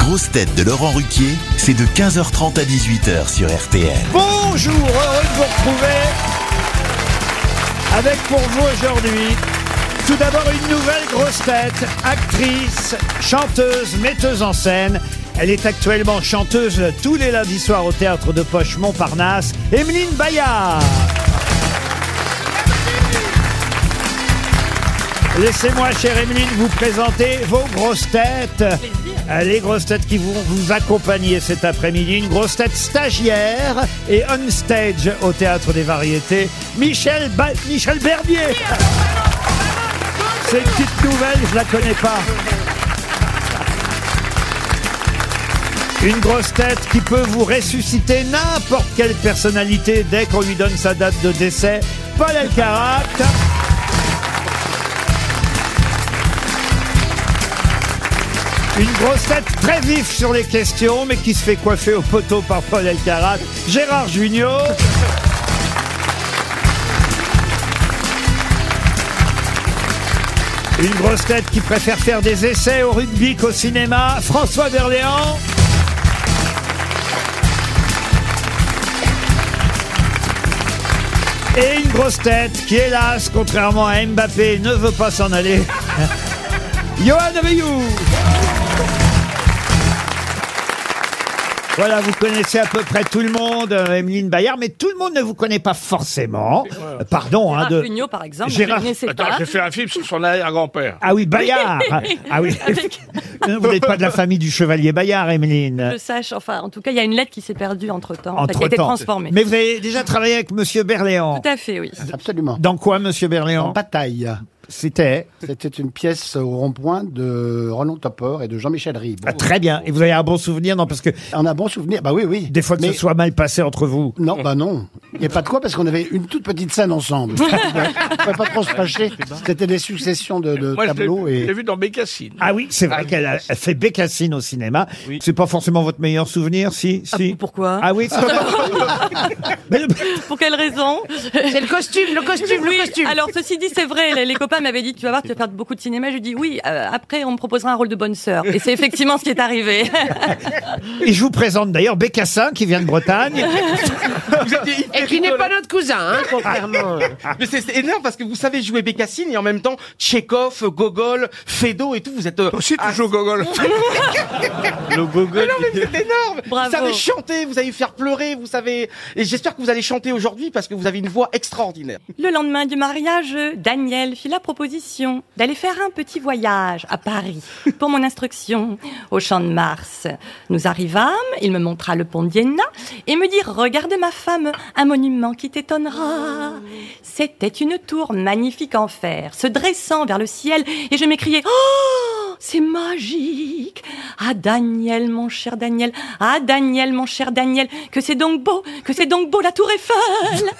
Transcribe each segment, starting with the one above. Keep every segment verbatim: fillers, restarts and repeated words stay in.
grosses têtes de Laurent Ruquier, c'est de quinze heures trente à dix-huit heures sur R T L. Bonjour, heureux de vous retrouver avec pour vous aujourd'hui, tout d'abord une nouvelle grosse tête, actrice, chanteuse, metteuse en scène. Elle est actuellement chanteuse tous les lundis soirs au théâtre de Poche Montparnasse, Emeline Bayard. Laissez-moi, chère Emeline, vous présenter vos grosses têtes. Les grosses têtes qui vont vous accompagner cet après-midi. Une grosse tête stagiaire et on stage au Théâtre des Variétés, Michel, ba- Michel Bernier. C'est une petite nouvelle, je la connais pas. Une grosse tête qui peut vous ressusciter n'importe quelle personnalité dès qu'on lui donne sa date de décès, Paul Elkarat. Une grosse tête très vif sur les questions, mais qui se fait coiffer au poteau par Paul Elkarat, Gérard Jugnot. Une grosse tête qui préfère faire des essais au rugby qu'au cinéma, François Berléand. Et une grosse tête qui, hélas, contrairement à Mbappé, ne veut pas s'en aller, Johan Rioux. Voilà, vous connaissez à peu près tout le monde, euh, Emeline Bayard, mais tout le monde ne vous connaît pas forcément. Euh, pardon, hein, Gérard de... Jugnot, par exemple, Gérard- je ne sais Attends, pas. j'ai fait un film sur son arrière-grand-père. Ah oui, Bayard. Ah oui. Avec- Vous n'êtes pas de la famille du chevalier Bayard, Emeline. Je sache, enfin, en tout cas, il y a une lettre qui s'est perdue entre-temps, en fait, qui a Entre été temps. transformée. Mais vous avez déjà travaillé avec Monsieur Berléand. Tout à fait, oui. Absolument. Dans quoi, Monsieur En Berléand? bataille. C'était C'était une pièce au rond-point de Roland Topor et de Jean-Michel Ribes. ah, très bien. Et vous avez un bon souvenir, non? Parce que On a bon souvenir. Bah oui, oui. des fois que Mais ce soit mal passé entre vous. non, bah non. Il n'y a pas de quoi parce qu'on avait une toute petite scène ensemble. On ne pouvait pas trop se fâcher. C'était des successions de, de Moi, je l'ai tableaux je l'ai et vu dans Bécassine. Ah oui, c'est vrai qu'elle a elle fait Bécassine au cinéma. C'est pas forcément votre meilleur souvenir, si, Ah, si. pourquoi Ah oui, c'est Mais le- Pour quelle raison C'est le costume, le costume, Oui, le costume. alors ceci dit, c'est vrai, les, les copains m'avaient dit, tu vas voir, tu vas faire beaucoup de cinéma. Je lui dis, oui, euh, après, on me proposera un rôle de bonne sœur. Et c'est effectivement ce qui est arrivé. Et je vous présente d'ailleurs Bécassin qui vient de Bretagne. Vous étiez hyper Et qui n'est rigolo. pas notre cousin, hein, contrairement. Mais c'est c'est énorme parce que vous savez jouer Bécassine et en même temps Tchekhov, Gogol, Feydeau et tout. Vous êtes euh, Aussi, tu ah, joues au gogol. le Gogol. Non mais c'est énorme. Bravo. Vous savez chanter, vous savez faire pleurer, vous savez. Et j'espère que vous allez chanter aujourd'hui parce que vous avez une voix extraordinaire. Le lendemain du mariage, Daniel fit la proposition d'aller faire un petit voyage à Paris pour mon instruction au Champ de Mars. Nous arrivâmes, il me montra le pont d'Iéna et me dit « Regarde ma femme, un monument qui t'étonnera ». C'était une tour magnifique en fer, se dressant vers le ciel et je m'écriai « Oh, c'est magique !» Ah Daniel, mon cher Daniel, ah Daniel, mon cher Daniel, que c'est donc beau, que c'est donc beau la tour Eiffel.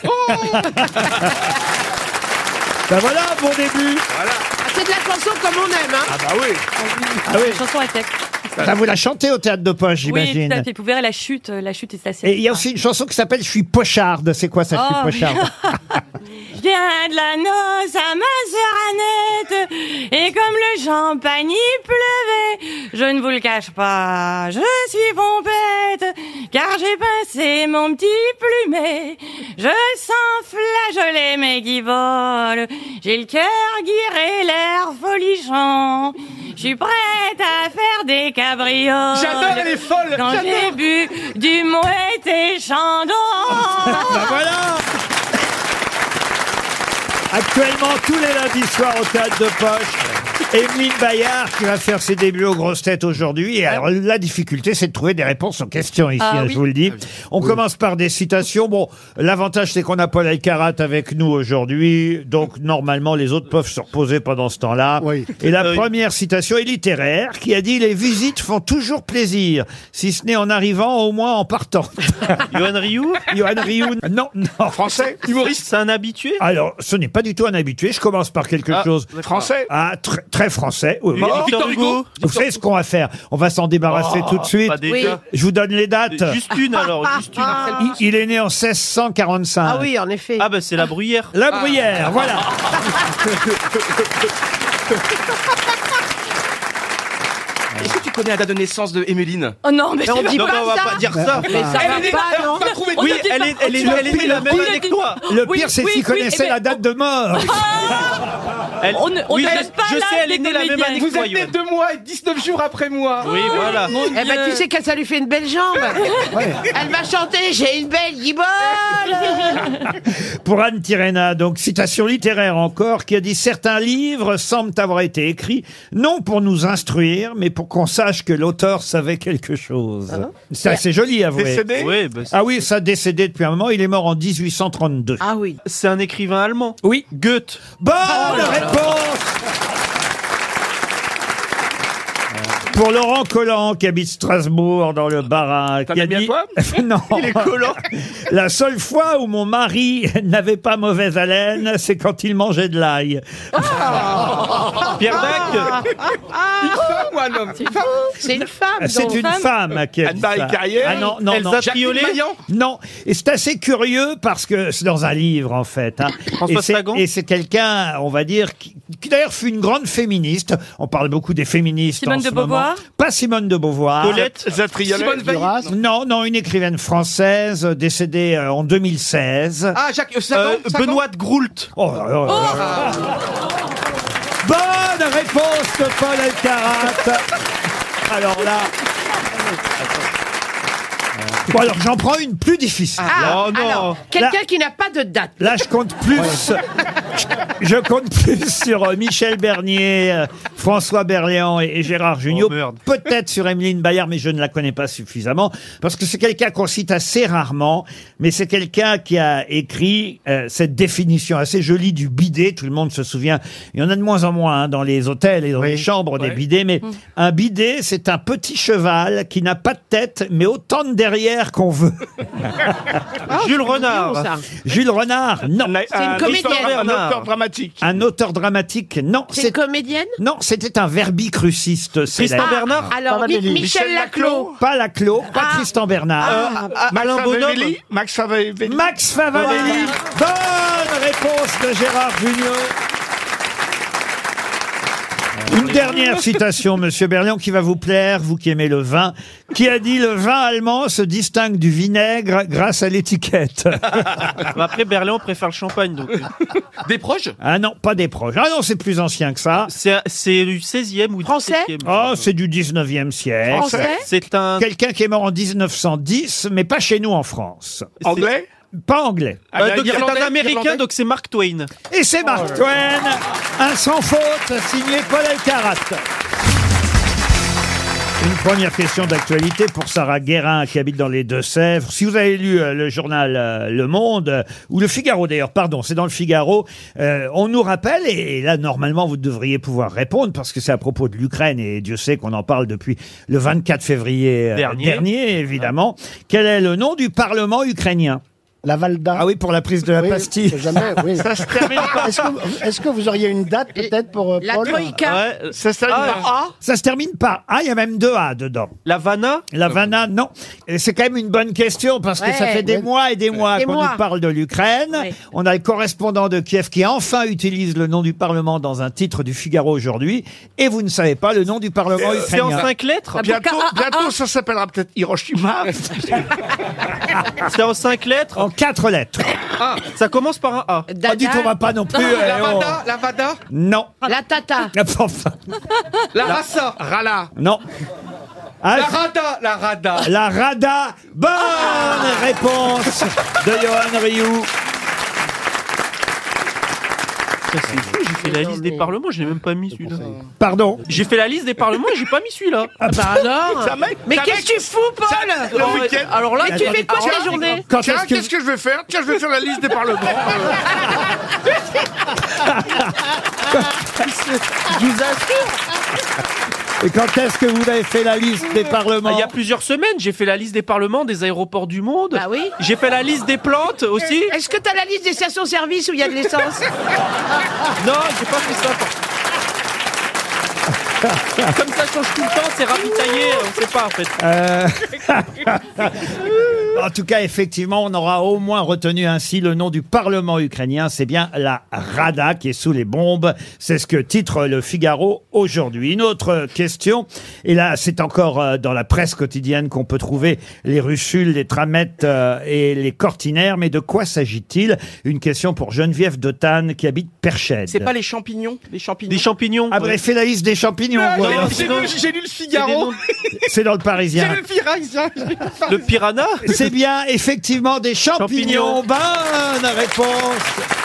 Ben voilà un bon début. Ah, c'est de la chanson comme on aime, hein. Ah bah oui. Ah oui. La chanson est texte. Ça, vous la chantez au théâtre de Poche, Oui, j'imagine. tout à fait. Vous verrez la chute, euh, la chute est assez. Et il y a aussi une chanson qui s'appelle Je suis pocharde. C'est quoi ça, Je suis Oh, pocharde? Je viens de la noce à ma sœur Annette, et comme le champagne y pleuvait, je ne vous le cache pas, je suis pompette, car j'ai pincé mon petit plumet. Je sens flageoler mes qui volent, j'ai le cœur guiré, l'air folichon. Je suis prête à faire des cabrioles. J'adore, elle est folle. Quand j'ai J'adore. bu du Moët et Chandon. Ben voilà. Actuellement, tous les lundis soirs au théâtre de Poche, Emeline Bayard qui va faire ses débuts aux grosses têtes aujourd'hui. Et alors, la difficulté, c'est de trouver des réponses aux questions ici, Ah hein, oui. je vous le dis. On commence par des citations. Bon, l'avantage, c'est qu'on a Paul Elkarat avec nous aujourd'hui. Donc, normalement, les autres peuvent se reposer pendant ce temps-là. Oui. Et la première citation est littéraire, qui a dit « Les visites font toujours plaisir, si ce n'est en arrivant, au moins en partant. » Johan Rioux, Johan Rioux, non, non. Français. humoriste, c'est un habitué. Alors, ce n'est pas du tout un habitué. Je commence par quelque Ah, chose. Français. Ah, tr- très français. Oui, oui. Victor Hugo. Vous savez ce qu'on va faire? On va s'en débarrasser tout de suite. Pas déjà. Je vous donne les dates. Juste une alors, juste une. Il, il est né en seize cent quarante-cinq. Ah oui, en effet. Ah bah c'est la bruyère. La Bruyère, voilà. Est-ce que tu connais la date de naissance de Emmeline? Oh non, mais, Mais on c'est dit Non, pas mais on va ça. pas dire ça. Mais ça Elle va est- pas, non on va trouver- On Oui, ne dit elle pas- est, elle est, on elle est dit née la pas- même on année dit que pas- toi. Le Oui, pire, c'est oui, s'il oui, connaissait mais la on- date de mort. Elle- On ne- on oui, ne elle- donne pas je l'âge sais, elle est des née la même comédiennes. année que Vous toi, êtes né Yoann. deux mois et dix-neuf jours après moi. Oui, voilà. Mon Eh ben, Dieu. tu sais que ça lui fait une belle jambe. Elle va chanter, j'ai une belle guibole. Pour Anne Tirena, donc citation littéraire encore, qui a dit « Certains livres semblent avoir été écrits, non pour nous instruire, mais pour qu'on sache que l'auteur savait quelque chose. C'est assez joli, avouez. Décédé? Oui, bah, c'est- Ah oui, ça décédé depuis un moment, il est mort en dix-huit cent trente-deux. Ah oui. c'est un écrivain allemand. Oui. Goethe. Bonne réponse pour Laurent Collant, qui habite Strasbourg, dans le Bas-Rhin. T'en qui as a mis à dit... toi Non. Il est collant. La seule fois où mon mari n'avait pas mauvaise haleine, c'est quand il mangeait de l'ail. Pierre Dac. Une femme ou un homme? Une femme. C'est une femme. C'est donc. une femme qui a dit Anne-Marie ça. Carrière. Ah non, non, non. Elsa Jacqueline Triolet. Maillan? Non, et c'est assez curieux parce que c'est dans un livre en fait. Hein. François Et c'est- Sagan. Et c'est quelqu'un, on va dire, qui, qui d'ailleurs fut une grande féministe. On parle beaucoup des féministes Simone en de ce moment. Beauvoir. Pas Simone de Beauvoir. Colette. Zatriolet. Simone Veil. Duras. Non, non, une écrivaine française euh, décédée euh, en deux mille seize. Ah, Jacques, euh, Sagan, Euh, Sagan. Benoît de Groult. Oh, là là là là. Bonne réponse de Paul Elkarat. Alors là. Bon alors j'en prends une plus difficile. Ah, Oh non. alors, quelqu'un qui n'a pas de date. Là, je compte plus. Je compte plus sur euh, Michel Bernier, euh, François Berléand et, et Gérard Jugnot. Oh, merde. Peut-être sur Émeline Bayard, mais je ne la connais pas suffisamment. Parce que c'est quelqu'un qu'on cite assez rarement. Mais c'est quelqu'un qui a écrit euh, cette définition assez jolie du bidet. Tout le monde se souvient. Il y en a de moins en moins hein, dans les hôtels et dans les chambres des bidets. Mais un bidet, c'est un petit cheval qui n'a pas de tête, mais autant de derrière qu'on veut. Jules Mignon, Renard. ça. Jules Renard, non. Un, une un comédienne. auteur- Un Bernard. auteur dramatique. Un auteur dramatique, non. C'est une comédienne. Non, c'était un verbicruciste Tristan célèbre. Bernard. Alors, Pavanelli. Mi- Michel Michel Laclos. Pas Laclos, pas Ah. Tristan Bernard. Euh, Max Alain Bonhomme. Favalli. Max Favalli. Max Favalli. Bonne réponse de Gérard Jugnot. Une dernière citation, Monsieur Berlion, qui va vous plaire, vous qui aimez le vin, qui a dit « Le vin allemand se distingue du vinaigre grâce à l'étiquette. Bah, après, Berléand préfère le champagne. Donc. Des proches » Ah non, pas des proches. Ah non, c'est plus ancien que ça. C'est c'est du seizième ou du Français dix-septième. Oh, c'est du dix-neuvième siècle. Français. C'est un. Quelqu'un qui est mort en dille-neuf cent dix, mais pas chez nous en France. Anglais. Pas anglais. Euh, donc, c'est Irlandais, un américain, Irlandais. donc c'est Mark Twain. Et c'est Mark Twain, un sans faute, signé Paul Elkarat. Une première question d'actualité pour Sarah Guérin qui habite dans les Deux-Sèvres. Si vous avez lu euh, le journal euh, Le Monde, euh, ou le Figaro d'ailleurs, pardon, c'est dans le Figaro, euh, on nous rappelle, et, et là normalement vous devriez pouvoir répondre parce que c'est à propos de l'Ukraine et Dieu sait qu'on en parle depuis le vingt-quatre février euh, Dernier. dernier, évidemment. Quel est le nom du Parlement ukrainien? La Valda. Ah oui, pour la prise de la Oui, pastille. jamais, oui. Ça se termine par. Est-ce que, est-ce que vous auriez une date peut-être pour euh, La Paul Troïka. Ouais. euh, Ça se termine Ah, par A. Ça se termine par A, il y a même deux A dedans. La Vanna. La Vanna, non. Et c'est quand même une bonne question parce que Ouais, ça fait des ouais. mois et des mois Des qu'on mois. nous parle de l'Ukraine. Ouais. On a le correspondant de Kiev qui enfin utilise le nom du Parlement dans un titre du Figaro aujourd'hui. Et vous ne savez pas le nom du Parlement C'est en ukrainien. cinq lettres. Bientôt, Ah, ah, bientôt ça s'appellera peut-être Hiroshima. C'est en cinq lettres. En quatre lettres. Ça commence par un A. Pas du tout, on va pas non plus. La eh, oh. Vada, la Vada, Non. La Tata. Enfin, la Rassa, Rala. non. Ah, la Rada, la Rada. la Rada. Bonne réponse de Johan Rioux. Ça, c'est fou, j'ai fait la liste des parlements, je l'ai même pas mis celui-là. Pardon. J'ai fait la liste des parlements et j'ai pas mis celui-là. Ah bah alors. Ça mec, Mais ça qu'est-ce mec- que tu fous, Paul? Le week-end. Alors là, Mais tu fais quoi alors de là, la journée? Quand Tiens, est-ce que- qu'est-ce que je vais faire? Tiens, je vais faire la liste des parlements. Je vous assure. Et quand est-ce que vous avez fait la liste des parlements? Ah, il y a plusieurs semaines, j'ai fait la liste des parlements des aéroports du monde. Bah oui. J'ai fait la liste des plantes aussi. Est-ce que t'as la liste des stations-service où il y a de l'essence? Non, j'ai pas fait ça. Comme ça change tout le temps, c'est ravitaillé, on sait pas en fait. Euh, En tout cas, effectivement, on aura au moins retenu ainsi le nom du Parlement ukrainien. C'est bien la Rada qui est sous les bombes. C'est ce que titre le Figaro aujourd'hui. Une autre question. Et là, c'est encore euh, dans la presse quotidienne qu'on peut trouver les russules, les tramettes euh, et les cortinaires. Mais de quoi s'agit-il? Une question pour Geneviève Dotan qui habite Perchède. C'est pas les champignons, les champignons. Des champignons. Ah, vous avez fait la liste des champignons. Ah, vous, j'ai- alors. j'ai lu, j'ai lu le Figaro. C'est dans le Parisien. J'ai lu le Parisien. Le piranha. C'est bien, effectivement, des champignons. Champignons. Bonne réponse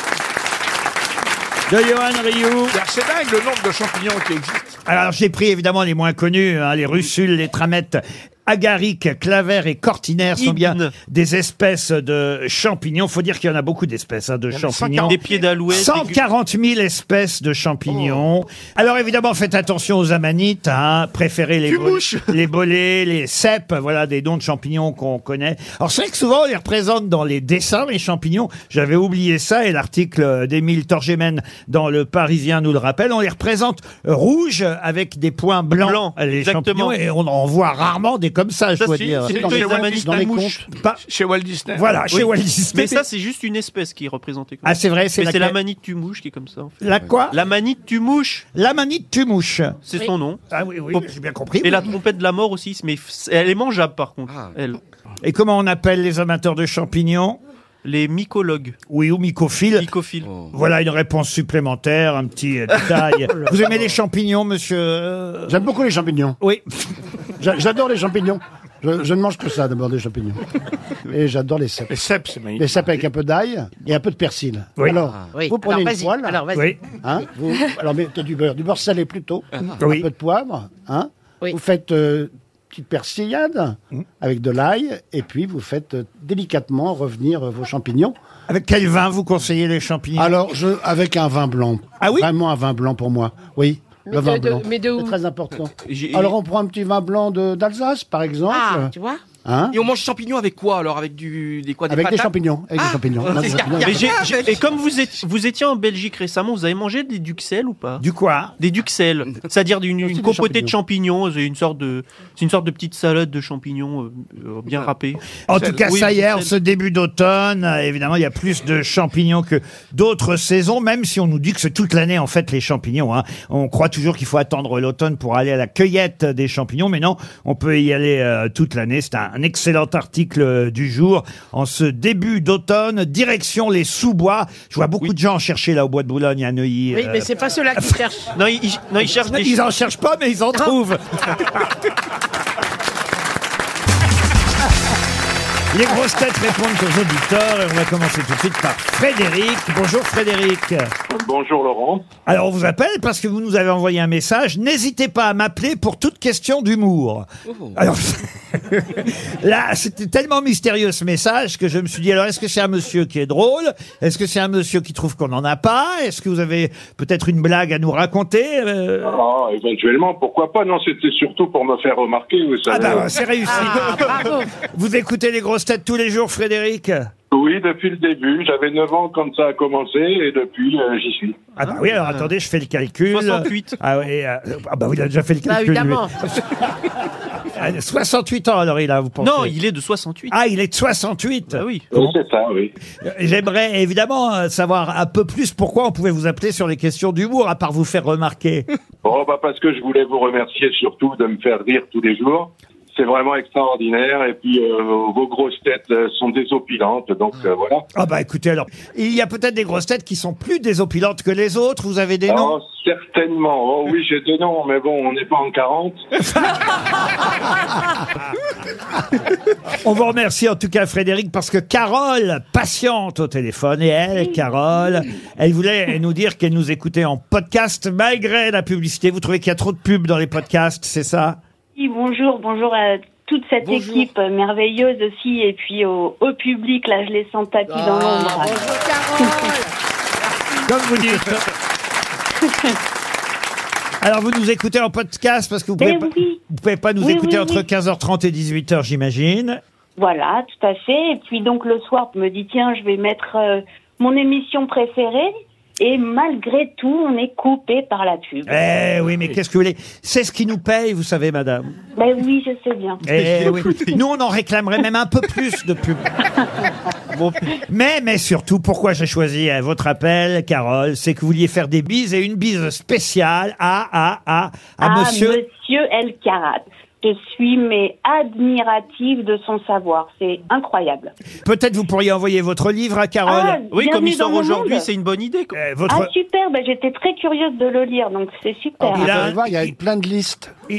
de Johan Rioux. C'est dingue le nombre de champignons qui existent. Alors, j'ai pris évidemment les moins connus, hein, les russules, les tramettes. Agaric, claver et cortinaire sont bien Ibn. des espèces de champignons. Faut dire qu'il y en a beaucoup d'espèces hein, de en a champignons. Des pieds d'alouette. cent des gu- quarante mille espèces de champignons. Alors évidemment, faites attention aux amanites, hein, préférez les, Tu bol- mouches. les bolets, les cèpes, voilà des noms de champignons qu'on connaît. Alors c'est vrai que souvent on les représente dans les dessins, les champignons. J'avais oublié ça et l'article d'Émile Torgemen dans Le Parisien nous le rappelle. On les représente rouges avec des points blancs, Blancs, les exactement. champignons, et on en voit rarement des comme ça, je Ça, dois c'est- dire. c'est Dans plutôt les les contes, amanites dans à les mouches. Pas- Chez Walt Disney. Voilà, chez Oui. Walt Disney. Mais ça, c'est juste une espèce qui est représentée. Comme Ah, ça. c'est vrai, c'est Mais c'est laquelle l'amanite tu mouche qui est comme ça. En fait. La quoi L'amanite tu mouche, L'amanite tu mouches. c'est son nom. Ah oui, oui, Faut- j'ai bien compris. Et la trompette de la mort aussi, mais f- elle est mangeable par contre. Ah. Elle. Et comment on appelle les amateurs de champignons? Les mycologues. Oui, ou mycophiles. Mycophiles. Voilà une réponse supplémentaire, un petit euh, détail. Vous aimez les champignons, monsieur euh, J'aime beaucoup les champignons. Oui. J'a- J'adore les champignons. Je, je ne mange que ça, d'abord, des champignons. Et j'adore les cèpes. Les cèpes, c'est magnifique. Les cèpes avec un peu d'ail et un peu de persil. Oui. Alors, Oui. vous prenez Alors, une vas-y. poêle. Alors, vas-y. Oui. Hein, vous, alors mettez du beurre, du beurre salé plutôt, Oui. un peu de poivre, hein. Oui. Vous faites euh, petite persillade Mmh. avec de l'ail, et puis vous faites euh, délicatement revenir euh, vos champignons. Avec quel vin vous conseillez les champignons? Alors, je, avec un vin blanc. Ah oui Vraiment un vin blanc pour moi. Oui, le Mais vin de- de- blanc. mais de où C'est très important. J'ai- Alors, on prend un petit vin blanc de- d'Alsace, par exemple. Ah, tu vois Hein, Et on mange champignons avec quoi alors? Avec du, des quoi? Des avec des patates. champignons. Avec des Ah, champignons. c'est Non, des ça. champignons. Mais j'ai- Ah, j'ai- ben, et comme vous, êtes, vous étiez en Belgique récemment, vous avez mangé des duxelles ou pas? Du quoi? Des duxelles, c'est-à-dire d'une Aussi une des compotée de champignons. C'est une sorte de, c'est une sorte de petite salade de champignons euh, euh, bien râpée. En tout cas, Oui, ça y est, en celle- ce début d'automne, euh, évidemment, il y a plus de champignons que d'autres saisons, même si on nous dit que c'est toute l'année, en fait, les champignons. Hein. On croit toujours qu'il faut attendre l'automne pour aller à la cueillette des champignons, mais non, on peut y aller euh, toute l'année. C'est un, un excellent article euh, du jour. En ce début d'automne, direction les sous-bois. Je vois beaucoup de gens chercher là au bois de Boulogne, à Neuilly. Oui, euh, mais c'est pas ceux-là qui cherchent. Non, ils, ils- non, ils cherchent des. Ils en cherchent pas, mais ils en trouvent. Les grosses têtes répondent aux auditeurs et on va commencer tout de suite par Frédéric. Bonjour Frédéric. Bonjour Laurent. Alors on vous appelle parce que vous nous avez envoyé un message. N'hésitez pas à m'appeler pour toute question d'humour. Alors là, c'était tellement mystérieux ce message que je me suis dit, alors est-ce que c'est un monsieur qui est drôle? Est-ce que c'est un monsieur qui trouve qu'on n'en a pas? Est-ce que vous avez peut-être une blague à nous raconter? Euh, Ah, éventuellement, pourquoi pas? Non, c'était surtout pour me faire remarquer, vous Ah savez. bah c'est réussi. Ah, bravo. Vous écoutez les grosses têtes tous les jours, Frédéric? Oui, depuis le début. J'avais neuf ans quand ça a commencé et depuis, euh, j'y suis. Ah bah oui, alors attendez, je fais le calcul. soixante-huit. Ah oui, euh, ah bah oui, il a déjà fait le Bah, calcul. lui. évidemment. Ah, soixante-huit ans alors il a, vous pensez? Non, il est de soixante-huit. Ah, il est de soixante-huit. Ah oui. Oui, c'est ça, oui. Euh, J'aimerais évidemment euh, savoir un peu plus pourquoi on pouvait vous appeler sur les questions d'humour, à part vous faire remarquer. Bon, bah, parce que je voulais vous remercier surtout de me faire rire tous les jours. C'est vraiment extraordinaire. Et puis, euh, vos grosses têtes euh, sont désopilantes. Donc, euh, voilà. Ah bah écoutez alors, il y a peut-être des grosses têtes qui sont plus désopilantes que les autres, vous avez des noms? Oh, certainement. Oh oui, j'ai des noms, mais bon, on n'est pas en quarante. On vous remercie en tout cas Frédéric parce que Carole patiente au téléphone et elle, Carole, elle voulait nous dire qu'elle nous écoutait en podcast malgré la publicité. Vous trouvez qu'il y a trop de pubs dans les podcasts, c'est ça? Oui, bonjour, bonjour à toute cette Bonjour. équipe merveilleuse aussi, et puis au, au public, là je les sens tapis dans Ah, l'ombre. bonjour Carole. Comme vous dites. Alors vous nous écoutez en podcast parce que vous pouvez, Eh pas, oui, vous pouvez pas nous Oui, écouter oui, entre oui. quinze heures trente et dix-huit heures, j'imagine. voilà, tout à fait. Et puis donc le soir, je me dis tiens, je vais mettre euh, mon émission préférée. Et malgré tout, on est coupé par la pub. Eh oui, mais qu'est-ce que vous voulez? C'est ce qui nous paye, vous savez, madame. Ben oui, je sais bien. Eh oui. Nous, on en réclamerait même un peu plus de pub. Bon, mais, mais surtout, pourquoi j'ai choisi euh, votre appel, Carole, c'est que vous vouliez faire des bises et une bise spéciale à, à, à, à Ah, monsieur... Monsieur El Karat. Je suis mais admirative de son savoir. C'est incroyable. Peut-être vous pourriez envoyer votre livre à Carole. Ah, Oui, comme bienvenue il sort dans mon aujourd'hui, monde. c'est une bonne idée. quoi. Euh, votre... Ah super, ben, j'étais très curieuse de le lire, donc c'est super. Il a- Vous allez voir, il y a plein de listes. Il-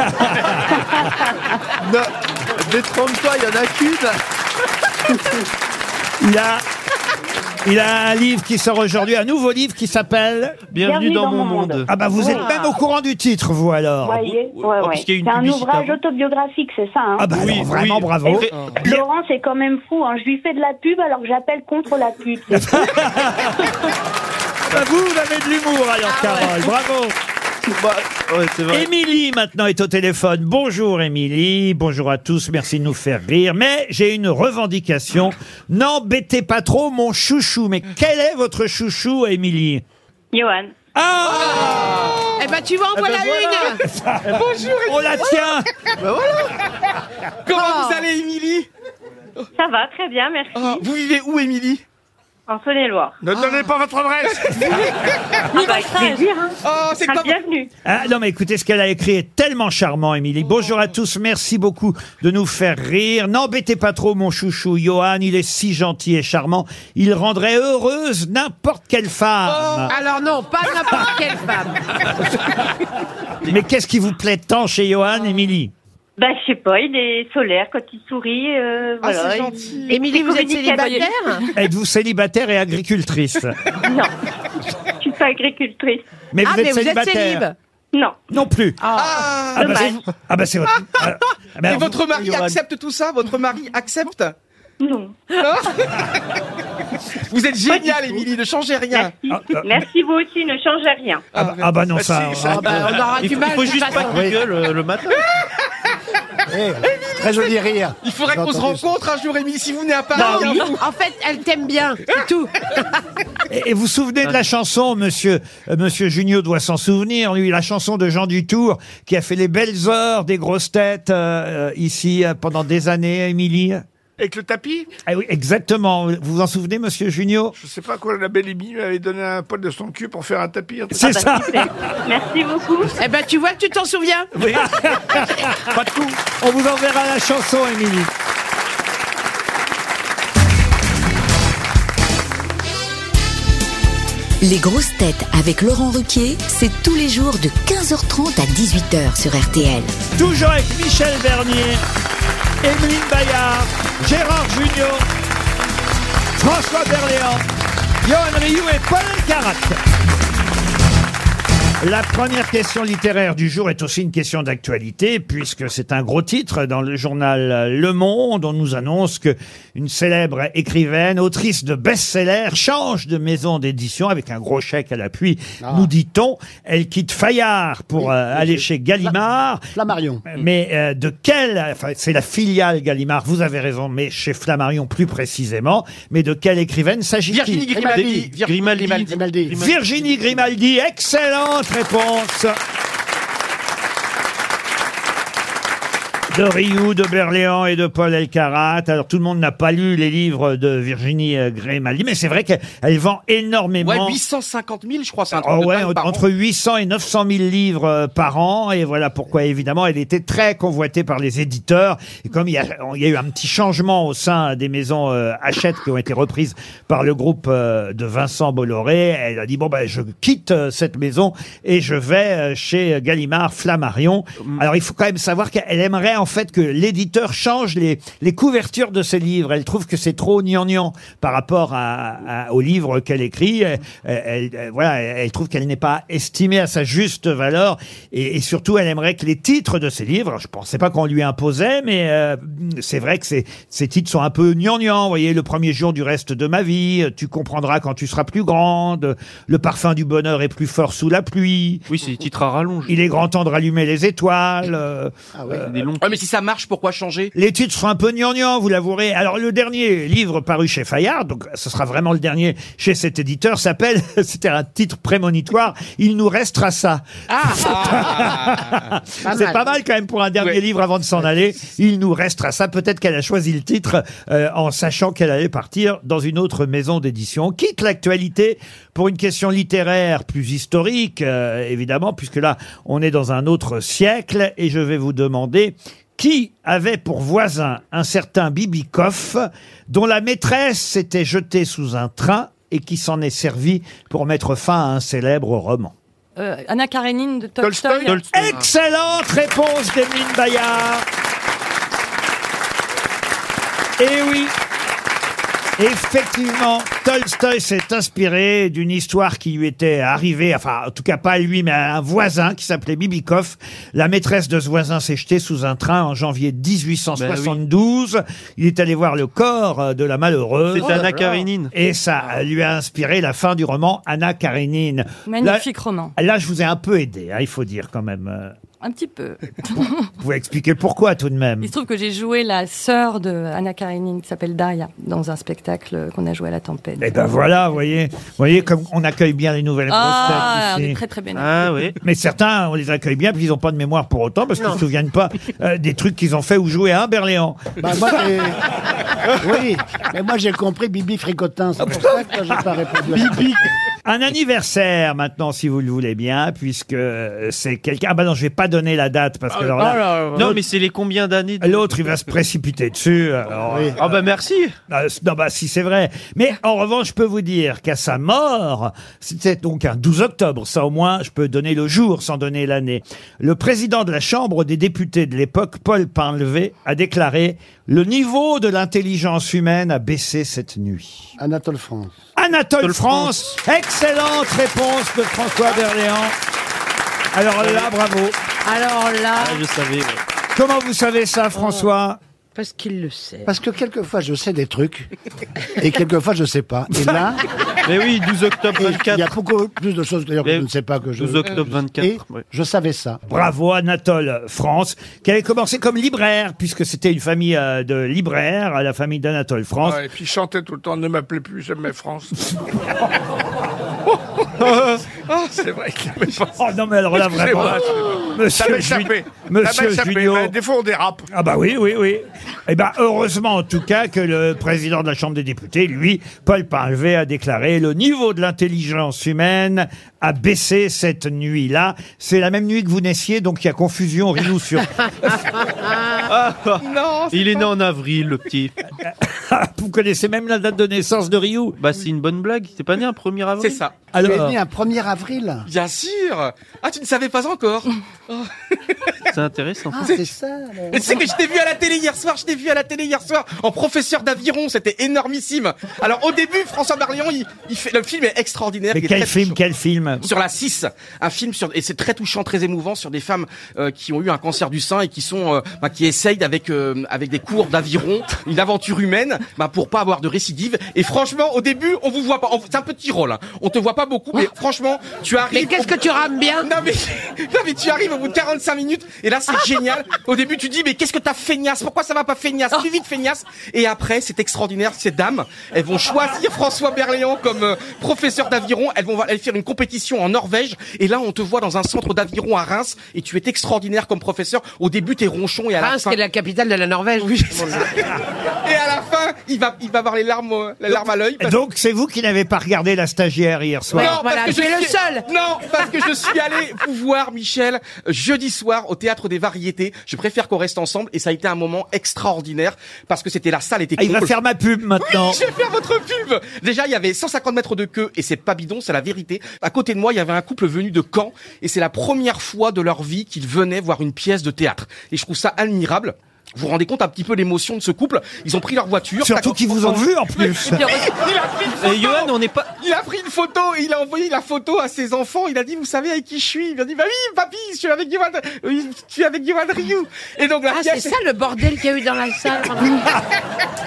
Non, détrompe-toi, il y en a qu'une. Il a, il a un livre qui sort aujourd'hui, un nouveau livre qui s'appelle... Bienvenue dans mon monde. Ah bah vous Ouais. êtes même au courant du titre, vous alors. Vous voyez, Oh, ouais, oh, ouais. parce qu'il y a une C'est un publicité ouvrage avant. autobiographique, c'est ça. Hein. Ah bah Oui, alors, vraiment oui. bravo. Et- Bien- Laurent, c'est quand même fou. Hein. Je lui fais de la pub alors que j'appelle contre la pub. C'est fou. Bah, vous, vous avez de l'humour alors, Carole, bravo. Bah, ouais, c'est vrai. Émilie maintenant est au téléphone. Bonjour Émilie, bonjour à tous, merci de nous faire rire. Mais j'ai une revendication. N'embêtez pas trop mon chouchou. Mais quel est votre chouchou, Émilie? Johan. Ah, Eh ben, tu vas en voilà une. Bonjour, on la tient. comment Oh. vous allez, Émilie? Ça va, très bien, merci. Oh, vous vivez où, Émilie? En Saône-et-Loire. Ne donnez pas votre adresse. Ah bah, avec plaisir, hein. Oh, c'est Ah, quoi? bienvenue. Ah, non mais écoutez, ce qu'elle a écrit est tellement charmant, Émilie. Bonjour à tous, merci beaucoup de nous faire rire. N'embêtez pas trop mon chouchou Johan, il est si gentil et charmant. Il rendrait heureuse n'importe quelle femme. Alors non, pas n'importe quelle femme. Mais qu'est-ce qui vous plaît tant chez Johan, Émilie? Bah, je sais pas, il est solaire quand il sourit. Euh, Ah, voilà. c'est Il- gentil. Émilie, vous êtes communicateur. célibataire? Êtes-vous célibataire et agricultrice? Non, je suis pas agricultrice. Mais Ah, vous mais êtes vous êtes célibataire? célib. Non. Non plus. Ah, Ah, bah, dommage. c'est, ah bah c'est votre... ah, ah, bah, et vous- votre mari Johan. accepte tout ça? Votre mari accepte? Non. Vous êtes génial, Émilie, ne changez rien. Merci. Ah, ah, Merci, vous aussi, ne changez rien. ah, bah, ah bah non, ça... si, ça- ah, Bah, on aura Il du faut, mal. il faut de juste toute pas façon. qu'il gueule euh, le matin. Eh, très joli rire. Il faudrait J'ai qu'on se entendu ça. rencontre un jour, Émilie, si vous venez à Paris. Non, hein, oui. vous. En fait, elle t'aime bien, c'est tout. Et, et vous vous souvenez de la chanson, monsieur, euh, monsieur Junio doit s'en souvenir, lui, la chanson de Jean Dutour, qui a fait les belles heures des grosses têtes euh, euh, ici euh, pendant des années, Émilie. Avec le tapis, Ah oui, exactement. Vous vous en souvenez, monsieur Junio? je sais pas quoi, la belle Émilie m'avait donné un poil de son cul pour faire un tapis. un truc. C'est Bah, ça. super. Merci beaucoup. Eh ben, tu vois que tu t'en souviens. Oui. Pas de coup. On vous enverra la chanson, Émilie. Les grosses têtes avec Laurent Ruquier, c'est tous les jours de quinze heures trente à dix-huit heures sur R T L. Toujours avec Michel Bernier, Emeline Bayard, Gérard Junior, François Berléand, Johan Rioux et Paul Elkarat. La première question littéraire du jour est aussi une question d'actualité, puisque c'est un gros titre dans le journal Le Monde. On nous annonce que une célèbre écrivaine, autrice de best-seller, change de maison d'édition avec un gros chèque à l'appui, nous dit-on. Elle quitte Fayard pour Oui, euh, oui, aller c'est- chez Gallimard. Flammarion. Mais euh, de quelle, enfin c'est la filiale Gallimard, vous avez raison, mais chez Flammarion plus précisément, mais de quelle écrivaine s'agit-il? Virginie Grimaldi. Vir- Grimaldi. Grimaldi. Virginie Grimaldi, excellente réponse de Rioux, de Berléand et de Paul Elkarat. Alors tout le monde n'a pas lu les livres de Virginie euh, Grimaldi, mais c'est vrai qu'elle elle vend énormément. Ouais, huit cent cinquante mille, je crois, c'est un truc Oh de ouais, dingue par an. entre huit cents et neuf cent mille livres euh, par an, et voilà pourquoi évidemment elle était très convoitée par les éditeurs. Et comme il y a, il y a eu un petit changement au sein des maisons euh, Hachette qui ont été reprises par le groupe euh, de Vincent Bolloré, elle a dit bon ben je quitte euh, cette maison et je vais euh, chez Gallimard Flammarion. Alors il faut quand même savoir qu'elle aimerait en fait que l'éditeur change les les couvertures de ses livres. Elle trouve que c'est trop gnangnan par rapport à, à- aux livres qu'elle écrit. Elle, elle- elle- voilà, elle trouve qu'elle n'est pas estimée à sa juste valeur et, et surtout elle aimerait que les titres de ses livres, je pensais pas qu'on lui imposait, mais euh, c'est vrai que ces, ces titres sont un peu gnangnan. Vous voyez, Le premier jour du reste de ma vie, Tu comprendras quand tu seras plus grande, Le parfum du bonheur est plus fort sous la pluie, Oui, c'est des titres à rallonge. Il est grand temps de rallumer les étoiles. euh, Ah ouais. Des longs Ouais, mais mais si ça marche, pourquoi changer? Les titres sont un peu gnangnang, vous l'avouerez. Alors, le dernier livre paru chez Fayard, donc ce sera vraiment le dernier chez cet éditeur, s'appelle, c'était un titre prémonitoire, Il nous restera ça. Ah, ah, C'est pas mal quand même pour un dernier Ouais. livre avant de s'en aller. Il nous restera ça. Peut-être qu'elle a choisi le titre euh, en sachant qu'elle allait partir dans une autre maison d'édition. On quitte l'actualité pour une question littéraire plus historique, euh, évidemment, puisque là, on est dans un autre siècle et je vais vous demander qui avait pour voisin un certain Bibikoff dont la maîtresse s'était jetée sous un train et qui s'en est servi pour mettre fin à un célèbre roman. Euh, Anna Karénine de Tolstoï. Tolstoï. Excellente réponse d'Emeline Bayard. Eh oui, effectivement, Tolstoï s'est inspiré d'une histoire qui lui était arrivée, enfin, en tout cas pas à lui, mais à un voisin qui s'appelait Bibikoff. La maîtresse de ce voisin s'est jetée sous un train en janvier dix-huit cent soixante-douze. Il est allé voir le corps de la malheureuse. C'est Anna Karénine. Et ça lui a inspiré la fin du roman Anna Karénine. Magnifique roman. Là, je vous ai un peu aidé, hein, il faut dire quand même. Euh, Un petit peu. Vous pouvez expliquer pourquoi tout de même. Il se trouve que j'ai joué la sœur de Anna Karénine qui s'appelle Daria dans un spectacle qu'on a joué à la Tempête. Eh ben voilà, vous voyez, vous voyez comme on accueille bien les nouvelles Ah, grosses on têtes est ici. très très bien. Ah oui. Mais certains, on les accueille bien, puis ils n'ont pas de mémoire pour autant, parce qu'ils ne se souviennent pas euh, des trucs qu'ils ont fait ou joué à un Berléand. Bah, moi, j'ai- oui, mais moi j'ai compris Bibi Fricotin, c'est pour ça que j'ai pas répondu. à ça. Bibi. Un anniversaire maintenant, si vous le voulez bien, puisque euh, c'est quelqu'un. Ah bah non, je vais pas donner la date parce que alors là, Non, mais c'est les combien d'années de- l'autre il va se précipiter dessus. Alors, Oui. Ah bah merci. Euh, non, bah si c'est vrai. Mais en revanche, je peux vous dire qu'à sa mort, c'était donc un douze octobre, ça au moins, je peux donner le jour sans donner l'année. Le président de la Chambre des députés de l'époque, Paul Painlevé, a déclaré « Le niveau de l'intelligence humaine a baissé cette nuit Anatole France. ». Anatole France, excellente réponse de François Berléand. Alors là, bravo. Alors là, Ah, je savais. ouais. Comment vous savez ça, François? parce qu'il le sait. Parce que quelquefois je sais des trucs et quelquefois je sais pas. Et là, Mais oui, douze octobre et il y a vingt-quatre. beaucoup plus de choses d'ailleurs que Mais je ne sais pas que je. douze octobre Et vingt-quatre. ouais. je savais ça. Bravo Anatole France, qui avait commencé comme libraire, puisque c'était une famille euh, de libraires, la famille d'Anatole France. Ouais, et puis il chantait tout le temps, ne m'appelez plus, j'aimais France. Ah, c'est vrai qu'il avait pas... Oh non mais alors là vraiment, Excusez-moi, excusez-moi. Ça Monsieur, m'a Ju- échappé. Ça Monsieur m'a échappé. Junio. Ben, des fois, on dérape. Ah bah oui, oui, oui. Eh ben heureusement en tout cas que le président de la Chambre des députés, lui, Paul Painlevé, a déclaré le niveau de l'intelligence humaine a baissé cette nuit-là. C'est la même nuit que vous naissiez, donc il y a confusion, Rioux sur... Non, Il est né en avril, le petit. Vous connaissez même la date de naissance de Rioux? Bah c'est une bonne blague. T'es pas né un premier avril? c'est ça. Tu es Alors, né un premier avril. Bien sûr. Ah, tu ne savais pas encore. C'est intéressant. Ah, c'est ça. alors. Mais tu sais que je t'ai vu à la télé hier soir, je t'ai vu à la télé hier soir en professeur d'aviron, c'était énormissime. Alors au début, François Berléand, il, il fait le film est extraordinaire. mais il est quel très film, touchant. quel film? Sur la six, un film sur et c'est très touchant, très émouvant sur des femmes euh, qui ont eu un cancer du sein et qui sont euh, bah, qui essayent avec euh, avec des cours d'aviron, une aventure humaine, bah, pour pas avoir de récidive. Et franchement, au début, on vous voit pas, on- c'est un petit rôle, hein. On te voit pas beaucoup, mais franchement, tu arrives. Mais qu'est-ce que tu rames bien? Non mais, non mais tu arrives au bout de quarante-cinq minutes et là c'est génial. Au début tu dis mais qu'est-ce que t'as feignasse? Pourquoi ça va pas feignasse? Plus vite feignasse. Et après c'est extraordinaire, ces dames, elles vont choisir François Berléand comme euh, professeur d'aviron. Elles vont aller faire une compétition en Norvège et là on te voit dans un centre d'aviron à Reims et tu es extraordinaire comme professeur. Au début t'es ronchon et à la Reims, fin. qui est la capitale de la Norvège. Oui. Et à la fin il va il va avoir les larmes euh, les larmes à l'œil. parce- Donc c'est vous qui n'avez pas regardé La Stagiaire hier soir? Non, voilà, parce que tu je es le suis- seul. Non, parce que je suis allé vous voir, Michel, jeudi soir au Théâtre des Variétés. Je préfère qu'on reste ensemble et ça a été un moment extraordinaire parce que c'était la salle était Ah, il va comble. faire ma pub maintenant. Oui, je vais faire votre pub. Déjà, il y avait cent cinquante mètres de queue et c'est pas bidon, c'est la vérité. À côté de moi, il y avait un couple venu de Caen et c'est la première fois de leur vie qu'ils venaient voir une pièce de théâtre. Et je trouve ça admirable. Vous vous rendez compte un petit peu l'émotion de ce couple? Ils ont pris leur voiture. Surtout qu'ils vous ont vu en plus. Il a pris une photo. Et Johan, on n'est pas. Il a pris une photo et il a envoyé la photo à ses enfants. Il a dit, vous savez avec qui je suis? Il a dit, bah oui, papy, je suis avec Yoann, oui, je suis avec Yoann Rioux. Et donc la Ah, c'est pièce. ça le bordel qu'il y a eu dans la salle.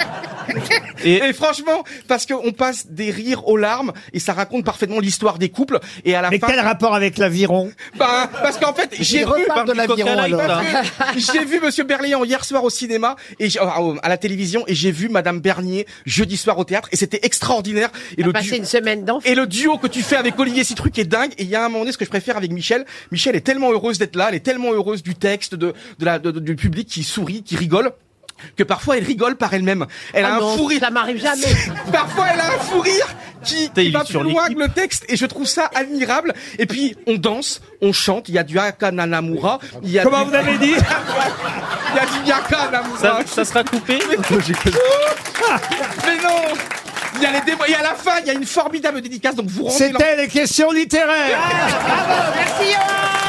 Et, et franchement, parce qu'on passe des rires aux larmes et ça raconte parfaitement l'histoire des couples. Et à la Mais fin, quel rapport avec l'aviron? bah, parce qu'en fait, j'ai vu, repart de l'aviron, alors. j'ai vu Monsieur Berléand hier soir au cinéma et j'ai- à la télévision et j'ai vu Madame Bernier jeudi soir au théâtre et c'était extraordinaire. Et On le a passé duo- une semaine d'enfant. et le duo que tu fais avec Olivier Citruc est dingue. Et il y a un moment donné, ce que je préfère avec Michel, Michel est tellement heureuse d'être là, elle est tellement heureuse du texte, de, de la, de- de- du public qui sourit, qui rigole, que parfois elle rigole par elle-même. Elle a Ah un non, fou rire. ça m'arrive jamais. Parfois elle a un fou rire qui, qui il va est sur plus loin que l'équipe. le texte et je trouve ça admirable. Et puis on danse, on chante, il y a du Yaka Nanamura. Il y a Comment du... vous avez dit? Il y a du Yaka Nanamura. Ça, ça sera coupé. Mais non. Il y a les démo... Et à la fin, il y a une formidable dédicace, donc vous rendez... C'était les questions littéraires. Bravo, merci Johan.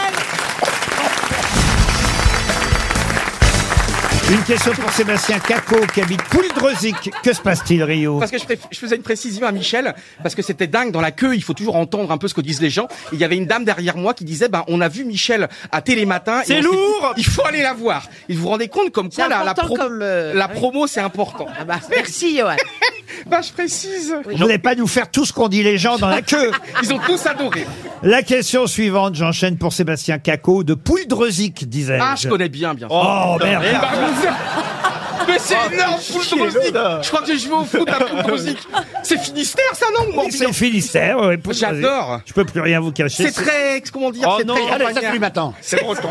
Une question pour Sébastien Caco qui habite Pouldreuzic. Que se passe-t-il, Rio? Parce que je, préf- je faisais une précision à Michel, parce que c'était dingue, dans la queue, il faut toujours entendre un peu ce que disent les gens. Et il y avait une dame derrière moi qui disait, ben, on a vu Michel à Télématin. et C'est on s'est lourd. dit, il faut aller la voir. Et vous vous rendez compte comme C'est quoi la, la, important pro- comme, euh, la oui. promo, c'est important. Ah bah, merci Johan. Bah, je précise. Vous n'allez pas nous faire tout ce qu'ont dit les gens dans la queue. Ils ont tous adoré. La question suivante, j'enchaîne pour Sébastien Caco de Pouldreuzic, disais-je. Ah, je connais bien, bien sûr. Oh, merde. Bah, vous- Mais c'est énorme, Pouldreuzic. Je crois que j'ai joué au foot à Pouldreuzic. C'est Finistère, ça, non, ou Oui, Morbihan? c'est le Finistère. ouais, Pouldreuzic. J'adore. Je peux plus rien vous cacher. C'est très, comment dire, Oh c'est non. très Allez, ça campagnard. lui m'attend. C'est breton.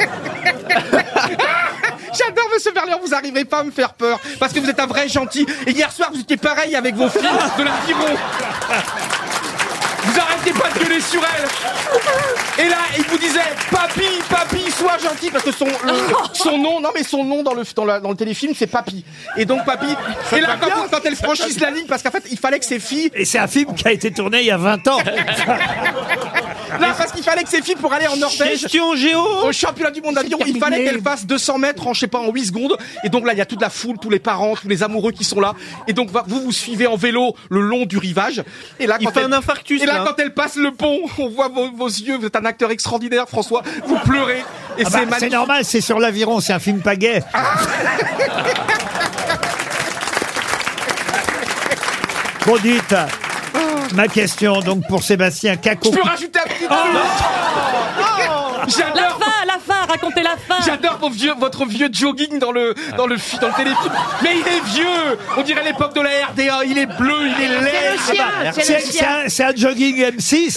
J'adore Monsieur Berléand, vous arriverez pas à me faire peur parce que vous êtes un vrai gentil. Et hier soir, vous étiez pareil avec vos filles de l'aviron. Vous arrêtez pas de gueuler sur elle. Et là, il vous disait, papy, papy, sois gentil, parce que son, le- son nom, non mais son nom dans le, dans, la- dans le téléfilm, c'est papy. Et donc papy. Et là, quand, vous- quand elles franchissent la ligne, parce qu'en fait, il fallait que ces filles, Et c'est un film qui a été tourné il y a vingt ans. là, parce qu'il fallait que ces filles, pour aller en Norvège, Question géo. au championnat du monde d'aviron, il fallait qu'elle fasse deux cents mètres en, je sais pas, en huit secondes. Et donc là, il y a toute la foule, tous les parents, tous les amoureux qui sont là. Et donc, va- vous, vous suivez en vélo le long du rivage. Et là, Il quand fait elle- un infarctus, Et là, là. quand elle passe le pont, on voit vos, vos yeux. Vous êtes un acteur extraordinaire, François. Vous pleurez. Et Ah c'est bah, c'est magnifique. normal, c'est sur l'aviron, c'est un film pas gay. Bon, dites, ma question donc pour Sébastien Caco. Je peux rajouter un petit truc. La J'adore. fin, la fin, racontez la fin. J'adore vos vieux, votre vieux jogging dans le, dans le, fi- dans le téléfilm. Mais il est vieux. On dirait l'époque de la R D A. Il est bleu, il est laid. C'est le chien, c'est C'est le c'est chien. un, c'est un jogging M six.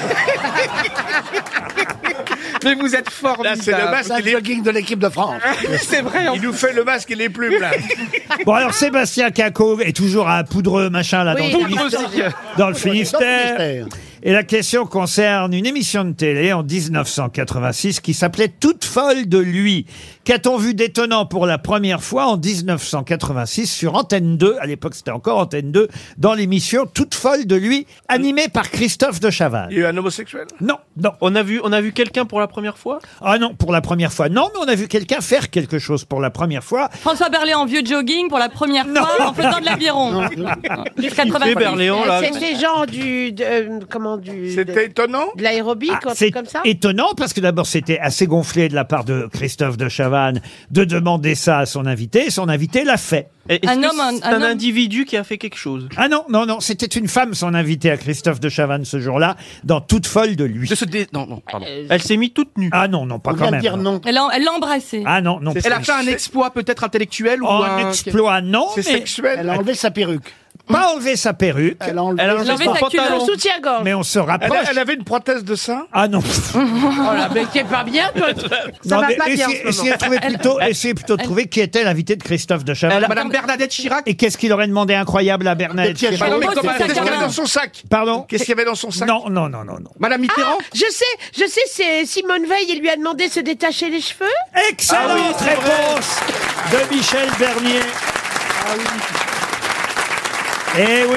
Mais vous êtes Là, formidable. c'est le masque C'est un et les... jogging de l'équipe de France. C'est vrai. en Il nous fait le masque et les plumes, là. Bon, alors Sébastien Caco est toujours à Poudreux, machin, là, Oui, dans, le dans le Finistère, dans le Finistère. Finistère. Et la question concerne une émission de télé en dix-neuf cent quatre-vingt-six qui s'appelait Toute folle de lui. Qu'a-t-on vu d'étonnant pour la première fois en dix-neuf cent quatre-vingt-six sur Antenne deux, à l'époque c'était encore Antenne deux, dans l'émission Toute folle de lui, animée par Christophe de Chavannes. Il y a eu un homosexuel. Non, non. On a vu, on a vu quelqu'un pour la première fois. Ah non, pour la première fois, non, mais on a vu quelqu'un faire quelque chose pour la première fois. François Berléand en vieux jogging pour la première Non. fois en faisant de l'aviron. quatre-vingt-six. Et Berléand là. C'était genre du, de, euh, comment du, de, C'était étonnant. de l'aérobic, Ah, ou un c'est truc comme ça. étonnant parce que d'abord c'était assez gonflé de la part de Christophe de Chavannes de demander ça à son invité. Son invité l'a fait. Et Est-ce Un que homme, un- c'est un un, homme. individu qui a fait quelque chose? Ah non, non, non, c'était une femme son invité à Christophe de Chavannes ce jour-là dans Toute folle de lui. De se dé... Non, non, pardon. Elle s'est mise toute nue. Ah non, non, pas On quand vient de même. dire non. Elle l'a elle l'a embrassé. Ah non, non. Elle a fait un exploit peut-être intellectuel ou Oh, un... un exploit, non, C'est mais sexuel. Elle a enlevé sa perruque. pas enlevé sa perruque, Elle a enlevé, Elle a Elle enlevé avait son sa pantalon. culotte. Son soutien-gorge. mais on se Elle, rapproche. a- elle avait une prothèse de sein. Ah non. Oh là, mais t'es pas bien, toi. Ça Non, va mais pas bien en essayez, ce essayez moment. de trouver plutôt, essayez plutôt de trouver qui était l'invité de Christophe de Chavannes. Madame Bernadette Chirac. Et qu'est-ce qu'il aurait demandé incroyable à Bernadette Des pièges Chirac? Bah non, mais Oh, comment- c'est qu'est-ce qu'il y avait Saint-Germain. dans son sac? Pardon? Qu'est-ce qu'il y avait dans son sac? Non, non, non, non, non. Madame Mitterrand. Je sais, je sais, c'est Simone Veil, il lui a demandé de se détacher les cheveux. Excellente Ah oui, c'est réponse de Michel Bernier. Eh oui,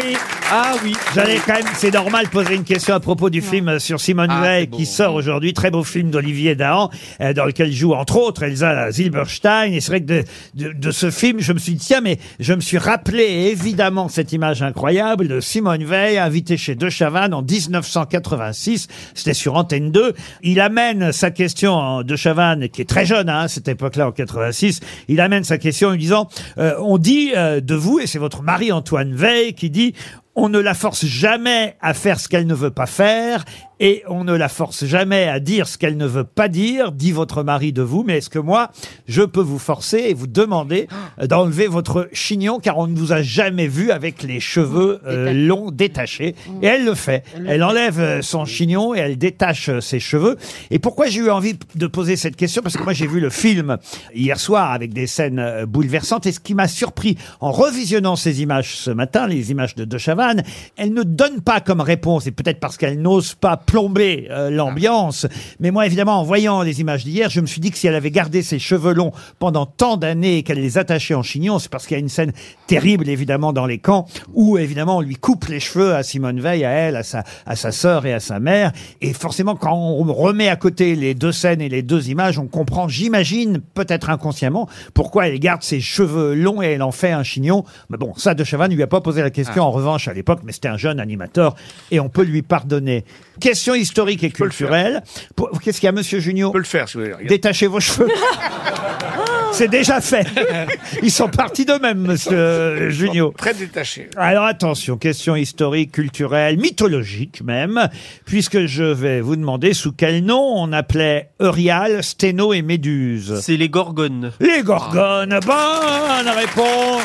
Ah oui. J'allais quand même, c'est normal, poser une question à propos du film sur Simone Ah, Veil c'est beau. qui sort aujourd'hui. Très beau film d'Olivier Dahan, euh, dans lequel joue entre autres Elsa Zilberstein. Et c'est vrai que de, de, de ce film, je me suis dit, tiens, mais je me suis rappelé évidemment cette image incroyable de Simone Veil, invitée chez De Chavannes en dix-neuf cent quatre-vingt-six. C'était sur Antenne deux. Il amène sa question en De Chavannes, qui est très jeune hein, à cette époque-là, en quatre-vingt-six. Il amène sa question en lui disant, euh, on dit euh, de vous, et c'est votre mari Antoine Veil qui dit, on ne la force jamais à faire ce qu'elle ne veut pas faire et on ne la force jamais à dire ce qu'elle ne veut pas dire, dit votre mari de vous. Mais est-ce que moi, je peux vous forcer et vous demander d'enlever votre chignon car on ne vous a jamais vu avec les cheveux euh, longs détachés. Et elle le fait. Elle enlève euh, son chignon et elle détache euh, ses cheveux. Et pourquoi j'ai eu envie de poser cette question? Parce que moi, j'ai vu le film hier soir avec des scènes euh, bouleversantes. Et ce qui m'a surpris en revisionnant ces images ce matin, les images de De Chavannes, elle ne donne pas comme réponse, et peut-être parce qu'elle n'ose pas plomber euh, l'ambiance, mais moi évidemment en voyant les images d'hier, je me suis dit que si elle avait gardé ses cheveux longs pendant tant d'années et qu'elle les attachait en chignon, c'est parce qu'il y a une scène terrible évidemment dans les camps où évidemment on lui coupe les cheveux à Simone Veil, à elle, à sa, à sa sœur et à sa mère, et forcément quand on remet à côté les deux scènes et les deux images, on comprend, j'imagine, peut-être inconsciemment, pourquoi elle garde ses cheveux longs et elle en fait un chignon. Mais bon, ça De Chavannes ne lui a pas posé la question, ah. en revanche à l'époque, mais c'était un jeune animateur et on peut lui pardonner. Question historique et culturelle. Pour- Qu'est-ce qu'il y a, monsieur Junio? On peut le faire, si vous voulez. Regarde. Détachez vos cheveux. C'est déjà fait. Ils sont partis d'eux-mêmes, monsieur Junio. Très détaché. Alors attention, question historique, culturelle, mythologique même, puisque je vais vous demander sous quel nom on appelait Euryale, Sténo et Méduse. C'est les Gorgones. Les Gorgones, bonne réponse.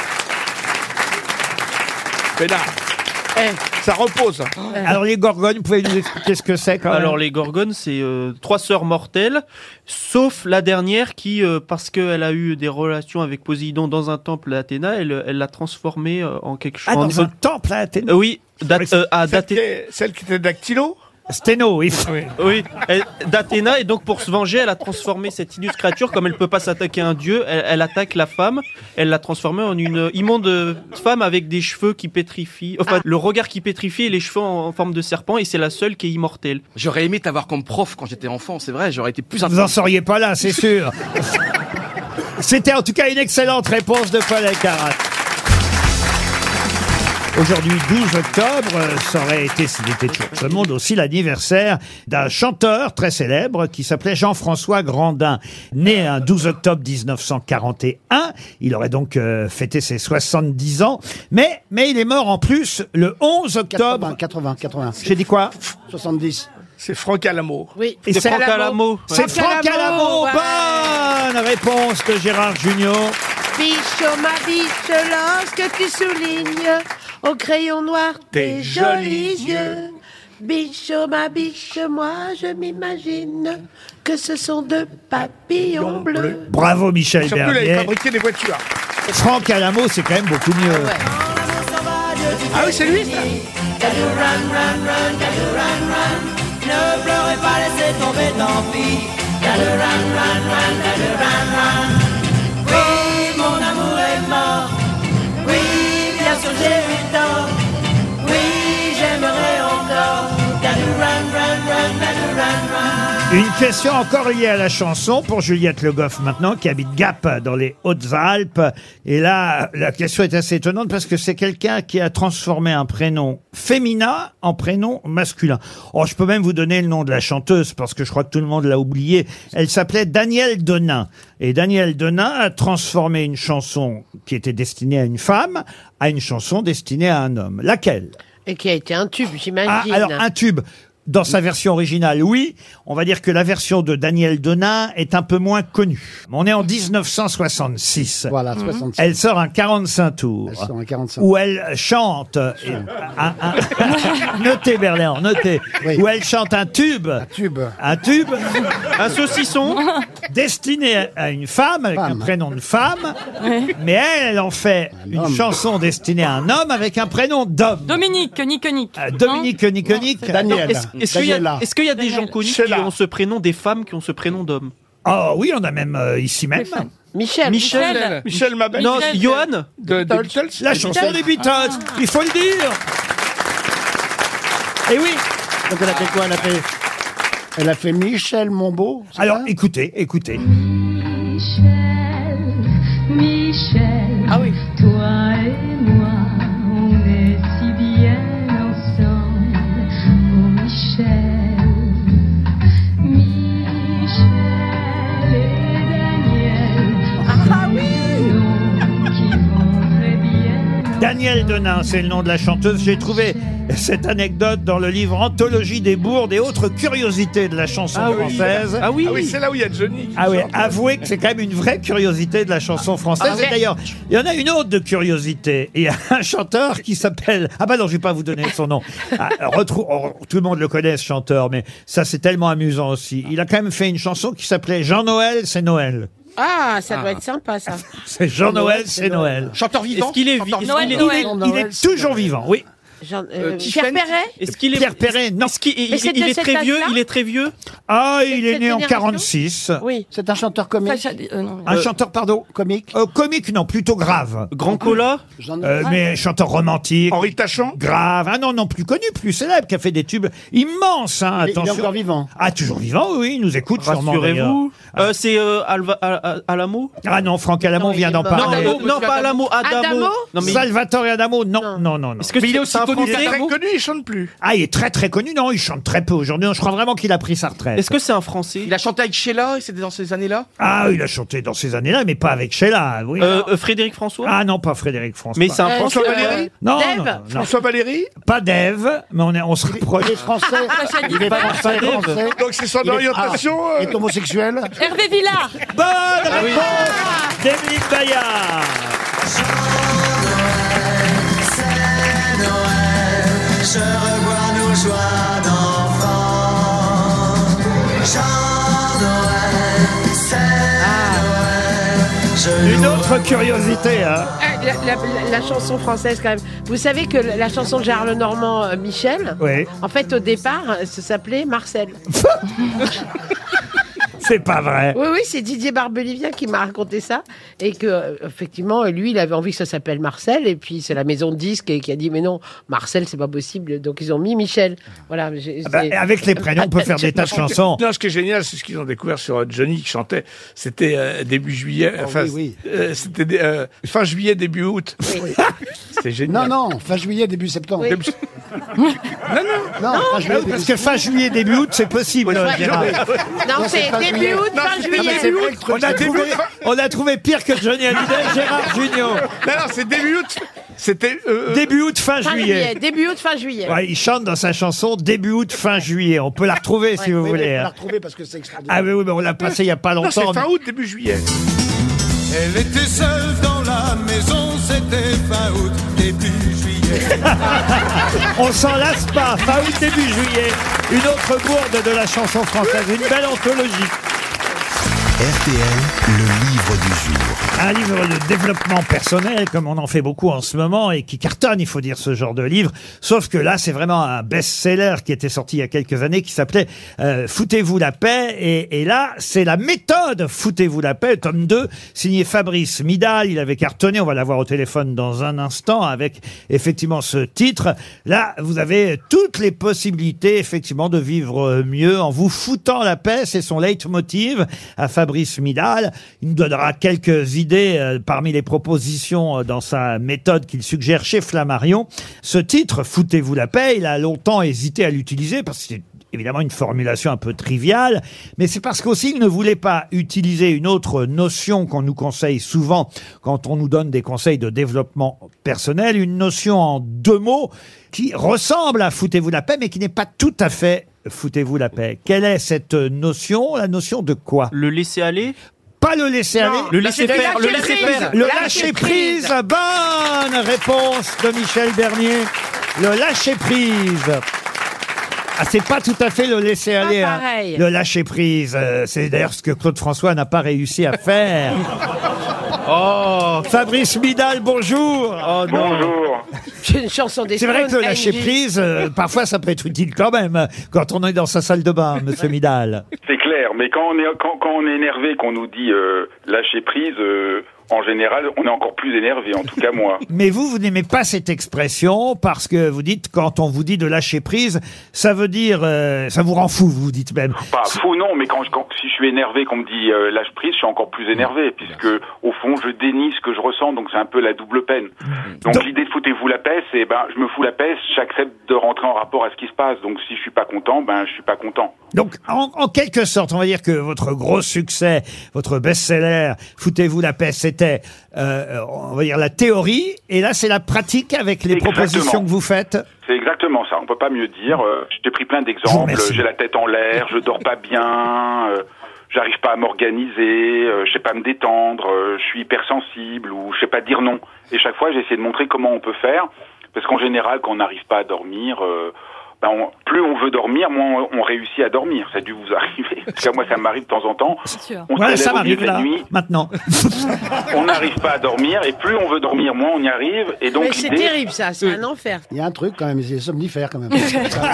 Mais là, ça repose. Alors les Gorgones, vous pouvez nous expliquer ce que c'est quand même? Alors les Gorgones, c'est euh, trois sœurs mortelles, sauf la dernière qui, euh, parce qu'elle a eu des relations avec Poséidon dans un temple à Athéna, elle, elle l'a transformée euh, en quelque chose. Ah, dans un temple à Athéna? Euh, Oui, d'At- euh, à Celle d'Athé- qui est- Celle qui était dactylo. Sténo, oui. Oui, elle- d'Athéna, et donc pour se venger, elle a transformé cette hideuse créature, comme elle peut pas s'attaquer à un dieu, elle, elle attaque la femme, elle l'a transformée en une immonde femme avec des cheveux qui pétrifient, enfin le regard qui pétrifie et les cheveux en, en forme de serpent, et c'est la seule qui est immortelle. J'aurais aimé t'avoir comme prof quand j'étais enfant, c'est vrai, j'aurais été plus Vous en seriez pas là, c'est sûr. C'était en tout cas une excellente réponse de Paul Elkarat. Aujourd'hui, douze octobre, euh, ça aurait été, s'il était toujours ce monde, aussi l'anniversaire d'un chanteur très célèbre qui s'appelait Jean-François Grandin. Né un douze octobre dix-neuf cent quarante et un, il aurait donc euh, fêté ses soixante-dix ans, mais, mais il est mort en plus le onze octobre... quatre-vingts, quatre-vingts. J'ai dit quoi? soixante-dix. C'est Franck Alamo. Oui. Et C'est Franck Alamo. C'est Franck Alamo. ouais. Bonne réponse de Gérard Junior. Bichot, ma biche, lorsque tu soulignes au crayon noir tes Tes jolis jolis yeux. Bichot, ma biche, moi je m'imagine que ce sont deux papillons bleus. Bravo Michel Surtout, il avait Bernier. fabriqué des voitures. Franck Alamo, c'est quand même beaucoup mieux. Ah oui, c'est lui, ça. Ne pleurez pas, laissez tomber, tant pis. Y'a le run, run, run, y'a le run, run. Oui, mon amour est mort. Oui, bien sûr j'ai eu tort. Oui, j'aimerais encore. Y'a le run, run, run, y'a le run, run. Une question encore liée à la chanson pour Juliette Le Goff maintenant, qui habite Gap dans les Hautes-Alpes. Et là, la question est assez étonnante parce que c'est quelqu'un qui a transformé un prénom féminin en prénom masculin. Oh, je peux même vous donner le nom de la chanteuse parce que je crois que tout le monde l'a oublié. Elle s'appelait Danielle Denain. Et Danielle Denain a transformé une chanson qui était destinée à une femme à une chanson destinée à un homme. Laquelle? Et qui a été un tube, j'imagine. Ah, alors un tube. Dans sa version originale, oui. On va dire que la version de Danielle Denain est un peu moins connue. On est en dix-neuf cent soixante-six. Voilà, soixante-six. Elle sort un quarante-cinq tours. Elle sort un quarante-cinq. Où elle chante. et- un- un- notez, Berléand, notez. Oui. Où elle chante un tube. Un tube. Un tube. Un saucisson. Destiné à une femme, avec Femme. un prénom de femme. Mais elle, elle en fait une homme. chanson destinée à un homme avec un prénom d'homme. Dominique, Niconique. Euh, Dominique Niconique. Daniel. Est-ce est-ce qu'il y a, Daniela. est-ce qu'il y a des gens connus qui Sheila. ont ce prénom, des femmes qui ont ce prénom d'homme? Oh oui, on a même euh, ici même. Michel. Michel. Michel Mabel. Non, Michel. Johan. De, des Beatles. La chanson des Beatles, il faut le dire. Et oui. Donc elle a fait quoi? Elle a fait, elle a fait Michel Monbeau. c'est Alors ça écoutez, écoutez. Michel, Michel, Ah oui. toi et moi, on est si bien ensemble. Oh Michel, Michel et Daniel, Ah oui. noms qui vont très bien. Daniel Denain, c'est le nom de la chanteuse. J'ai trouvé cette anecdote dans le livre Anthologie des bourdes et autres curiosités de la chanson Ah oui. française. Ah oui. Ah oui, c'est là où il y a Johnny. qui Ah oui, chante. avouez que c'est quand même une vraie curiosité de la chanson française. Ah Et ouais. d'ailleurs, il y en a une autre de curiosité. Il y a un chanteur qui s'appelle... Ah bah non, je vais pas vous donner son nom. Ah, retrou- oh, tout le monde le connaît, ce chanteur, mais ça, c'est tellement amusant aussi. Il a quand même fait une chanson qui s'appelait Jean-Noël, c'est Noël. Ah, ça doit être sympa, ça. C'est Jean-Noël, c'est Noël. Chanteur vivant. Est-ce qu'il est, vi- Chanteur est-ce vivant. qu'il est- Noël. Il est, Noël, il est toujours vivant, oui. Jean- Euh, euh, Tiffen. Pierre Perret. est-ce qu'il est, Pierre Perret, non. est-ce qu'il- il, Mais c'est il de est cet très vieux, âge-là il est très vieux. Ah, il est cette né en génération quarante-six. Oui. C'est un chanteur comique. Sacha- euh, non, Un chanteur, pardon. Comique. Euh, comique, non, plutôt grave. Grand Cola. J'en ai- Euh, mais chanteur romantique. Henri Tachant. Grave. Ah non, non, plus connu, plus célèbre, qui a fait des tubes immenses, hein, Il est- il est attention. encore vivant. Ah, toujours vivant, oui, il nous écoute sûrement. d'ailleurs. Rassurez-vous. Euh, c'est euh, Alva, Al- Al- Alamo. Ah non, Franck Alamo Non, il vient est d'en mort. Non, parler. non, non, pas Alamo, Adamo. Adamo Non mais Salvatore Adamo, non, Non. non, non, non. est-ce que Mais il est c'est aussi c'est un connu Il est français très connu, il chante plus. Ah, il est très très connu, non, il chante très peu aujourd'hui. Non, je crois vraiment qu'il a pris sa retraite. Est-ce que c'est un français? Il a chanté avec Sheila et c'était dans ces années-là. Ah, il a chanté dans ces années-là, mais pas avec Sheila, oui. Euh, euh, Frédéric François. Ah non, pas Frédéric François. Mais c'est un Euh, français. François Valéry. Non, Dave non, non, non. François Valéry. Pas Dave, mais on, est, on se rapproche. Il est français. Il est français, français. Donc c'est son Il est- orientation. ah, il euh, est homosexuel. Hervé Villard. Bonne réponse d'Émilie Bayard. Je revois nos joies d'enfant. Jean Noël, c'est Noël. Je Une nous autre curiosité, hein. Ah, La, la- la- la chanson française, quand même. Vous savez que la chanson de Gérard Lenormand, euh, Michel, Oui. en fait, au départ, euh, ça s'appelait Marcel. C'est pas vrai. Oui, oui, c'est Didier Barbelivien qui m'a raconté ça. Et que, euh, effectivement, lui, il avait envie que ça s'appelle Marcel. Et puis, c'est la maison de disques qui a dit, mais non, Marcel, c'est pas possible. Donc, ils ont mis Michel. Voilà. j'ai- Ah bah, c'est- avec les prénoms, on peut faire des tas de chansons. Non, ce qui est génial, c'est ce qu'ils ont découvert sur euh, Johnny qui chantait. C'était euh, début juillet. Oh, Enfin, oui, oui. euh, c'était dé- euh, fin juillet, début août. C'était génial. Non, non, fin juillet, début septembre. Oui. Début- Non, fin juillet, début Parce que fin juillet, début août, c'est possible, Ouais, Gérard. Non, c'est pas début juillet. août, Non, fin c'est- juillet. Non, mais c'est vrai, le truc, On a, c'est- trouvé, on a trouvé pire que Johnny Hallyday, Gérard Junior. Non, non, c'est début août. C'était euh, Début août, fin Fin juillet. juillet. Début août, fin juillet. Ouais, il chante dans sa chanson début août, fin juillet. On peut la retrouver si vous Oui, mais voulez. faut la hein. retrouver parce que c'est extraordinaire. Ah oui, oui, mais on l'a passé il y a pas non, c'est longtemps. fin août, début juillet. Elle était seule dans la maison, c'était fin août, début juillet. On s'en lasse pas. Fin août, début juillet. Une autre bourde de la chanson française. Une belle anthologie. R T L, le livre du jour. Un livre de développement personnel, comme on en fait beaucoup en ce moment, et qui cartonne, il faut dire, ce genre de livre. Sauf que là, c'est vraiment un best-seller qui était sorti il y a quelques années, qui s'appelait euh, Foutez-vous la paix. Et, et là, c'est la méthode Foutez-vous la paix, tome deux, signé Fabrice Midal. Il avait cartonné, on va l'avoir au téléphone dans un instant, avec effectivement ce titre. Là, vous avez toutes les possibilités, effectivement, de vivre mieux en vous foutant la paix. C'est son leitmotiv à Fabrice Midal. Il nous donnera quelques idées euh, parmi les propositions euh, dans sa méthode qu'il suggère chez Flammarion. Ce titre, Foutez-vous la paix, il a longtemps hésité à l'utiliser parce que c'est évidemment une formulation un peu triviale, mais c'est parce qu'aussi il ne voulait pas utiliser une autre notion qu'on nous conseille souvent quand on nous donne des conseils de développement personnel, une notion en deux mots qui ressemble à Foutez-vous la paix, mais qui n'est pas tout à fait Foutez-vous la paix. Quelle est cette notion? La notion de quoi? Le laisser aller. Pas le laisser aller. Le laisser faire. Le laisser faire. Le lâcher prise. Bonne réponse de Michel Bernier. Le lâcher prise. Ah, c'est pas tout à fait le laisser aller. Pas hein. pareil. Le lâcher prise. Euh, c'est d'ailleurs ce que Claude François n'a pas réussi à faire. Oh. Fabrice Midal, bonjour. Oh non. Bonjour. C'est une chanson des C'est vrai que Stones, le lâcher Angie. prise, euh, parfois ça peut être utile quand même, quand on est dans sa salle de bain, monsieur Midal. C'est clair, mais quand on est quand, quand on est énervé, qu'on nous dit euh, lâcher prise, euh, en général, on est encore plus énervé, en tout cas moi. Mais vous, vous n'aimez pas cette expression parce que vous dites, quand on vous dit de lâcher prise, ça veut dire, euh, ça vous rend fou, vous dites même. Pas fou non, mais quand, je- quand si je suis énervé, qu'on me dit euh, lâche prise, je suis encore plus énervé, puisque au fond je dénie ce que je ressens, donc c'est un peu la double peine. Donc, l'idée de foutez-vous la paix, c'est ben je me fous la paix, j'accepte de rentrer en rapport à ce qui se passe. Donc si je suis pas content, ben je suis pas content. Donc, en, en quelque sorte, on va dire que votre gros succès, votre best-seller, Foutez-vous la paix, c'était, euh, on va dire, la théorie, et là, c'est la pratique avec les Exactement. propositions que vous faites. C'est exactement ça, on peut pas mieux dire. Euh, j'ai pris plein d'exemples, j'ai la tête en l'air, je dors pas bien, euh, j'arrive pas à m'organiser, euh, je sais pas me détendre, euh, je suis hypersensible ou je sais pas dire non. Et chaque fois, j'ai essayé de montrer comment on peut faire, parce qu'en général, quand on n'arrive pas à dormir, euh, ben on- plus on veut dormir, moins on, on réussit à dormir. Ça a dû vous arriver. En tout cas, moi, ça m'arrive de temps en temps. On Voilà, se ça lève au milieu m'arrive de la là, nuit, maintenant. on n'arrive pas à dormir, et plus on veut dormir, moins on y arrive. Et donc Mais c'est l'idée, terrible ça, c'est un enfer. Il y a un truc quand même, c'est somnifère quand même. Ouais,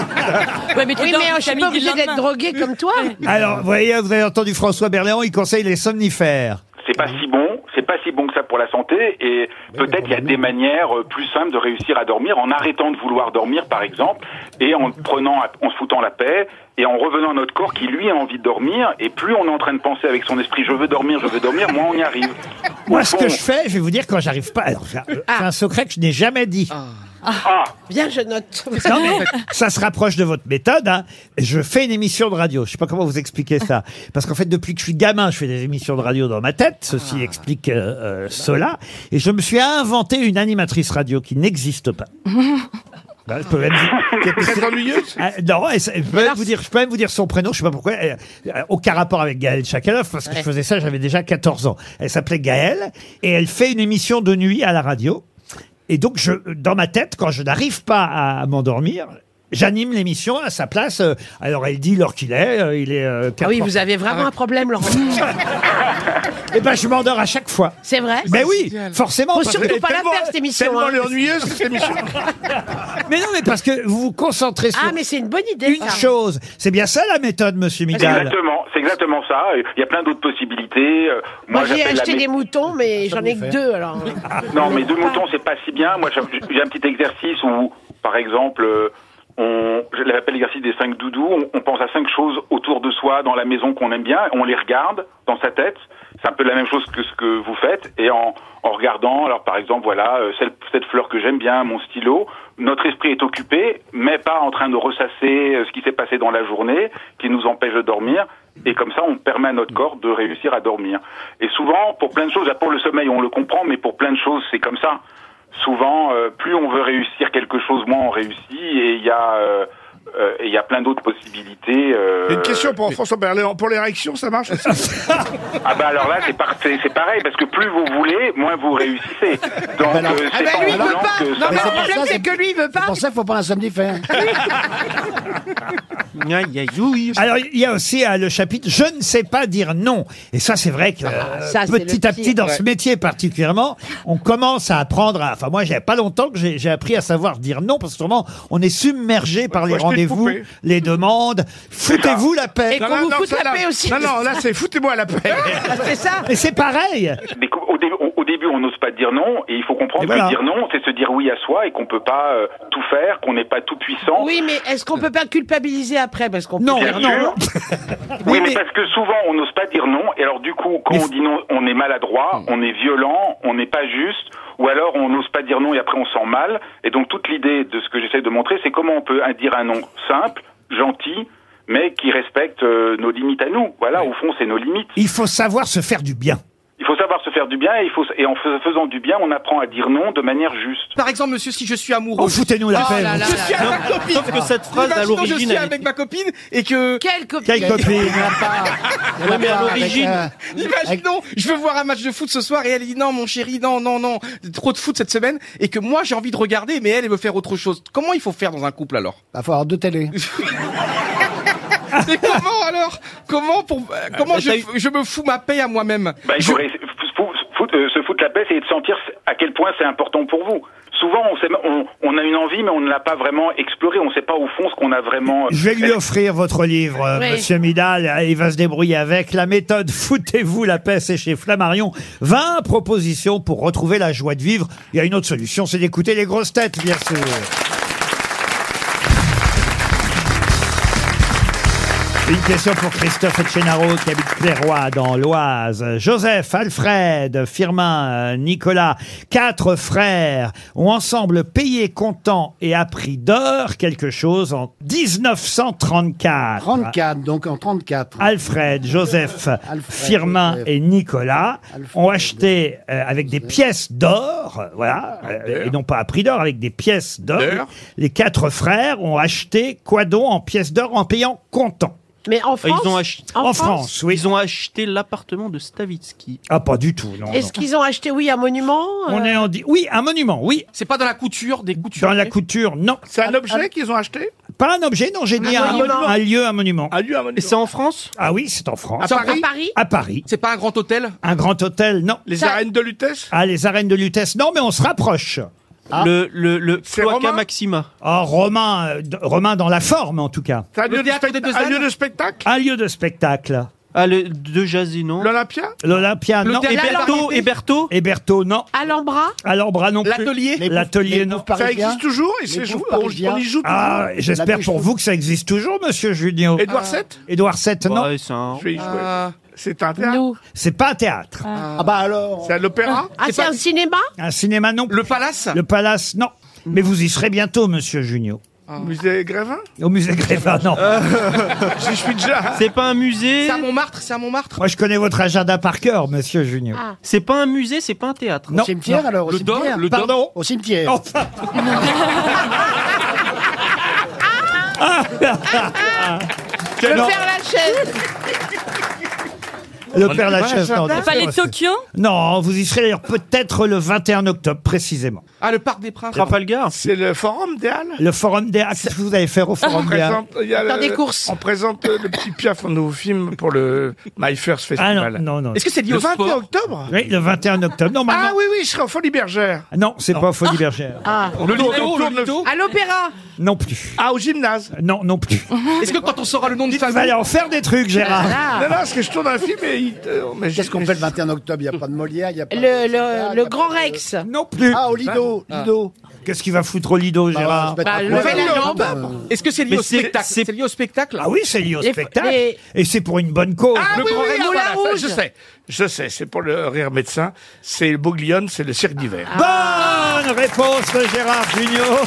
mais tu Oui, dors mais je suis jusqu'à pas midi obligée le d'être lendemain. droguée comme toi. Alors, vous voyez, vous avez entendu François Berléand, il conseille les somnifères. c'est pas si bon, c'est pas si bon que ça pour la santé, et peut-être qu'il y a des manières euh, plus simples de réussir à dormir, en arrêtant de vouloir dormir par exemple, et en prenant, en se foutant la paix, et en revenant à notre corps qui lui a envie de dormir, et plus on est en train de penser avec son esprit je veux dormir, je veux dormir, moins on y arrive. Moi, Au ce fond, que je fais, je vais vous dire quand j'arrive pas. Alors, c'est un- c'est un secret que je n'ai jamais dit. Ah, Bien, je note. Non, mais ça se rapproche de votre méthode. Hein. Je fais une émission de radio. Je sais pas comment vous expliquer ça. Parce qu'en fait, depuis que je suis gamin, je fais des émissions de radio dans ma tête. Ceci explique euh, euh, cela. Et je me suis inventé une animatrice radio qui n'existe pas. Ben, je peux même dire- Très ennuyeuse. Ah, non, et ça- je peux même vous dire, je peux même vous dire son prénom. Je sais pas pourquoi. euh, euh, aucun rapport avec Gaël Chakalov parce que je faisais ça. J'avais déjà quatorze ans. Elle s'appelait Gaëlle et elle fait une émission de nuit à la radio. Et donc, je, dans ma tête, quand je n'arrive pas à m'endormir, j'anime l'émission à sa place. Euh, Alors, elle dit l'heure qu'il est. euh, Il est. euh, Ah oui, quatre vous heures. avez vraiment un problème, Laurent. Eh ben, je m'endors à chaque fois. C'est vrai. Mais oui, forcément. Faut parce que- surtout pas la faire, cette émission. Tellement hein. elle est ennuyeuse, cette émission. Mais non, mais parce que vous vous concentrez sur Ah, mais c'est une bonne idée. une ça. chose. C'est bien ça la méthode, Monsieur Midal. exactement, c'est exactement ça. Il y a plein d'autres possibilités. Euh, Moi, j'ai j'appelle la acheté mé- des moutons, mais j'en ai que deux, alors. Non, mais deux moutons, c'est pas si bien. Moi, j'ai j'ai un petit exercice où, par exemple, euh, on, je l'appelle l'exercice des cinq doudous. On, on pense à cinq choses autour de soi dans la maison qu'on aime bien. On les regarde dans sa tête. C'est un peu la même chose que ce que vous faites. Et en, en regardant, alors par exemple, voilà, euh, celle, cette fleur que j'aime bien, mon stylo. Notre esprit est occupé, mais pas en train de ressasser euh, ce qui s'est passé dans la journée, qui nous empêche de dormir. Et comme ça, on permet à notre corps de réussir à dormir. Et souvent, pour plein de choses, là, pour le sommeil, on le comprend, mais pour plein de choses, c'est comme ça. Souvent, euh, plus on veut réussir quelque chose, moins on réussit. Et il y a, euh, euh, et il y a plein d'autres possibilités. Euh... Une question pour François Berléand. Pour l'érection, ça marche aussi? Ah bah alors là, c'est par- c'est- c'est pareil, parce que plus vous voulez, moins vous réussissez. Donc, Alors- euh, Ah c'est bah pas lui, en il veut voulant pas. que Non, ça mais marche. le problème, ça, c'est c'est- que lui, il veut C'est pas. pour ça qu'il faut prendre un somnifère. Aïe, aïe, ouïe. Alors, il y a aussi euh, le chapitre « Je ne sais pas dire non ». Et ça, c'est vrai que Ah, euh, ça, c'est petit le à petit, pire. dans Ouais. ce métier particulièrement, on commence à apprendre à... Enfin, moi, j'ai pas longtemps que j'ai j'ai appris à savoir dire non, parce que sûrement, on est submergé par faut les acheter une rendez-vous, poupée. les demandes. Foutez-vous la paix. Et qu'on vous foute la là- paix aussi. Non, non, là, c'est foutez-moi la paix. Ah, c'est ça. Mais c'est pareil. Mais qu'au- au, dé- au- au début, on n'ose pas dire non, et il faut comprendre Et que voilà. dire non, c'est se dire oui à soi, et qu'on peut pas euh, tout faire, qu'on n'est pas tout puissant. Oui, mais est-ce qu'on peut pas culpabiliser après parce qu'on peut Non, dire Bien non. sûr. Oui, Oui, mais mais- parce que souvent on n'ose pas dire non, et alors du coup, quand Mais- on dit non, on est maladroit, on est violent, on n'est pas juste, ou alors on n'ose pas dire non et après on sent mal. Et donc toute l'idée de ce que j'essaie de montrer, c'est comment on peut dire un non simple, gentil, mais qui respecte euh, nos limites à nous. Voilà, au fond, c'est nos limites. Il faut savoir se faire du bien. Il faut savoir se faire du bien, et, il faut, et en fais- faisant du bien, on apprend à dire non de manière juste. Par exemple, monsieur, si je suis amoureux. Oh, foutez-nous la Oh paix. là vous. là Je là suis là. avec ma copine. Sauf que cette phrase, à Imaginons, l'origine, je suis elle avec est- ma copine et que. Quelle copine. Quelle copine. Ouais, mais à l'origine, Imaginons, je veux voir un match de foot ce soir et elle dit non, mon chéri, non, non, non, trop de foot cette semaine et que moi j'ai envie de regarder, mais elle, elle veut faire autre chose. Comment il faut faire dans un couple alors? Il faut avoir deux télés. Mais comment alors? Comment pour euh, comment bah, je, t'as eu- je me fous ma paix à moi-même? Bah, il Je- faut ré- fou- fou- euh, se foutre la paix, c'est de sentir à quel point c'est important pour vous. souvent, on, sait, on, on a une envie, mais on ne l'a pas vraiment explorée. On ne sait pas au fond ce qu'on a vraiment... Je vais lui offrir votre livre, euh, Oui. Monsieur Midal. Il va se débrouiller avec. La méthode Foutez-vous la paix, c'est chez Flammarion. vingt propositions pour retrouver la joie de vivre. Il y a une autre solution, c'est d'écouter les grosses têtes, bien sûr. Une question pour Christophe Etchenaro qui habite Clairoy dans l'Oise. Joseph, Alfred, Firmin, Nicolas, quatre frères ont ensemble payé comptant et appris d'or quelque chose en dix-neuf cent trente-quatre. trente-quatre, donc en trente-quatre. Alfred, Joseph, Alfred, Firmin Joseph. et Nicolas Alfred, ont acheté euh, avec des pièces d'or, voilà, euh, et non pas à prix d'or, avec des pièces d'or. D'or. Les quatre frères ont acheté quoi donc en pièces d'or en payant comptant? Mais en France, Ils ont acheté. En France, oui. Ils ont acheté l'appartement de Stavitsky. Ah, pas du tout, non. est-ce non. qu'ils ont acheté, oui, un monument On euh, est en di- Oui, un monument, oui. C'est pas dans la couture, des coutures. Dans la couture, non. C'est un objet qu'ils ont acheté? Pas un objet, non, j'ai dit un, monument. un lieu, un monument. Un lieu, un monument. Et c'est en France? Ah oui, c'est en France. À c'est Paris à Paris À Paris. C'est pas un grand hôtel? Un grand hôtel, non. Les Ça- arènes de Lutèce? Ah, les arènes de Lutèce, non, mais on se rapproche. Le, le, le C'est Cloaca Romain Maxima. Oh, Romain, euh, d- Romain dans la forme, en tout cas. C'est un, Le lieu de, théâtre spect- des Deux un Ânes lieu de spectacle? Un lieu de spectacle. Ah, le de Jazino. L'Olympia? L'Olympia, Le non. théâtre- Héberto, Héberto. Héberto, non. Alhambra Alhambra, non plus. L'atelier? Les L'atelier, les non. pauvres Ça Parisiens. existe toujours? Et Les c'est pauvres jou- on, Parisiens. on y joue toujours? Ah, j'espère La pour bûche- vous que ça existe toujours, monsieur Junio. Édouard sept? Édouard sept, non. Ouais, c'est un- Je vais y jouer. Euh, C'est un théâtre? Nous. C'est pas un théâtre. Ah bah alors. C'est à l'opéra? Ah, c'est un cinéma Un cinéma, non. Le Palace? Le Palace, non. Mais vous y serez bientôt, monsieur Junio. Musée Grévin? Au musée Grévin, non. J'y suis déjà. C'est pas un musée. C'est à Montmartre, c'est à Montmartre. Moi, je connais votre agenda par cœur, monsieur Junio. Ah. C'est pas un musée, c'est pas un théâtre. Non. Au cimetière non. alors, au Le Dôme, cimetière. le Dôme. Pardon. Au cimetière. Enfin. Le Non. Père Lachaise. Le Père Lachaise, non. Le non, palais de c'est- Tokyo? Non, vous y serez d'ailleurs peut-être le vingt et un octobre, précisément. Ah, le Parc des Princes. Trafalgar. C'est le Forum des Halles? Le Forum des Halles. Qu'est-ce que vous allez faire au On Forum des Halles? présente, il y a Faire le- des courses. On présente euh, le petit Piaf, un nouveau film pour le My First Ah Festival. non, non, non. Est-ce que c'est lié Le au vingt et un sport? octobre? Oui, le vingt et un octobre. Normalement. Ah oui, oui, je serai au Folie Bergère. Non, c'est pas au Folie Bergère. Ah. On Le tourne- Lido, on le tourne le- Lido. À l'opéra. Non plus. Ah, au gymnase. Non, non plus. Est-ce que quand on saura le nom de Vous allez famille... en faire des trucs, Gérard. Ah. Non, non, parce que je tourne un film et il... euh, mais Qu'est-ce qu'on fait le vingt et un octobre? Il n'y a pas de Molière, il n'y a pas Le, de... le, le Grand Rex. Non plus. Ah, au Lido, Lido. Qu'est-ce qu'il va foutre au Lido, Gérard? Bah, Bah, se le mettre à fait la poil. jambe. Euh, Est-ce que c'est lié Mais au c'est- spectacle? c'est- C'est lié au spectacle? Ah oui, c'est lié au Les- spectacle. les- Et c'est pour une bonne cause. Ah Le oui, Grand oui, Rex, ah, Moulin voilà, ça, Rouge. je sais. Je sais, c'est pour le rire médecin. C'est le Bouglione, c'est le cirque d'hiver. Bonne réponse de Gérard Jugnot.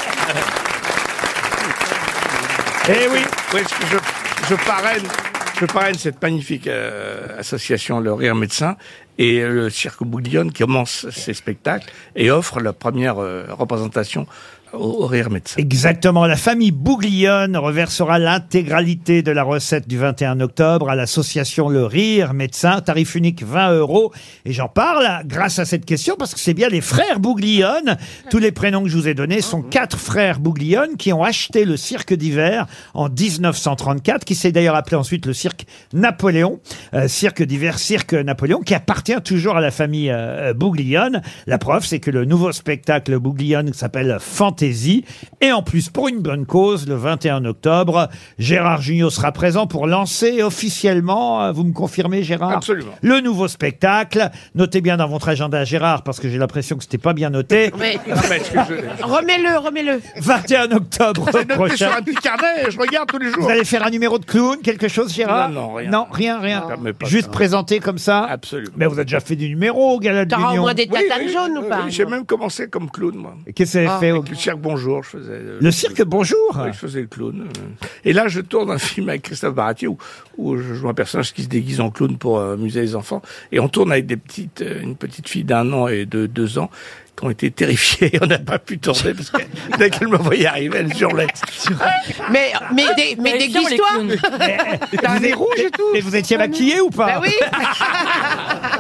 Eh oui. Oui, parce que je, je parraine, je parraine cette magnifique euh, association Le Rire Médecin et euh, le Cirque Bouglione qui commence ses spectacles et offre la première euh, représentation au, au Rire Médecin. Exactement. La famille Bouglione reversera l'intégralité de la recette du vingt et un octobre à l'association Le Rire Médecin. Tarif unique vingt euros. Et j'en parle grâce à cette question parce que c'est bien les frères Bouglione. Tous les prénoms que je vous ai donnés sont quatre frères Bouglione qui ont acheté le cirque d'hiver en dix-neuf cent trente-quatre, qui s'est d'ailleurs appelé ensuite le cirque Napoléon. Euh, cirque d'hiver, cirque Napoléon, qui appartient toujours à la famille euh, Bouglione. La preuve, c'est que le nouveau spectacle Bouglione s'appelle Fantasy. Et en plus, pour une bonne cause, le vingt et un octobre, Gérard Jugnot sera présent pour lancer officiellement, euh, vous me confirmez Gérard? Absolument. Le nouveau spectacle. Notez bien dans votre agenda Gérard, parce que j'ai l'impression que c'était pas bien noté. Mais Non, mais est-ce que je- remets-le, remets-le. vingt et un octobre C'est noté sur prochain. un petit carnet et je regarde tous les jours. Vous allez faire un numéro de clown, quelque chose Gérard? Non, non, rien. Non, rien, rien. Ça me permet pas Juste ça. présenter comme ça? Absolument. Mais vous avez déjà fait du numéro au Gala de T'auras au l'Union. moins des Oui, tatanes oui, jaunes oui, ou pas? oui, j'ai même commencé comme clown, moi. Qu'est-ce que vous avez fait au... Avec le cirque Bonjour, je faisais. euh, Le cirque Bonjour? Oui, je faisais le clown. euh. Et là, je tourne un film avec Christophe Baratier où, où je joue un personnage qui se déguise en clown pour euh, amuser les enfants. Et on tourne avec des petites, euh, une petite fille d'un an et de deux ans qui ont été terrifiées. On n'a pas pu tourner parce que dès qu'elle me voyait arriver, elle hurlait. Mais, mais, des, mais Méfiant, les déguise-toi. clowns. T'as un nez rouge et tout? Et vous étiez maquillé ou pas? Bah oui.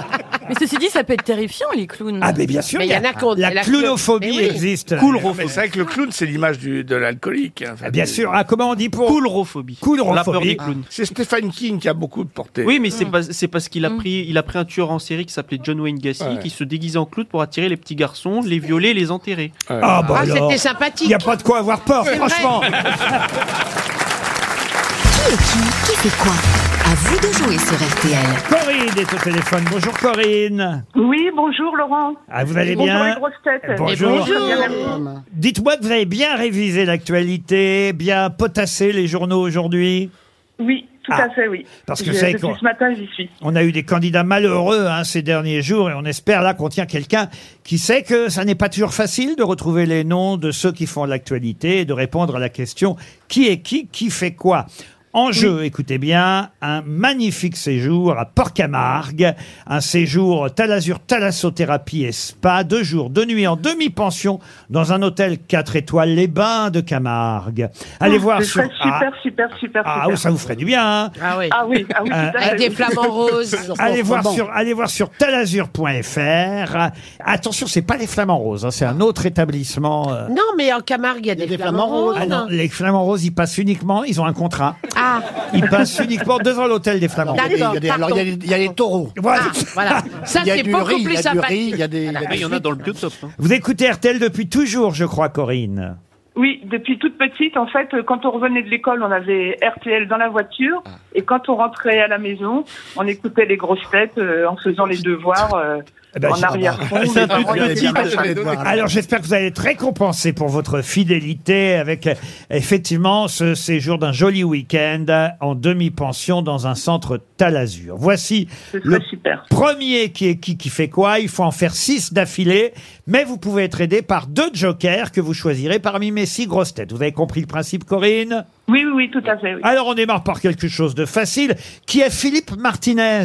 Mais ceci dit, ça peut être terrifiant, les clowns. Ah, mais bien sûr, Mais il y a, il y en a qu'on- la la clownophobie clown- mais oui. existe. Coulrophobie. C'est vrai que le clown, c'est l'image du- de l'alcoolique. hein. Enfin, Ah, bien sûr. Ah, comment on dit pour Coulrophobie. Coulrophobie. La peur des clowns. C'est Stephen King qui a beaucoup de portée. Oui, mais c'est pas- c'est parce Mm. qu'il a pris, il a pris un tueur en série qui s'appelait John Wayne Gacy, Ouais. qui se déguisait en clown pour attirer les petits garçons, les violer, et les enterrer. Ouais. Ah, bah Ah, alors. c'était sympathique. Il n'y a pas de quoi avoir peur, C'est vrai. franchement. Qui est qui Qui fait quoi? À vous de jouer sur R T L. Corinne est au téléphone. Bonjour Corinne. Oui, bonjour Laurent. Ah, vous allez bonjour bien les grosses têtes. Bonjour. Très bien, merci. Dites-moi que vous avez bien révisé l'actualité, bien potassé les journaux aujourd'hui. Oui, tout Ah, à fait, oui. parce que Je- vous savez depuis quoi ce matin, j'y suis. On a eu des candidats malheureux hein, ces derniers jours et on espère là qu'on tient quelqu'un qui sait que ça n'est pas toujours facile de retrouver les noms de ceux qui font l'actualité et de répondre à la question qui est qui, qui fait quoi. En jeu, écoutez bien, un magnifique séjour à Port-Camargue, un séjour Talazur Thalassothérapie et Spa, deux jours, deux nuits en demi-pension dans un hôtel quatre étoiles, les Bains de Camargue. Allez Oh, voir ce sur... serait super, super, super, Ah, super. ah, ça vous ferait du bien, hein. Ah oui. Ah oui, ah oui, tout Euh, à fait. Avec des flamants roses. Allez voir, Bon. sur, allez voir sur talazur point f r. Attention, c'est pas les Flamands Roses, hein, c'est un autre établissement. euh. Non, mais en Camargue, il y a des, des flamants flamants roses. Ah non, les Flamands Roses, ils passent uniquement, ils ont un contrat. Ah, Ils passent uniquement devant l'hôtel des Flamands. Il y a des- il y a des- D'accord, alors, il y a les- il y a les taureaux. Voilà. ah, voilà. Ça, Il y a c'est du beaucoup riz, il plus y a du riz, sympathique. il y a des... il y a Ah, des il y en a dans le biotope. hein. Vous écoutez R T L depuis toujours, je crois, Corinne. Oui, depuis toute petite, en fait, euh, quand on revenait de l'école, on avait R T L dans la voiture. Et quand on rentrait à la maison, on écoutait les grosses têtes euh, en faisant les devoirs euh, Eh ben, en je- arrière-fond. C'est un Les truc parents que étaient dit- très fans. Alors j'espère que vous allez être récompensé pour votre fidélité avec euh, effectivement ce séjour d'un joli week-end en demi-pension dans un centre Talazur. Voici Ce le serait super. premier qui est qui qui fait quoi. Il faut en faire six d'affilée, mais vous pouvez être aidé par deux jokers que vous choisirez parmi mes six grosses têtes. Vous avez compris le principe, Corinne? Oui, oui, oui, tout à fait. Oui. Alors on démarre par quelque chose de facile. Qui est Philippe Martinez?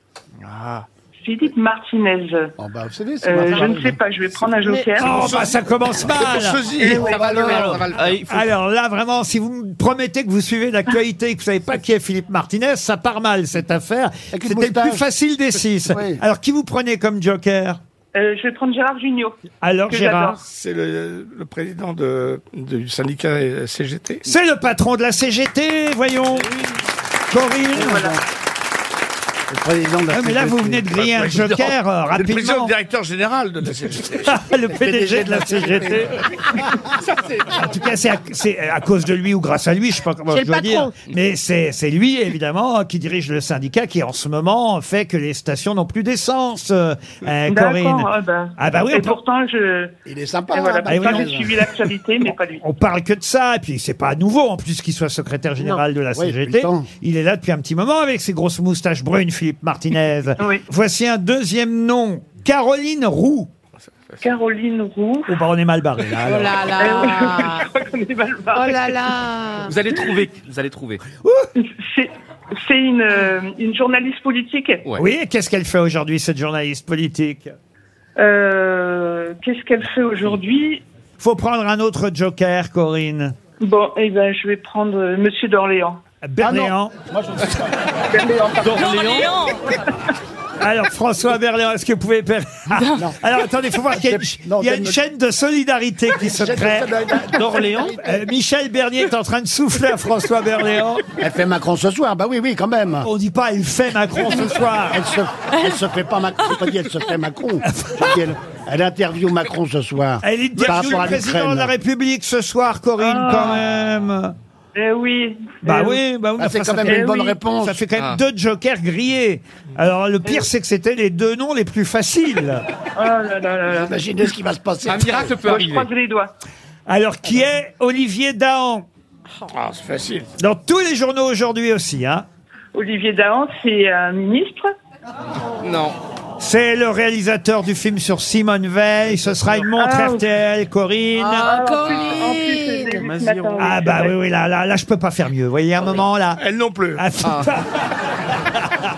Philippe Martinez. Oh, bah, vous savez, c'est Euh, ma je femme. ne sais pas, je vais prendre un joker. Oh bah ça commence mal. Eh oui. Ça va le faire, ça va le faire. Ah, il faut- Alors là, vraiment, si vous me promettez que vous suivez l'actualité et que vous savez pas qui est Philippe Martinez, ça part mal, cette affaire. Avec une C'était le plus moustache. facile des six. Oui. Alors, qui vous prenez comme joker? Euh, je vais prendre Gérard Jugnot. Alors, Que Gérard? j'adore. C'est le, le président de, du syndicat C G T. C'est le patron de la C G T, voyons. Corinne. Le président de la Ah, mais là, C G T. vous venez de griller un joker euh, Le président rapidement. directeur général de la C G T. Le P D G de la C G T. En tout cas, c'est à, c'est à cause de lui ou grâce à lui, je sais pas comment C'est je le dois dire. patron. Mais c'est c'est lui, évidemment, qui dirige le syndicat qui, en ce moment, fait que les stations n'ont plus d'essence, euh, euh, Corinne. D'accord. Ah bah. Ah bah oui, Et on peut- pourtant, je. Il est sympa. Et voilà, hein, Ah oui, pourtant, non. j'ai suivi l'actualité, mais pas lui. On parle que de ça, et puis c'est pas nouveau en plus qu'il soit secrétaire général de la Ouais, C G depuis T. le temps. Il est là depuis un petit moment avec ses grosses moustaches brunes, Philippe Martinez. Oui. Voici un deuxième nom, Caroline Roux. Caroline Roux. Oh bah on est mal barré là. Oh alors. là Euh, là. je crois qu'on est mal Oh barré. là là. Vous allez trouver. Vous allez trouver. C'est c'est une, euh, une journaliste politique. Ouais. Oui, et qu'est-ce qu'elle fait aujourd'hui, cette journaliste politique? Euh, Qu'est-ce qu'elle fait aujourd'hui? Faut prendre un autre joker, Corinne. Bon, eh ben, je vais prendre euh, Monsieur d'Orléans. Berléand. Berléand, pardon. D'Orléans. Alors, François Berléand, est-ce que vous pouvez... per- Ah, alors, attendez, il faut voir qu'il y a, une, Non, il y a donne-moi- une chaîne de solidarité qui se crée. D'Orléans. Euh, Michel Bernier est en train de souffler à François Berléand. Elle fait Macron ce soir. Bah oui, oui, quand même. On dit pas, il fait Macron ce soir. Elle se, elle se fait pas Macron. J'ai pas dit elle se fait Macron. J'ai dit elle, elle interview Macron ce soir. Elle est Par interview rapport le à président l'Ukraine. de la République ce soir, Corinne, Ah. quand même. Eh oui. Bah Eh oui, bah oui. Ah, c'est enfin, quand ça même fait- une bonne oui. réponse. Ça fait quand même Ah. deux jokers grillés. Alors, le pire, c'est que c'était les deux noms les plus faciles. Oh là là là là. Imaginez ce qui va se passer. Un miracle peut Moi, je arriver. croise les doigts. Alors, qui est Olivier Dahan? Ah, c'est facile. Dans tous les journaux aujourd'hui aussi, hein. Olivier Dahan, c'est un ministre. Non. C'est le réalisateur du film sur Simone Veil. Ce sera une montre Ah, R T L, Corinne. Ah, En plus, en plus, je Corinne. l'ai vu ce Maziro. matin, Ah oui, bah c'est oui, vrai. oui, là, là, là, je peux pas faire mieux. Vous voyez, un moment, là. Elle non plus. Ah,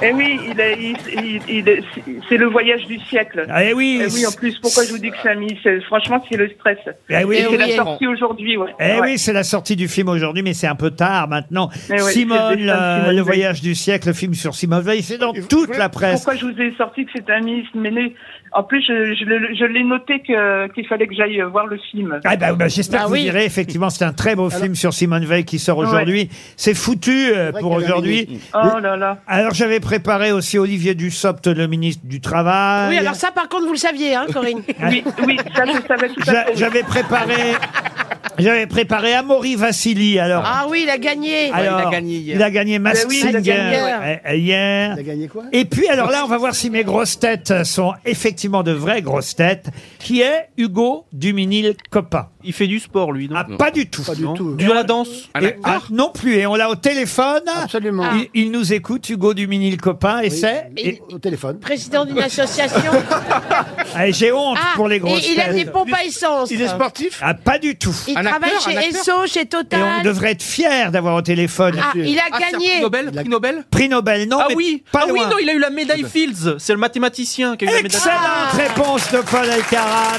Eh oui, il est, il, il, il- c'est le voyage du siècle. Ah, eh oui. Eh oui, en plus, pourquoi je vous dis que ça mis, c'est, franchement, c'est le stress. Eh oui. Et c'est Eh la oui. sortie aujourd'hui, ouais. Eh Ouais. oui, c'est la sortie du film aujourd'hui, mais c'est un peu tard maintenant. Eh ouais, c'est Simone, le destin de euh, Simone le Veil. voyage du siècle, le film sur Simone Veil, c'est dans toute la presse. Pourquoi je vous ai sorti que c'était un ministre mêlé? En plus, je, je, le- je l'ai noté que, qu'il fallait que j'aille voir le film. Ah bah, bah, j'espère Bah que vous oui. direz, effectivement, c'est un très beau film sur Simone Veil qui sort Ouais. aujourd'hui. C'est foutu euh, vrai pour qu'elle a aujourd'hui. gagné. Oh là là. Alors j'avais préparé aussi Olivier Dussopt, le ministre du Travail. Oui, alors ça, par contre, vous le saviez, hein, Corinne. Oui, oui, ça, je savais tout à J'a- fait. J'avais préparé, j'avais préparé Amaury Vassili. Alors, Ah oui, il a gagné. alors, il a gagné Mask Ah oui, il a Singer gagné, euh, euh, hier. Il a gagné quoi? Et puis alors là, on va voir si mes grosses têtes sont effectivement de vraies grosses têtes. Qui est Hugo Duminil-Copin. Il fait du sport, lui, non Ah, pas du tout. Pas du Non. tout. Du à la danse. Et- ah, non plus. Et on l'a au téléphone. Absolument. Il, il nous écoute, Hugo Duminil-Copin, et Oui. c'est. Et au téléphone. Président d'une association. Allez, j'ai honte Ah, pour les grosses et il a têtes. des pompes à essence. Il est sportif? Ah, pas du tout. Il Un travaille acteur, un chez acteur Esso, chez Et Total. on devrait être fiers d'avoir au téléphone. Ah, il a Ah, c'est un gagné. prix Nobel, prix Nobel. Prix Nobel, non, Ah mais oui, pas ah oui, loin. non, il a eu la médaille Fields. C'est le mathématicien qui a eu la médaille. Excellente réponse de Paul Elkarat.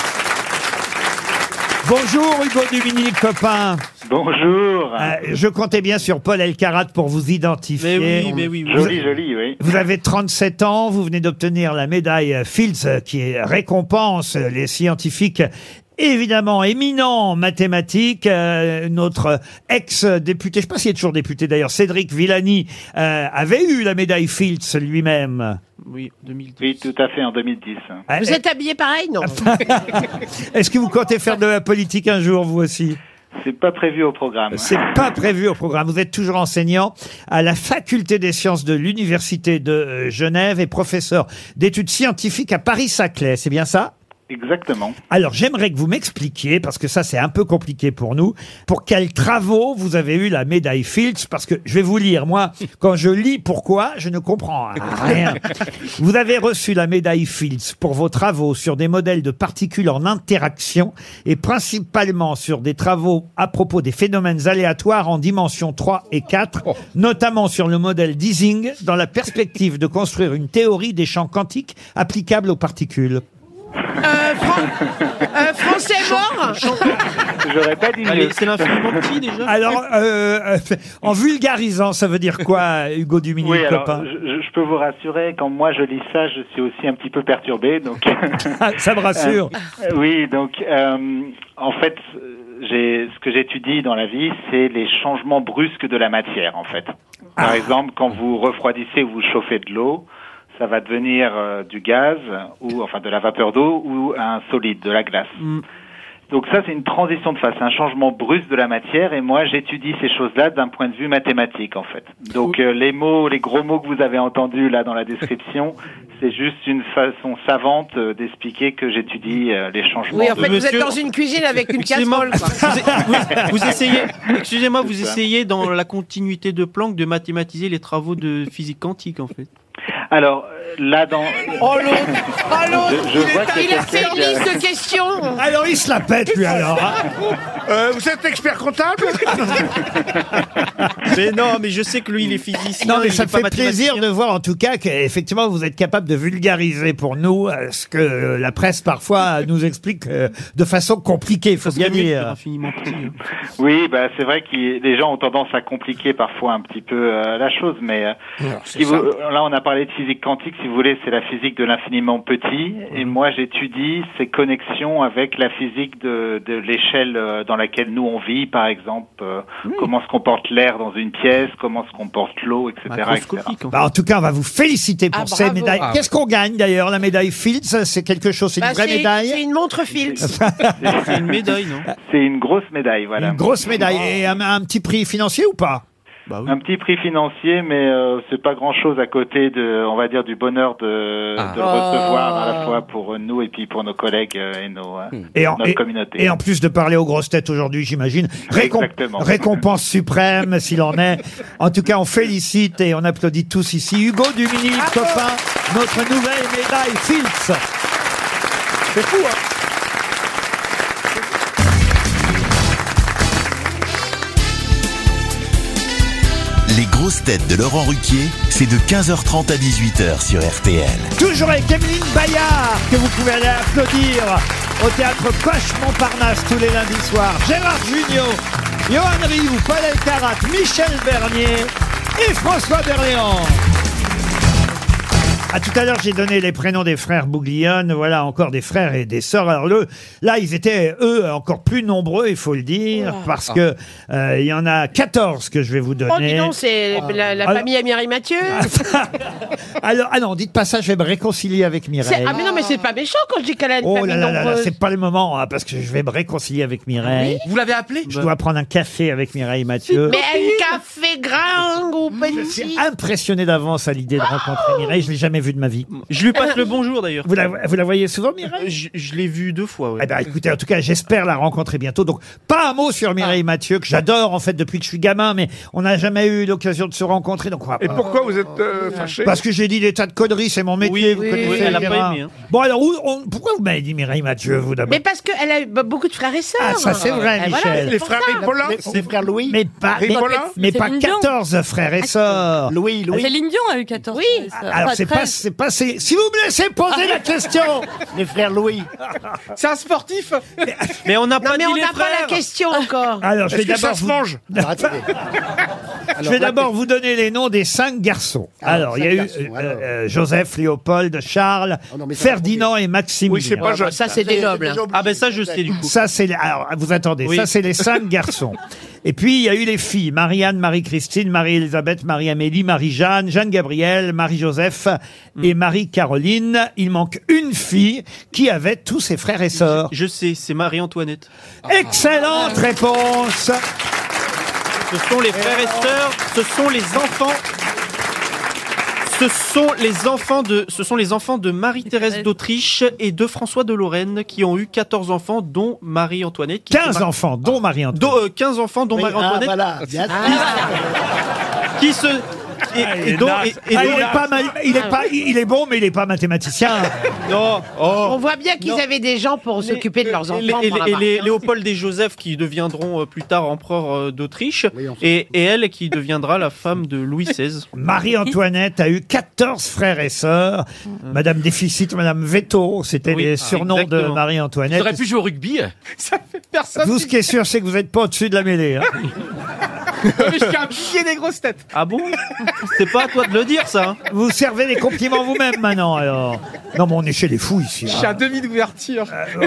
Bonjour Hugo Duminil-Copin. Bonjour. Euh, je comptais bien sur Paul Elkarat pour vous identifier. Mais oui, mais oui, oui. Joli, joli, oui. Vous avez trente-sept ans, vous venez d'obtenir la médaille Fields euh, qui est- récompense les scientifiques évidemment éminents en mathématiques. Euh, notre ex-député, je ne sais pas s'il est toujours député d'ailleurs, Cédric Villani, euh, avait eu la médaille Fields lui-même. Oui, deux mille dix. Oui, tout à fait, en deux mille dix. Ah, Vous êtes habillé pareil, non? Est-ce que vous comptez faire de la politique un jour, vous aussi? C'est pas prévu au programme. C'est pas prévu au programme. Vous êtes toujours enseignant à la faculté des sciences de l'Université de euh, Genève et professeur d'études scientifiques à Paris-Saclay. C'est bien ça? Exactement. Alors, j'aimerais que vous m'expliquiez, parce que ça, c'est un peu compliqué pour nous, pour quels travaux vous avez eu la médaille Fields, parce que je vais vous lire, moi, quand je lis pourquoi, je ne comprends rien. Vous avez reçu la médaille Fields pour vos travaux sur des modèles de particules en interaction et principalement sur des travaux à propos des phénomènes aléatoires en dimensions trois et quatre, notamment sur le modèle d'Ising, dans la perspective de construire une théorie des champs quantiques applicables aux particules. Euh, Fran- euh, français mort. J'aurais pas dit Allez, mieux. c'est l'infiniment petit déjà. Alors, euh, euh, en vulgarisant, ça veut dire quoi, Hugo Oui, Duminil-Copin? alors, je, je peux vous rassurer, quand moi je lis ça, je suis aussi un petit peu perturbé, donc... Ça me rassure. Euh, oui, donc, euh, en fait, j'ai, ce que j'étudie dans la vie, c'est les changements brusques de la matière, en fait. Par exemple, quand vous refroidissez ou vous chauffez de l'eau, ça va devenir euh, du gaz, ou enfin de la vapeur d'eau, ou un solide, de la glace. Mm. Donc ça, c'est une transition de phase, c'est un changement brusque de la matière, et moi, j'étudie ces choses-là d'un point de vue mathématique, en fait. Donc euh, les mots, les gros mots que vous avez entendus là dans la description, c'est juste une façon savante euh, d'expliquer que j'étudie euh, les changements. Oui, en fait, de- vous êtes dans une cuisine avec une Excusez-moi, casserole, quoi. vous, vous- vous essayez, excusez-moi, vous C'est ça. essayez dans la continuité de Planck de mathématiser les travaux de physique quantique, en fait. Alors, euh, là, dans... Oh l'autre, oh l'autre, Je- je vois que il a fait quelqu'un une qui a- liste de questions. Alors, il se la pète, lui, alors. hein. Euh, vous êtes expert comptable? Mais non, mais je sais que lui, il est physicien. Non, mais il ça est me pas fait plaisir mathématicien. de voir, en tout cas, qu'effectivement, vous êtes capable de vulgariser pour nous euh, ce que euh, la presse, parfois, nous explique euh, de façon compliquée, il faut bien serait mieux de faire dire. infiniment petit, hein. Oui, bah, c'est vrai que les gens ont tendance à compliquer parfois un petit peu euh, la chose, mais euh, Alors, si vous, là on a parlé de physique quantique, si vous voulez, c'est la physique de l'infiniment petit, et moi j'étudie ces connexions avec la physique de, de l'échelle euh, dans laquelle nous on vit, par exemple, euh, comment se comporte l'air dans une pièce, comment se comporte l'eau, et cetera, et cetera. Macroscopique, en fait. Bah, en tout cas, on va vous féliciter pour Ah, ces bravo. médailles. Ah, Qu'est-ce qu'on gagne, d'ailleurs, la médaille Fields? C'est quelque chose, c'est une Bah, vraie c'est- médaille? C'est une montre Fields. C'est une médaille, non? C'est une grosse médaille, voilà. Une grosse médaille. Et un, un petit prix financier ou pas? Bah oui. Un petit prix financier, mais euh, c'est pas grand-chose à côté de, on va dire, du bonheur de, Ah. de le recevoir à la fois pour nous et puis pour nos collègues euh, et nos, euh, Et en, notre et- communauté. et en plus de parler aux grosses têtes aujourd'hui, j'imagine, récom- Exactement. récompense suprême s'il en est. En tout cas, on félicite et on applaudit tous ici Hugo Duminil-Copin, notre nouvelle médaille Fields. C'est fou, hein? Les grosses têtes de Laurent Ruquier, c'est de quinze heures trente à dix-huit heures sur R T L. Toujours avec Emeline Bayard, que vous pouvez aller applaudir au théâtre Coche-Montparnasse tous les lundis soirs. Gérard Jugnot, Johan Rioux, Paul Elkarat, Michel Bernier et François Berléand. À tout à l'heure, j'ai donné les prénoms des frères Bouglione. Voilà, encore des frères et des sœurs. Alors le, là, ils étaient, eux, encore plus nombreux, il faut le dire, Oh. parce que euh, il y en a quatorze que je vais vous donner. Oh, dis donc, c'est la, la Alors- famille à Mireille Mathieu. Alors, ah non, dites pas ça, je vais me réconcilier avec C'est- Mireille. Ah, mais non, mais c'est pas méchant quand je dis qu'elle a une Oh famille là là là là, nombreuse. c'est pas le moment, hein, parce que je vais me réconcilier avec Mireille. Vous l'avez appelé Je dois prendre un café avec Mireille Mathieu. Mais un café grand ou Je suis petit. impressionné d'avance à l'idée de rencontrer Mireille. Je l'ai jamais vue de ma vie. Je lui passe le bonjour d'ailleurs. Vous la, vous la voyez souvent, Mireille? Je, je l'ai vue deux fois, ouais. Eh ben, écoutez, en tout cas, j'espère la rencontrer bientôt. Donc, pas un mot sur Mireille Mathieu, que j'adore, en fait, depuis que je suis gamin, mais on n'a jamais eu l'occasion de se rencontrer, donc on va Et pas- pourquoi vous êtes euh, fâché? Parce que j'ai dit des tas de conneries, c'est mon métier, vous oui, connaissez, oui, elle a pas Gérard. aimé, hein. Bon, alors, où- on- pourquoi vous m'avez dit Mireille Mathieu, vous, d'abord? Mais parce qu'elle a eu beaucoup de frères et sœurs. Ah, ça, c'est vrai, Eh, Michel. voilà, c'est Les pour frères ça. Ripollin? Les frères Louis. Mais pas, mais, Ripollin mais pas Céline Dion. quatorze frères et sœurs. Louis, Louis. Céline Dion a eu quatorze. Oui. frères et sœurs. Alors, Enfin, c'est pas, treize. c'est pas, c'est- si vous me laissez poser la question. Les frères Louis. C'est un sportif. Mais on n'a Non, pas mais dit on les n'a pas la frères. question encore. Alors, je vais Est-ce que ça d'abord se vous, mange? Arrêtez. je vais d'abord vous donner les noms des cinq garçons. Alors, il y a cinq eu garçons, euh, alors. euh, Joseph, Léopold, Charles, Oh non, mais ça, Ferdinand et Maximilien. Oui, c'est pas jeune. Ça, c'est des nobles. Ah ben ça je sais du coup. Ça, c'est les- alors, vous attendez, Oui. ça, c'est les cinq garçons. Et puis, il y a eu les filles. Marianne, Marie-Christine, Marie-Elisabeth, Marie-Amélie, Marie-Jeanne, Jeanne-Gabrielle, Marie-Joseph et Marie-Caroline. Il manque une fille qui avait tous ses frères et sœurs. Je sais, c'est Marie-Antoinette. Excellente réponse. Ce sont les frères et sœurs, ce sont les enfants. Ce sont les enfants de, ce sont les enfants de Marie-Thérèse d'Autriche et de François de Lorraine qui ont eu quatorze enfants, dont Marie-Antoinette. qui quinze se mar- enfants, dont Marie-Antoinette. dont, euh, quinze enfants, dont Oui, ah, Marie-Antoinette, voilà. Bien qui se, et, et dont, et, et Ah, dont- il est pas mal, il est pas, il est bon, mais il est pas mathématicien. non, oh. On voit bien qu'ils Non. avaient des gens pour s'occuper de leurs enfants. Et, les- et pour les- et les avoir- Léopold et Joseph qui deviendront euh, plus tard empereurs euh, d'Autriche, Oui, on s'en et, et elle qui deviendra la femme de Louis seize. Marie-Antoinette a eu quatorze frères et sœurs. Madame Déficit, Madame Veto, c'était Oui, les ah, surnoms de exactement. Marie-Antoinette. J'aurais pu jouer au rugby. Ça fait personne. Vous, ce qui est sûr, c'est que vous n'êtes pas au-dessus de la mêlée. hein. Mais je suis un pied des grosses têtes. Ah bon? C'est pas à toi de le dire ça. hein. Vous servez les compliments vous-même maintenant, alors. Non, mais on est chez les fous ici. Je hein. suis à demi d'ouverture.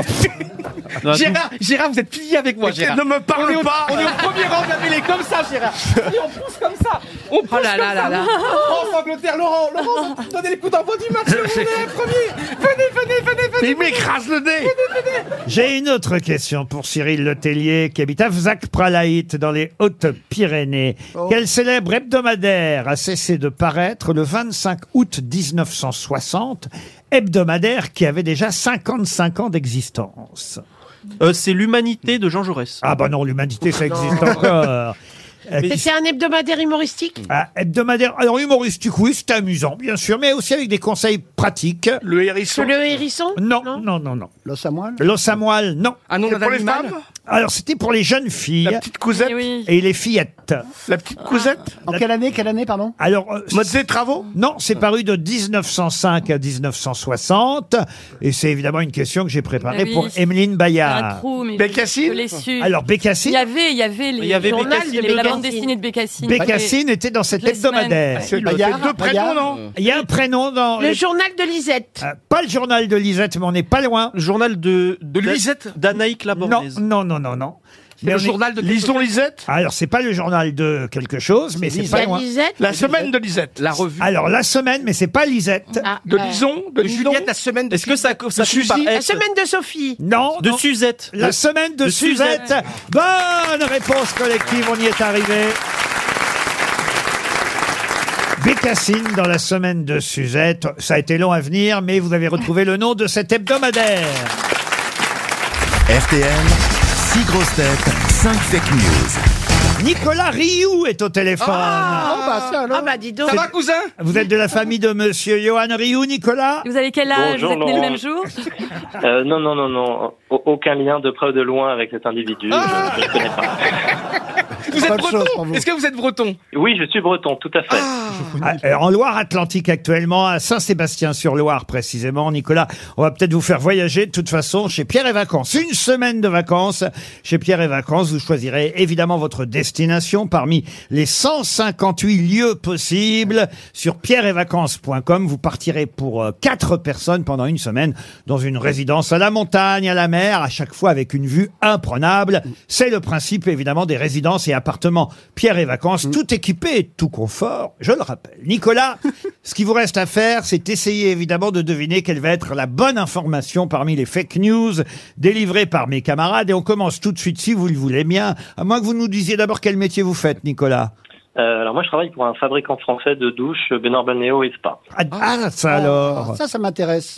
Non, Gérard, Gérard, vous êtes plié avec moi, Gérard. Ne me parle on est au, pas. On est au premier rang de la mêlée, comme ça, Gérard. Et on pousse comme ça. On pousse Oh là là comme là ça. là. France, Angleterre, Laurent, Laurent, donnez les coups d'envoi du match. On est les premiers. Venez, venez, venez, venez. Il m'écrase le nez. J'ai une autre question pour Cyril Letellier, qui habite Avzac-Pralaït, dans les Hautes-Pyrénées. Quel célèbre hebdomadaire a cessé de paraître le vingt-cinq août mille neuf cent soixante, hebdomadaire qui avait déjà cinquante-cinq ans d'existence? Euh, c'est l'humanité de Jean Jaurès. Ah bah non, l'humanité, ça existe encore. Euh, qui- C'était un hebdomadaire humoristique. Ah, hebdomadaire. Alors humoristique, oui, c'était amusant, bien sûr, mais aussi avec des conseils pratiques. Le hérisson. Le hérisson. Non, non, non, non. L'os à moelle. L'os à moelle, non. Un nom C'est pour les d'animal. femmes? Alors c'était pour les jeunes filles La petite cousette. Eh oui. et les fillettes. La petite cousette. En quelle année, quelle année, pardon? Alors, euh, Mode des travaux. non, c'est paru de mille neuf cent cinq à mille neuf cent soixante, et c'est évidemment une question que j'ai préparée Ah oui. pour Emeline Un Bayard. trou, mais Bécassine. je l'ai su. Alors il Bécassine, y avait, il y avait les Il y avait journaux, Bécassine il y avait la dedans. bande dessinée de Bécassine. Bécassine était dans cet Les semaines. hebdomadaire. C'est Bayard, c'est deux prénoms, Bayard. non? Il y a un prénom dans Le les- journal de Lisette. Euh, pas le journal de Lisette, mais on n'est pas loin. Le journal de, De Lisette. d'Anaïque Non, Labordaise. non, non, non, non. C'est le on est- journal de Lison Lisette. Alors, c'est pas le journal de quelque chose, mais c'est pas La loin. Lisette. La semaine de Lisette. La revue. Alors, la semaine, mais c'est pas Lisette. Ah, De euh, Lison. De De Lison. Juliette, la semaine de Est-ce que ça, ça finit par La S semaine de Sophie. Non, de non. Suzette? La Le- semaine de, de Suzette. Suzette. Bonne réponse collective, on y est arrivé. Bécassine dans la semaine de Suzette. Ça a été long à venir, mais vous avez retrouvé le nom de cet hebdomadaire. R T L, six grosses têtes, cinq fake news. Nicolas Rioux est au téléphone. Ah, Oh, bah, ça, alors. Ah bah dis donc. Ça va, cousin? Vous êtes de la famille de monsieur Johan Rioux, Nicolas? Vous avez quel âge? Bonjour, Vous êtes né le Laurent. même jour? Euh, non, non, non, non. Au- Aucun lien de près ou de loin avec cet individu. Ah je ne le connais pas. Vous êtes Bonne chose breton pour vous. Est-ce que vous êtes breton Oui, je suis breton, tout à fait. Ah, euh, en Loire-Atlantique actuellement, à Saint-Sébastien-sur-Loire précisément. Nicolas, on va peut-être vous faire voyager de toute façon chez Pierre et Vacances. Une semaine de vacances chez Pierre et Vacances. Vous choisirez évidemment votre destination parmi les cent cinquante-huit lieux possibles sur pierre et vacances point com. Vous partirez pour euh, quatre personnes pendant une semaine dans une résidence à la montagne, à la mer, à chaque fois avec une vue imprenable. C'est le principe évidemment des résidences et appartements Pierre et Vacances, tout équipé et tout confort, je le rappelle. Nicolas, ce qui vous reste à faire, c'est essayer évidemment de deviner quelle va être la bonne information parmi les fake news délivrées par mes camarades. Et on commence tout de suite, si vous le voulez bien, à moins que vous nous disiez d'abord quel métier vous faites, Nicolas. Euh, alors moi, je travaille pour un fabricant français de douches, Benor Balnéo et Spa. Ah, ah, ça alors. Ça, ça m'intéresse.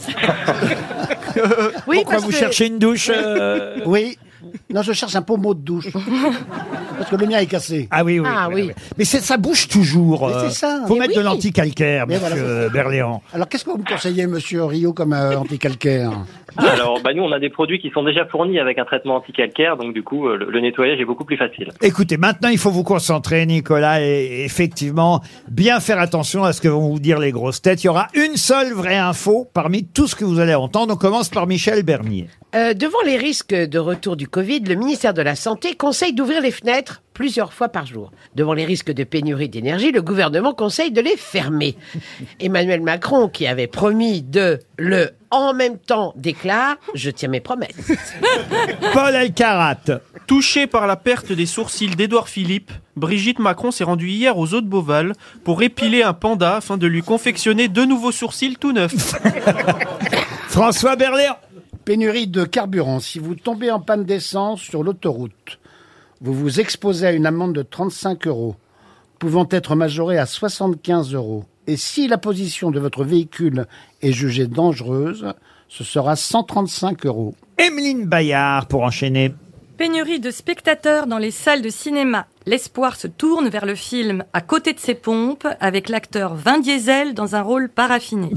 Oui, Pourquoi parce vous que- cherchez une douche euh Oui. Non, je cherche un pommeau de douche. Parce que le mien est cassé. Ah oui, oui. Ah oui, oui. oui. Mais c'est, ça bouge toujours. Mais euh, c'est ça. Faut Mais mettre oui. de l'anticalcaire, Mais monsieur voilà, c'est Berléand. Alors, qu'est-ce que vous me conseillez, monsieur Rio, comme euh, anticalcaire? Alors, bah, nous, on a des produits qui sont déjà fournis avec un traitement anti-calcaire, donc du coup, euh, le, le nettoyage est beaucoup plus facile. Écoutez, maintenant, il faut vous concentrer, Nicolas, et effectivement, bien faire attention à ce que vont vous dire les grosses têtes. Il y aura une seule vraie info parmi tout ce que vous allez entendre. On commence par Michel Bernier. Euh, devant les risques de retour du Covid, le ministère de la Santé conseille d'ouvrir les fenêtres plusieurs fois par jour. Devant les risques de pénurie d'énergie, le gouvernement conseille de les fermer. Emmanuel Macron, qui avait promis de le en même temps, déclare « Je tiens mes promesses ». Paul Elkarat. Touché par la perte des sourcils d'Édouard Philippe, Brigitte Macron s'est rendue hier aux Eaux de Beauval pour épiler un panda afin de lui confectionner deux nouveaux sourcils tout neufs. François Berléand. Pénurie de carburant. Si vous tombez en panne d'essence sur l'autoroute, vous vous exposez à une amende de trente-cinq euros, pouvant être majorée à soixante-quinze euros. Et si la position de votre véhicule est jugée dangereuse, ce sera cent trente-cinq euros. Emeline Bayard pour enchaîner. Pénurie de spectateurs dans les salles de cinéma. L'espoir se tourne vers le film À côté de ses pompes avec l'acteur Vin Diesel dans un rôle paraffiné.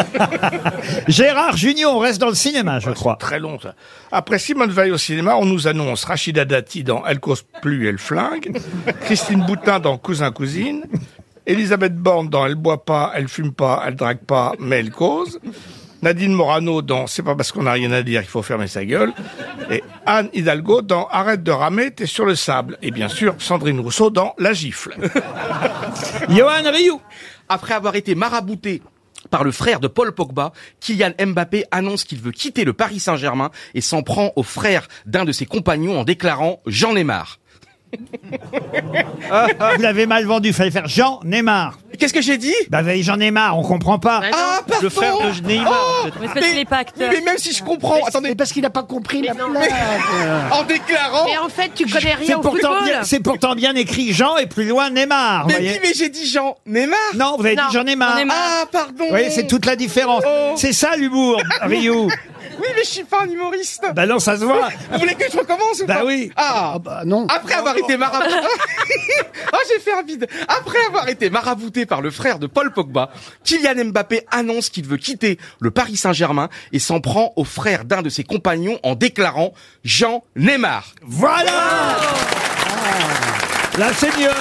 Gérard Junior, on reste dans le cinéma, je Ouais, crois. c'est très long, ça. Après Simone Veil au cinéma, on nous annonce Rachida Dati dans Elle cause plus, elle flingue, Christine Boutin dans Cousin Cousine, Elisabeth Borne dans Elle boit pas, elle fume pas, elle drague pas, mais elle cause, Nadine Morano dans C'est pas parce qu'on n'a rien à dire qu'il faut fermer sa gueule, et Anne Hidalgo dans Arrête de ramer, t'es sur le sable, et bien sûr Sandrine Rousseau dans La gifle. Johan Rioux. Après avoir été marabouté par le frère de Paul Pogba, Kylian Mbappé annonce qu'il veut quitter le Paris Saint-Germain et s'en prend au frère d'un de ses compagnons en déclarant « J'en ai marre ». Vous l'avez mal vendu, fallait faire Jean Neymar. Qu'est-ce que j'ai dit? Bah oui, j'en ai marre, on comprend pas. Ah, pardon. Le frère de Neymar. Oh, Mais c'est parce qu'il n'est pas acteur. mais même si je comprends, attendez, Mais parce qu'il n'a pas compris la non, blague. en déclarant... Mais en fait, tu connais C'est rien au pourtant, football. bien, c'est pourtant bien écrit Jean et plus loin Neymar. vous Mais voyez. oui, mais j'ai dit Jean Neymar. Non, vous avez Non, dit J'en ai marre. J'en ai marre. Ah, pardon. Vous voyez, c'est toute la différence. Oh. C'est ça l'humour, Rioux. Oui, mais je suis pas un humoriste. Bah non, ça se voit. Vous voulez que je recommence ou Bah pas? oui. Ah, Ah bah non. après avoir été marabouté... oh, j'ai fait un vide. Après avoir été marabouté par le frère de Paul Pogba, Kylian Mbappé annonce qu'il veut quitter le Paris Saint-Germain et s'en prend au frère d'un de ses compagnons en déclarant « Jean Neymar Voilà. Là, c'est mieux.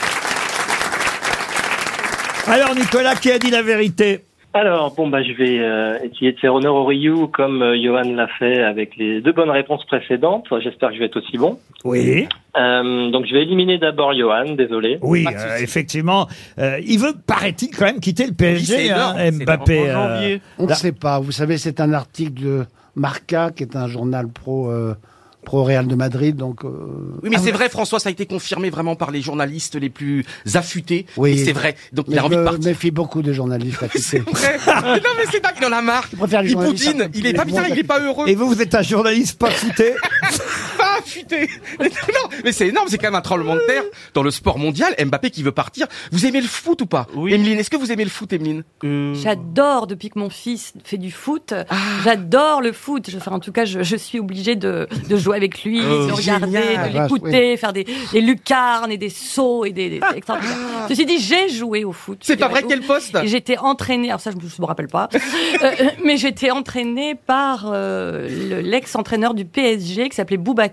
Alors, Nicolas, qui a dit la vérité? Alors, bon, bah, je vais euh, essayer de faire honneur au Ryu comme euh, Johan l'a fait avec les deux bonnes réponses précédentes. J'espère que je vais être aussi bon. Oui. Euh, donc, je vais éliminer d'abord Johan, désolé. Oui, Pas de euh, souci. effectivement. Euh, il veut, paraît-il, quand même quitter le P S G, Oui, c'est hein, énorme, c'est Mbappé. En euh, janvier. On ne là- sait pas. Vous savez, c'est un article de Marca, qui est un journal pro, euh, pro Real de Madrid. Donc, euh, ». Oui, mais c'est vrai, François, ça a été confirmé vraiment par les journalistes les plus affûtés. Oui. Et c'est vrai. Donc, mais il a je envie de me partir. méfie beaucoup des journalistes C'est affectés. vrai. Mais non, mais c'est dingue, il en a marre. préfère les Il journalistes boudine, un peu il est plus pas bien, il est pas heureux. Et vous, vous êtes un journaliste pas fouté. Pas affûté. Mais non, mais c'est énorme, c'est quand même un tremblement de terre dans le sport mondial. Mbappé qui veut partir. Vous aimez le foot ou pas? Oui. Emeline, est-ce que vous aimez le foot, Emeline? Euh, J'adore, depuis que mon fils fait du foot, Ah. j'adore le foot. Je- Enfin, en tout cas, je, je suis obligée de, de jouer avec lui, Oh, de le regarder, génial. de l'écouter, faire des, des lucarnes et des sauts et des... des c'est extraordinaire. Ceci dit, j'ai joué au foot. C'est pas vrai, figurez-vous. quel poste? Et j'étais entraînée, alors ça je me, me rappelle pas, euh, mais j'étais entraînée par euh, le- l'ex-entraîneur du P S G qui s'appelait Boubacar.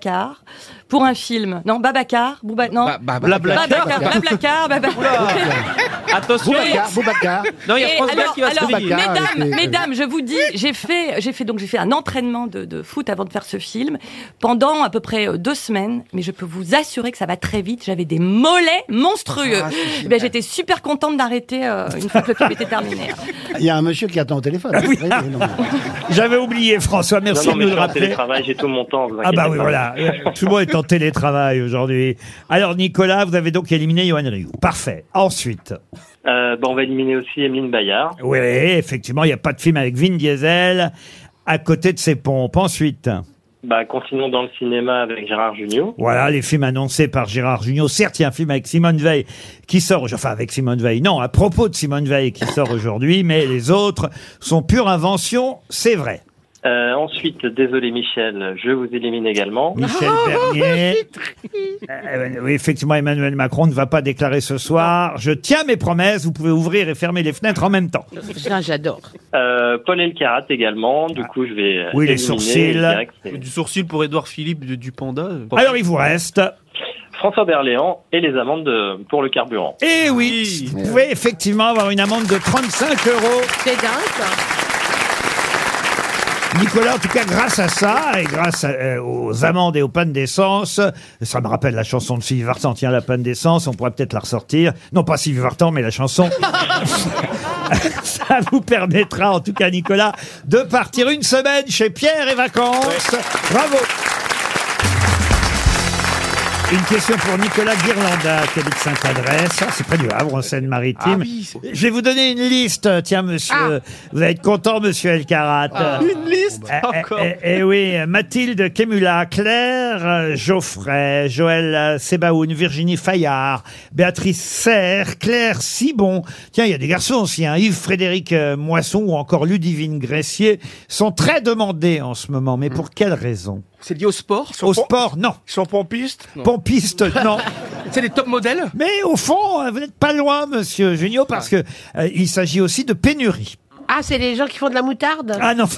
Blablacar pour un film. Non, Babacar, Bouba, non. Ba- ba- Blablacar, Blablacar. Blablacar, Babacar. Attention. Boubacar, Boubacar. Non, il y a Et France Gall alors, qui va se alors, réveiller. Boubacar, mesdames, avec les- mesdames, je vous dis, j'ai fait, j'ai fait donc j'ai fait un entraînement de, de foot avant de faire ce film pendant à peu près euh, deux semaines. Mais je peux vous assurer que ça va très vite. J'avais des mollets monstrueux. Ah, c'est Eh génial. ben, j'étais super contente d'arrêter euh, une fois que le film était terminé. Il y a un monsieur qui attend au téléphone. Ah oui. Oui, non, mais- J'avais oublié, François, merci non, non, de mais nous je le suis en rappeler. télétravail, j'ai tout mon temps. vous Ah inquiétez bah oui, pas. voilà. Tout le monde est en télétravail aujourd'hui. Alors, Nicolas, vous avez donc éliminé Johan Rioux. Parfait. Ensuite. Euh, bah, on va éliminer aussi Emeline Bayard. Oui, effectivement, il n'y a pas de film avec Vin Diesel à côté de ses pompes. Ensuite. Bah, continuons dans le cinéma avec Gérard Jugnot. Voilà, les films annoncés par Gérard Jugnot. Certes, il y a un film avec Simone Veil qui sort, enfin avec Simone Veil, non, à propos de Simone Veil qui sort aujourd'hui, mais les autres sont pure invention, c'est vrai. Euh, ensuite, désolé Michel, je vous élimine également. Michel Bernier. Euh, oui, effectivement, Emmanuel Macron ne va pas déclarer ce soir. Je tiens mes promesses, vous pouvez ouvrir et fermer les fenêtres en même temps. Ça, j'adore. Euh, Paul Elkarat également. Du coup, je vais. euh, Oui, les éliminer sourcils. direct, c'est Du sourcil pour Édouard Philippe de- du Panda. Alors, il vous reste. François Berléand et les amendes de- pour le carburant. Eh oui, vous pouvez effectivement avoir une amende de trente-cinq euros. C'est dingue, ça. Nicolas, en tout cas, grâce à ça, et grâce à, euh, aux amendes et aux pannes d'essence, ça me rappelle la chanson de Sylvie Vartan, tiens, la panne d'essence, on pourrait peut-être la ressortir. Non, pas Sylvie Vartan, mais la chanson. Ça vous permettra, en tout cas, Nicolas, de partir une semaine chez Pierre et Vacances. Bravo. Une question pour Nicolas Guirlanda, qui habite Saint-Adresse. Ah, c'est près du Havre, en Seine-Maritime. Ah oui, c'est- Je vais vous donner une liste. Tiens, monsieur. Vous allez être content, monsieur Elkarat. Une liste Eh, Encore. eh, eh, eh oui, Mathilde Kemula, Claire euh, Geoffrey, Joël euh, Sebaoun, Virginie Fayard, Béatrice Serre, Claire Sibon. Tiens, il y a des garçons aussi, hein, Yves-Frédéric euh, Moisson ou encore Ludivine Gressier sont très demandés en ce moment. Mais pour quelle raison? C'est lié au sport. Au sport, non. Ils sont pompistes? Pompiste, non. C'est les top modèles. Mais au fond, euh, vous n'êtes pas loin, monsieur Junio, parce que euh, il s'agit aussi de pénurie. Ah, c'est les gens qui font de la moutarde? Ah non.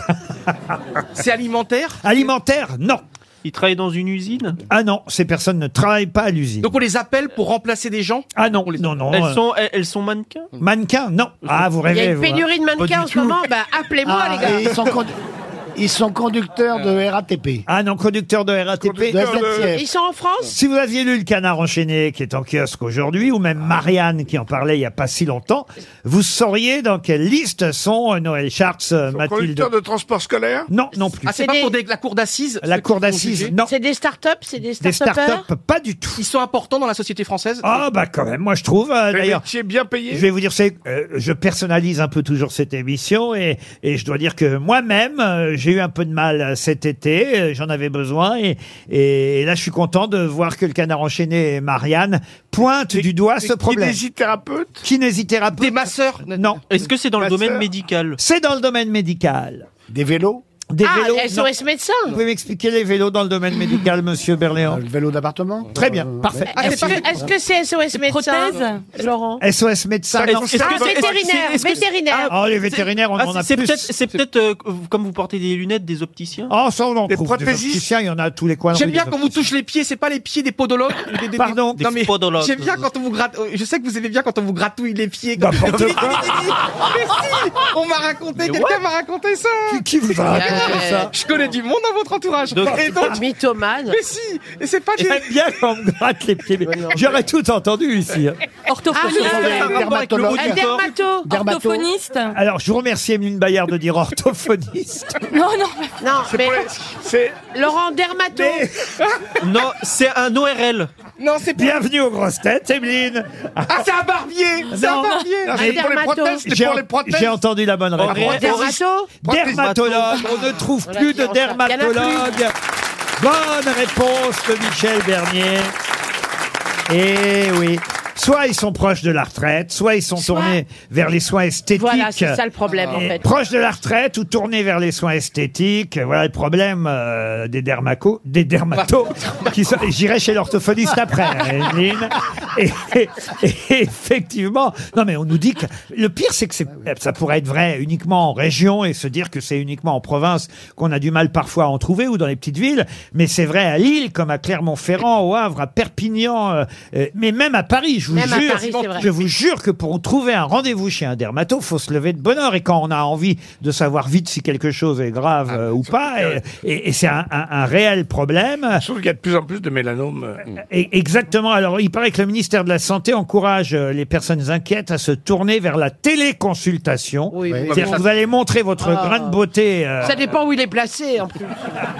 C'est alimentaire. Alimentaire, non. Il travaille dans une usine. Ah non, ces personnes ne travaillent pas à l'usine. Donc on les appelle pour remplacer des gens. Ah non, non, non. Elles euh, sont, elles, elles sont mannequins. Mannequins, non. Ah, vous Il y a rêvez, une vous, hein. pénurie de mannequins Pas en du ce moment. Bah, appelez-moi, Ah, les gars. et ils sont, condu- ils sont conducteurs de R A T P. Ah non, conducteur de R A T P. De S N C F. Ils sont en France? Si vous aviez lu Le Canard enchaîné qui est en kiosque aujourd'hui, ou même Marianne qui en parlait il n'y a pas si longtemps, vous sauriez dans quelle liste sont euh, Noël Schartz, euh, Mathilde. Conducteur de transport scolaire? Non, non plus. Ah, c'est C'est pas des- pour des- la cour d'assises. La ceux cour qui sont d'assises, jugés non. C'est des start-up? C'est des Des start-upers? start-up, pas du tout. Ils sont importants dans la société française. Ah bah quand même, moi je trouve. euh, Des D'ailleurs, métiers bien payés? je vais vous dire, c'est, euh, je personnalise un peu toujours cette émission et, et je dois dire que moi-même, euh, j'ai eu un peu de mal euh, cet été, euh, j'en avais besoin et, et là je suis content de voir que le Canard enchaîné et Marianne pointent du doigt ce problème. Kinésithérapeute? Kinésithérapeute. Des masseurs. Non, Est-ce que c'est dans le Ma domaine sœur. médical? c'est dans le domaine médical. Des vélos? Des Ah, vélos. S non. O S médecin. Vous pouvez m'expliquer les vélos dans le domaine médical, monsieur Euh, Berléand? Le vélo d'appartement? Très bien, Euh, parfait. Ah, Est-ce c'est pas- que est-ce que c'est S O S médecin? Prothèse. Laurent. S O S médecin, Ça non. concerne- Ah, Est-ce que- vétérinaire, est-ce que- vétérinaire. Oh, les vétérinaires, on Ah, en a c'est plus. peut-être, c'est peut-être euh, comme vous portez des lunettes, des opticiens. Oh, ça, on en Des trouve. prothésistes. opticiens, il y en a à tous les coins de J'aime rue, bien des quand vous touchez les pieds, c'est pas les pieds des podologues ou des, des- Pardon Non, Des mais podologues. j'aime bien quand on vous gratte. euh, Je sais que vous aimez bien quand on vous gratouille les pieds. Quand... N'importe Mais quoi. si, on m'a raconté, quelqu'un m'a raconté ça. Qui, qui vous a raconté Euh, ça? Je connais du monde dans votre entourage. Donc- Et donc, Mythomane. mais si, et c'est pas des. J'aime bien quand on me gratte les pieds. mais J'aurais tout entendu ici. hein. Orthophoniste. Ah, Ce sont des dermatologues. Un dermato. Dermato. Orthophoniste. Alors, je vous remercie, Emeline Bayard, de dire orthophoniste. Non, non. Non, mais C'est Laurent, dermato. Non, c'est un O R L. Non, c'est pas. Bienvenue aux grosses têtes, Emeline. Ah, c'est un barbier. C'est un Non. barbier. Ah, Un c'est pour les dermato. prothèses, c'est J'ai pour les prothèses. j'ai entendu la bonne réponse. Aurélie- Dermato. Dermatologue, on ne trouve Voilà, plus qui de en cherche. Il y en a plus. dermatologue. Bonne réponse de Michel Bernier. Et oui. soit ils sont proches de la retraite, soit ils sont Soit- tournés vers les soins esthétiques. Voilà, c'est ça le problème, en Et fait. Proches de la retraite ou tournés vers les soins esthétiques. Voilà le problème euh, des dermacos, des dermatos. qui sont, j'irai chez l'orthophoniste après, hein, Evelyne. Et, et- et effectivement, non mais on nous dit que le pire c'est que c'est, ça pourrait être vrai uniquement en région et se dire que c'est uniquement en province qu'on a du mal parfois à en trouver ou dans les petites villes, mais c'est vrai à Lille comme à Clermont-Ferrand, au Havre, à Perpignan, euh, euh, mais même à Paris, je vous Même à jure, Paris, c'est vrai. je vous jure que pour trouver un rendez-vous chez un dermato, faut se lever de bonne heure et quand on a envie de savoir vite si quelque chose est grave euh, ou pas, et, et- et c'est un, un- un réel problème. Je trouve qu'il y a de plus en plus de mélanome. euh, Et- Exactement. Alors, il paraît que le ministère de la Santé encourage euh, les personnes inquiètes à se tourner vers la téléconsultation. Oui, oui. C'est-à-dire que vous allez montrer votre Ah. grain de beauté. euh, Ça dépend où il est placé, en plus.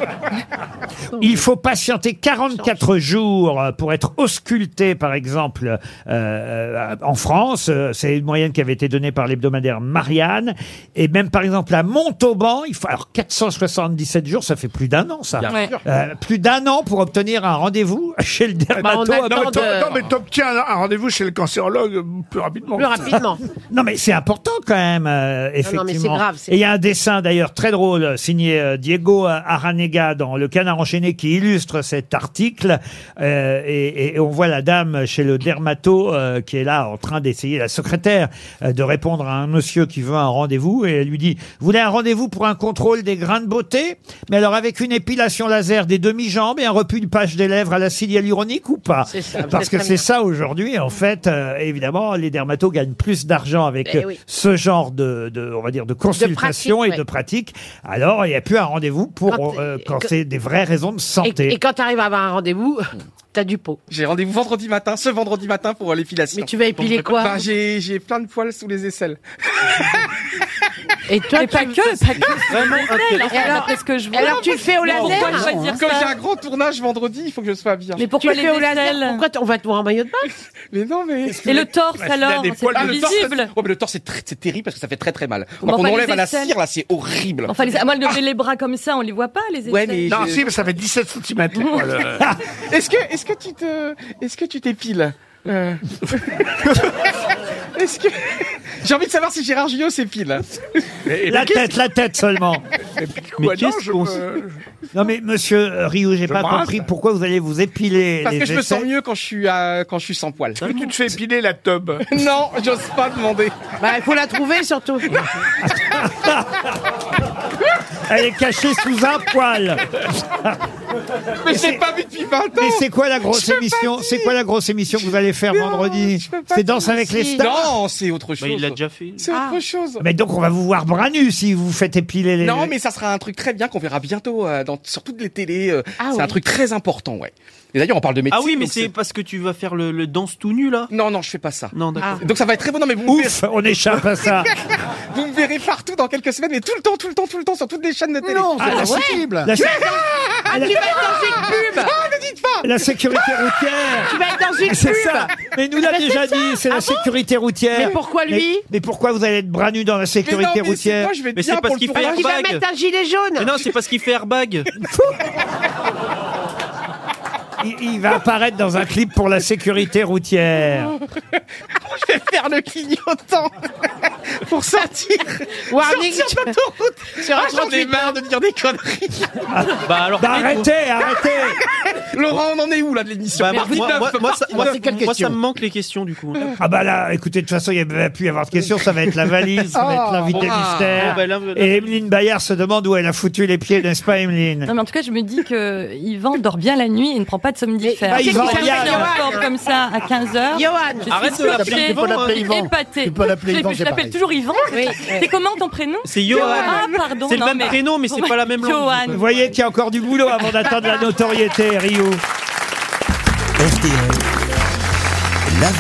Il faut patienter quarante-quatre jours euh, pour être ausculté, par exemple, euh, euh, en France. Euh, C'est une moyenne qui avait été donnée par l'hebdomadaire Marianne. Et même, par exemple, à Montauban, il faut alors quatre cent soixante-dix-sept jours, ça fait plus d'un an, ça. Ouais. Euh, plus d'un an pour obtenir un rendez-vous chez le dermato. Bah, on Non, attend mais t'o- de- non, mais t'obtiens un, un rendez-vous chez le cancérologue euh, plus rapidement. Plus rapidement. Non, mais c'est important quand même, euh, effectivement. mais c'est grave, c'est Et il y a un dessin d'ailleurs très drôle euh, signé euh, Diego Aranega dans Le Canard enchaîné qui illustre cet article. Euh, et, et on voit la dame chez le dermato euh, qui est là en train d'essayer, la secrétaire, euh, de répondre à un monsieur qui veut un rendez-vous. Et elle lui dit, vous voulez un rendez-vous pour un contrôle des grains de beauté? Mais alors avec une épilation laser des demi-jambes et un repumpage des lèvres à l'acide hyaluronique ou pas? C'est ça, vous Parce êtes que très c'est bien. ça aujourd'hui. En fait, euh, évidemment, les dermatos gagnent plus d'argent avec Eh euh, oui. ce genre de, de, on va dire, de consultation pratique, et ouais. de pratique. Alors, il n'y a plus un rendez-vous pour Quand- euh, quand que- c'est des vraies raisons de santé. Et, et quand tu arrives à avoir un rendez-vous, t'as du pot. J'ai rendez-vous vendredi matin, ce vendredi matin pour l'épilation. Mais tu vas épiler quoi Bah, j'ai, j'ai plein de poils sous les aisselles. Et toi, Mais tu pas que, pas que. Vraiment Vraiment, Et alors- d'après ce que je vois. alors, tu le fais au Mais pourquoi laser choisir Comme j'ai ça un grand tournage vendredi, il faut que je sois bien. Mais Tu pourquoi le les fais au laser aisselles Pourquoi t- on va te voir en maillot de bain? Mais non, mais. Et le torse Bah, s'il a alors des C'est poils, pas le torse, visible. oh, mais le torse, c'est, très- c'est terrible parce que ça fait très très mal. Quand Bon, on enfin, les enlève à la aisselles. cire, là, c'est horrible. Enfin, les, moi, lever les bras comme ça, on les voit pas, les aisselles. Ouais, mais Non, je- si, mais ça fait dix-sept centimètres. Est-ce que, est-ce que tu te, est-ce que tu t'épiles euh... Est-ce que j'ai envie de savoir si Gérard Jugnot s'épile. La tête, la tête seulement. Mais Quoi, non, qu'est-ce je qu'on me- Non mais Monsieur Rioux, j'ai Je pas me rase. compris pourquoi vous allez vous épiler Parce les que je me sens aisselles. mieux quand je suis à, quand je suis sans poil. Est-ce que tu te fais épiler la tub? Non, j'ose pas demander. Bah, il faut la trouver surtout. Elle est cachée sous un poil. Mais j'ai pas vu depuis vingt ans. Mais c'est quoi la grosse Je peux émission pas C'est quoi la grosse émission que vous allez faire Non, vendredi? je peux pas C'est Danse dire. avec les Si. stars. Non, c'est autre chose. Bah, il l'a déjà fait. C'est Ah. autre chose. Mais donc on va vous voir bras nus si vous faites épiler les. Non, mais ça sera un truc très bien qu'on verra bientôt euh, dans, sur toutes les télés. euh, Ah c'est oui. un truc très important, ouais. Et d'ailleurs, on parle de médecine. Ah oui, mais donc c'est parce que tu vas faire le, le danse tout nu là. Non, non, je fais pas ça. Non, d'accord. Donc ça va être très bon. Non, mais vous me, Ouf, on échappe à ça. verrez, vous me verrez partout dans quelques semaines, mais tout le temps, tout le temps, tout le temps sur toutes les chaînes de télé. Non, c'est Ah, pas ouais. possible. La, Ah, tu vas être dans une pub. Ah, ne dites pas. la sécurité routière. Tu vas être dans une C'est pub. ça. Mais nous l'a Mais déjà c'est dit, c'est Ah la bon sécurité routière. Mais pourquoi lui mais, mais pourquoi vous allez être bras nus dans la Mais sécurité non, mais c'est- routière? moi, je vais être Mais bien c'est parce pour le qu'il fait tournage. Tu vas airbag. mettre un gilet jaune. Mais non, c'est parce qu'il fait airbag. il, il va apparaître dans un clip pour la sécurité routière. Je vais faire le clignotant pour sortir. Warning. Sortir d'autoroute. Sur un Ah, j'en ai trente-huit. marre de dire des conneries. Bah alors. Bah, arrêtez, arrêtez. Laurent, on en est où là de l'émission? Bah, moi, Partie moi, neuf, moi, moi, ça, partie moi, neuf. quelle moi, ça question me manque les questions du coup. Ah bah là, écoutez, de toute façon, il n'y a plus y avoir de questions, ça va être la valise, ça va être l'invité Ah. mystère. Bon, bah, là, là, Et Emeline Bayard se demande où elle a foutu les pieds, n'est-ce pas, Emeline? Non, mais en tout cas, je me dis que Yvan dort bien la nuit et ne prend pas de somnifères. Bah, Si Yvan, quelqu'un Yann. fait un sport comme ça à quinze heures. Johan. Je suis Arrête de l'appeler scotchée, Yvan, Tu peux l'appeler Yvan. épatée. Tu peux l'appeler Je l'ai- Yvan, Je c'est l'appelle pareil. toujours Yvan. Oui, C'est comment ton prénom? C'est Johan. Ah, pardon. C'est le non, même mais- prénom, mais c'est pas la même langue. Johan. Vous voyez qu'il y a encore du boulot avant d'atteindre la notoriété, Rio. R T L, la valise.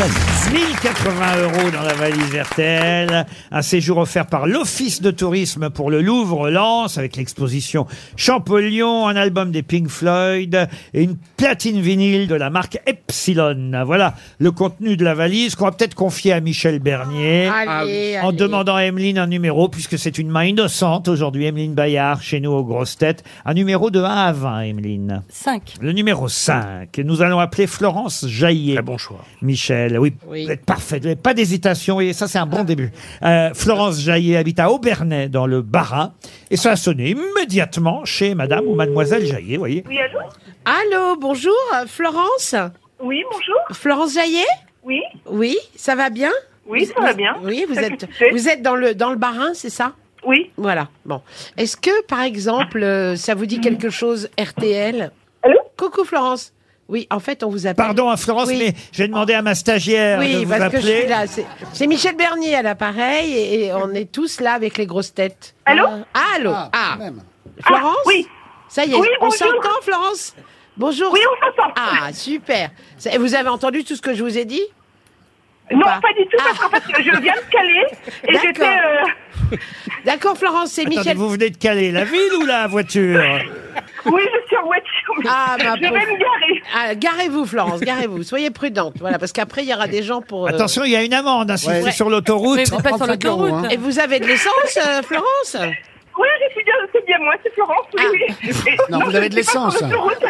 mille quatre-vingts euros dans la valise R T L. Un séjour offert par l'Office de tourisme pour le Louvre-Lens avec l'exposition Champollion, un album des Pink Floyd et une platine vinyle de la marque Epsilon. Voilà le contenu de la valise qu'on va peut-être confier à Michel Bernier. Allez, En allez. demandant à Emeline un numéro, puisque c'est une main innocente aujourd'hui, Emeline Bayard, chez nous aux grosses têtes. Un numéro de un à vingt, Emeline. cinq. Le numéro cinq. Nous allons appeler Florence Jaillet. Très bon choix. Michel, oui, Oui. vous êtes parfait, vous n'avez pas d'hésitation, et ça c'est un bon début. Euh, Florence Jaillet habite à Aubernais, dans le Bas-Rhin, et ça a sonné immédiatement chez madame ou mademoiselle Jaillet, vous voyez. Oui, allô? Allô, bonjour, euh, Florence. Oui, bonjour. Florence Jaillet? Oui, Oui, ça va bien? oui, ça va bien. Oui, vous Qu'est-ce êtes, que tu fais vous êtes dans le, dans le Bas-Rhin, c'est ça? Oui. Voilà, bon. Est-ce que, par exemple, euh, ça vous dit quelque chose, R T L? Allô? Coucou, Florence. Oui, en fait, on vous appelle. Pardon à Florence, Oui. mais j'ai demandé à ma stagiaire de Oui, vous parce que je suis appeler. là. C'est c'est Michel Bernier à l'appareil et, et on est tous là avec les grosses têtes. Allô? Ah, allô? Ah, Ah, quand même. Florence? Ah, oui. Ça y est, Oui, on bonjour. s'entend, Florence? Bonjour. Oui, on s'entend. Ah, super. Ça- Vous avez entendu tout ce que je vous ai dit? Non, pas. pas du tout, parce qu'en fait, je viens de caler et D'accord. j'étais... euh, D'accord, Florence, c'est Attendez, Michel. vous venez de caler la ville ou la voiture? Oui, je suis en voiture, mais Ah, ma je vais pauvre. me garer. Ah, garez-vous, Florence, garez-vous. Soyez prudente. Voilà, parce qu'après, il y aura des gens pour. euh, Attention, il y a une amende hein, si Ouais. vous êtes sur l'autoroute. Mais vous pas sur trente-cinq euros, l'autoroute. hein. Et vous avez de l'essence, euh, Florence? Oui, je suis bien, c'est bien moi, c'est Florence, oui, Ah. oui. Et- Non, vous je avez de suis pas sur l'essence. l'autoroute.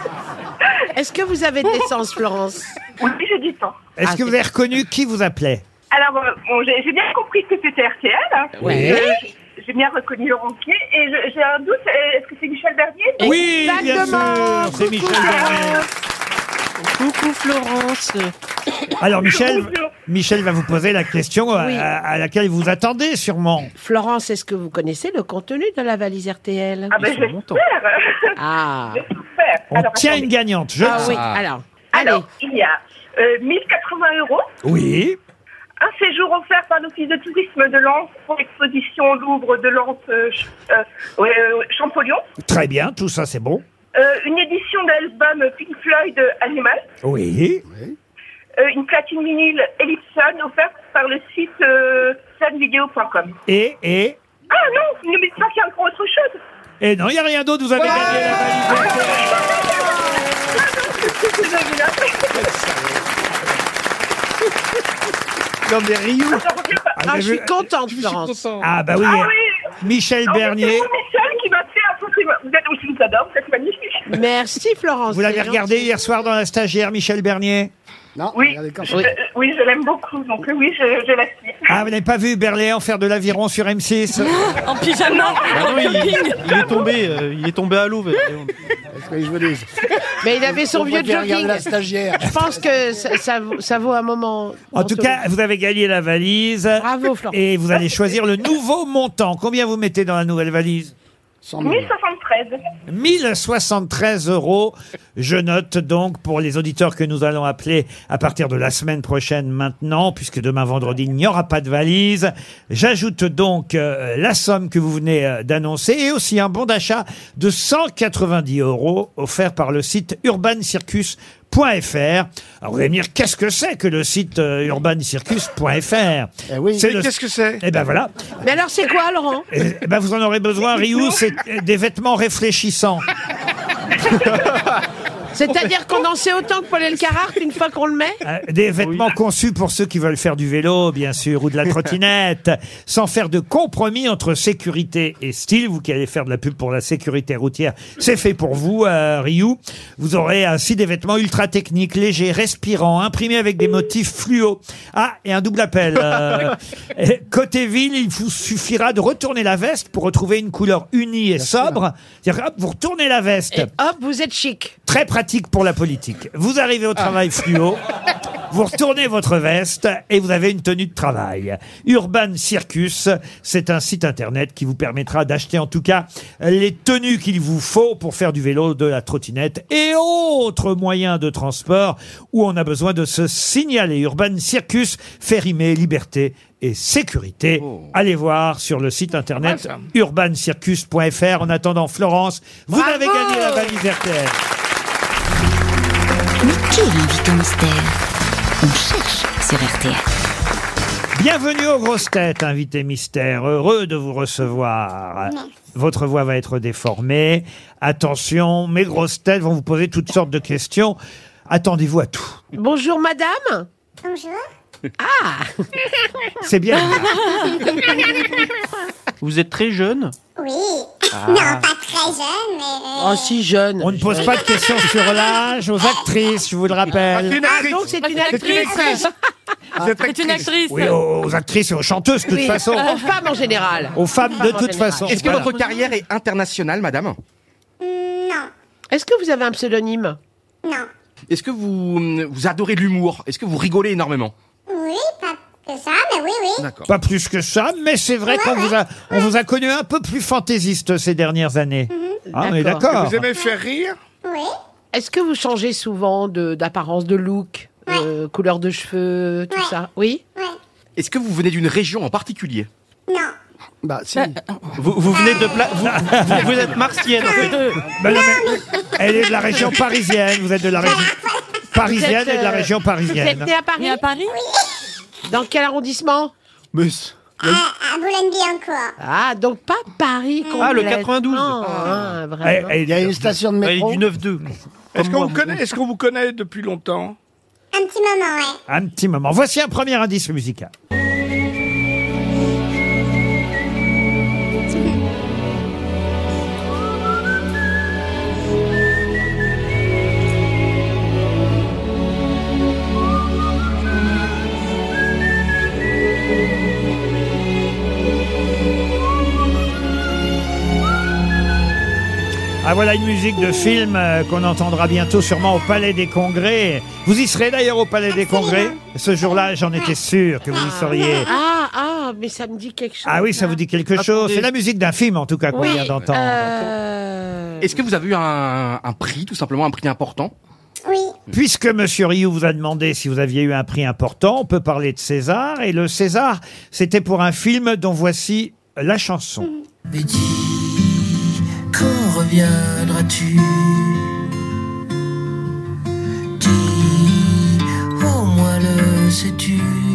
Est-ce que vous avez de l'essence, Florence? Oui, j'ai du temps. Est-ce Ah, que vous c'est- avez reconnu qui vous appelait? Alors, euh, bon, j'ai j'ai bien compris que c'était R T L. hein. Oui. Euh, J'ai bien reconnu le ronquier. Et je- j'ai un doute, euh, est-ce que c'est Michel Bernier? Oui, bien Exactement. sûr, c'est Michel Bernier. Coucou, Florence. Alors Michel, Bonjour. Michel va vous poser la question à- Oui. à, à laquelle vous attendez sûrement. Florence, est-ce que vous connaissez le contenu de la valise R T L? Ah ben, j'espère. Ah. J'espère. On Alors, tient attendez. une gagnante, je Ah le oui, sais. alors. Allez. Alors, il y a euh, mille quatre-vingts euros, Oui, un séjour offert par l'Office de tourisme de Lens pour l'exposition au Louvre de Lens euh, ch- euh, ouais, euh, Champollion, très bien, tout ça c'est bon. euh, une édition d'album Pink Floyd euh, Animal, Oui, euh, une platine vinyle Ellipson offerte par le site euh, sunvideo point com. et, et, Ah non, ne me dites pas qu'il y a encore autre chose. et non, il n'y a rien d'autre, vous avez gagné la valise. Non mais Rio. Ah, je suis contente, Florence. Ah bah oui, Ah oui. Michel En fait, Bernier, c'est Michel qui m'a fait un compliment. Vous êtes aussi, vous adore, vous êtes magnifique. Merci, Florence. vous l'avez c'est regardé gentil. hier soir dans La Stagiaire, Michel Bernier? Non, Oui. regardez quand Euh, oui, je l'aime beaucoup, donc euh, oui, je, je la suis. Ah, vous n'avez pas vu Berléand faire de l'aviron sur M six? En pyjama. Ah non, il, il est tombé, euh, il est tombé à l'eau. Est-ce que je vous dise Mais il avait son On vieux préfère regarder jogging. la stagiaire. Je pense que ça, ça, vaut- ça vaut un moment. En tout cas, vous avez gagné la valise. Bravo, Florence. Et vous allez choisir le nouveau montant. Combien vous mettez dans la nouvelle valise? cent mille. mille soixante-treize. mille soixante-treize euros. Je note donc pour les auditeurs que nous allons appeler à partir de la semaine prochaine maintenant, puisque demain vendredi, il n'y aura pas de valise. J'ajoute donc euh, la somme que vous venez euh, d'annoncer et aussi un bon d'achat de cent quatre-vingt-dix euros offert par le site urban circus point f r. Alors vous allez me dire, qu'est-ce que c'est que le site euh, urban circus point f r? Eh oui. C'est le- Qu'est-ce que c'est? Eh ben voilà. Mais alors, c'est quoi, Laurent? Eh eh ben vous en aurez besoin, Ryu, c'est des vêtements réfléchissants. C'est-à-dire qu'on en sait autant que Paul Elkarat une fois qu'on le met? Euh, Des vêtements conçus pour ceux qui veulent faire du vélo, bien sûr, ou de la trottinette, sans faire de compromis entre sécurité et style. Vous qui allez faire de la pub pour la sécurité routière, c'est fait pour vous, euh, Ryu. Vous aurez ainsi des vêtements ultra techniques, légers, respirants, imprimés avec des motifs fluo. Ah, et un double appel. Euh, et côté ville, il vous suffira de retourner la veste pour retrouver une couleur unie et sobre. C'est-à-dire, hop, vous retournez la veste. Et hop, vous êtes chic. Très pratique pour la politique. Vous arrivez au travail fluo, vous retournez votre veste et vous avez une tenue de travail. Urban Circus, c'est un site internet qui vous permettra d'acheter en tout cas les tenues qu'il vous faut pour faire du vélo, de la trottinette et autres moyens de transport où on a besoin de se signaler. Urban Circus fait rimer liberté et sécurité. Allez voir sur le site internet Pas mal, urban circus point f r. En attendant, Florence, vous Bravo avez gagné la valise R T L. Mais qui est l'invité mystère? On cherche sur R T L. Bienvenue aux grosses têtes, invité mystère. Heureux de vous recevoir. Votre voix va être déformée. Attention, mes grosses têtes vont vous poser toutes sortes de questions. Attendez-vous à tout. Bonjour madame. Bonjour. Ah. C'est bien. Vous êtes très jeune. Oui. Ah. Non, pas très jeune, mais... euh, Oh, si jeune. On ne pose pas de questions sur l'âge aux actrices, je vous le rappelle. Ah, donc c'est une actrice. C'est une actrice. Oui, aux actrices et aux chanteuses, de toute Oui, façon. aux femmes en général. Aux femmes de en toute général. façon. Est-ce que Voilà. votre carrière est internationale, madame? Non. Est-ce que vous avez un pseudonyme? Non. Est-ce que vous, vous adorez l'humour? Est-ce que vous rigolez énormément? Oui, pas que ça, mais oui, oui. D'accord. Pas plus que ça, mais c'est vrai Ouais, qu'on ouais. vous a, on vous a connu un peu plus fantaisiste ces dernières années. Ah, on est d'accord. Vous aimez faire rire? Oui. Est-ce que vous changez souvent de- d'apparence, de, look, euh, couleur de cheveux, tout ça? Oui. Est-ce que vous venez d'une région en particulier? Non. Bah, si. Vous, vous venez de pla- vous, vous, vous êtes martienne en fait. Ben non, mais elle est de la région parisienne, vous êtes de la région parisienne Vous êtes, et de la euh, région Vous parisienne. êtes né à Paris? Né à Paris? Dans quel arrondissement? Mais... À, à Boulogne-Billancourt. Ah, donc pas Paris complète. Ah, le quatre-vingt-douze. Non, hein, Elle- vraiment. elle- Il y a une station de Elle est métro. du neuf deux. Est-ce Comme qu'on moi, vous connaît, est-ce qu'on vous connaît depuis longtemps? Un petit moment, ouais. Un petit moment. Voici un premier indice musical. Ah, voilà une musique de film euh, qu'on entendra bientôt sûrement au Palais des Congrès. Vous y serez d'ailleurs au Palais des Congrès. Ce jour-là, j'en étais sûr que vous y seriez. Ah, ah, mais ça me dit quelque chose. Ah oui, ça vous dit quelque chose. Attendez. C'est la musique d'un film en tout cas qu'on Oui, vient d'entendre. euh, Est-ce que vous avez eu un, un prix, tout simplement, un prix important? Oui. Puisque Monsieur Rioux vous a demandé si vous aviez eu un prix important, on peut parler de César. Et le César, c'était pour un film dont voici la chanson. Betty, quand reviendras-tu? Dis, au moins le sais-tu,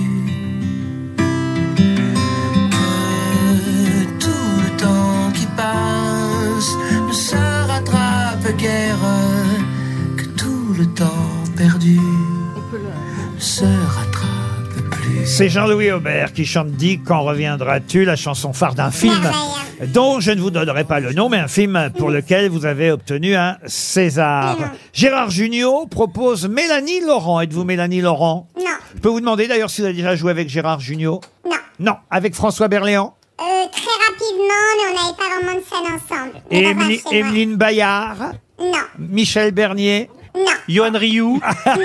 que tout le temps qui passe ne se rattrape guère, que tout le temps perdu ne se rattrape plus. C'est Jean-Louis Aubert qui chante Dis quand reviendras-tu, la chanson phare d'un film dont je ne vous donnerai pas le nom, mais un film pour lequel vous avez obtenu un César. Gérard Jugnot propose Mélanie Laurent. Êtes-vous Mélanie Laurent? Non. Je peux vous demander d'ailleurs si vous avez déjà joué avec Gérard Jugnot? Non. Non. Avec François Berléand? Euh, très rapidement, mais on n'avait pas vraiment de scène ensemble. Et Mais dans un Émilie- chez moi. Émeline Bayard? Non. Michel Bernier? Non. Johan Rioux.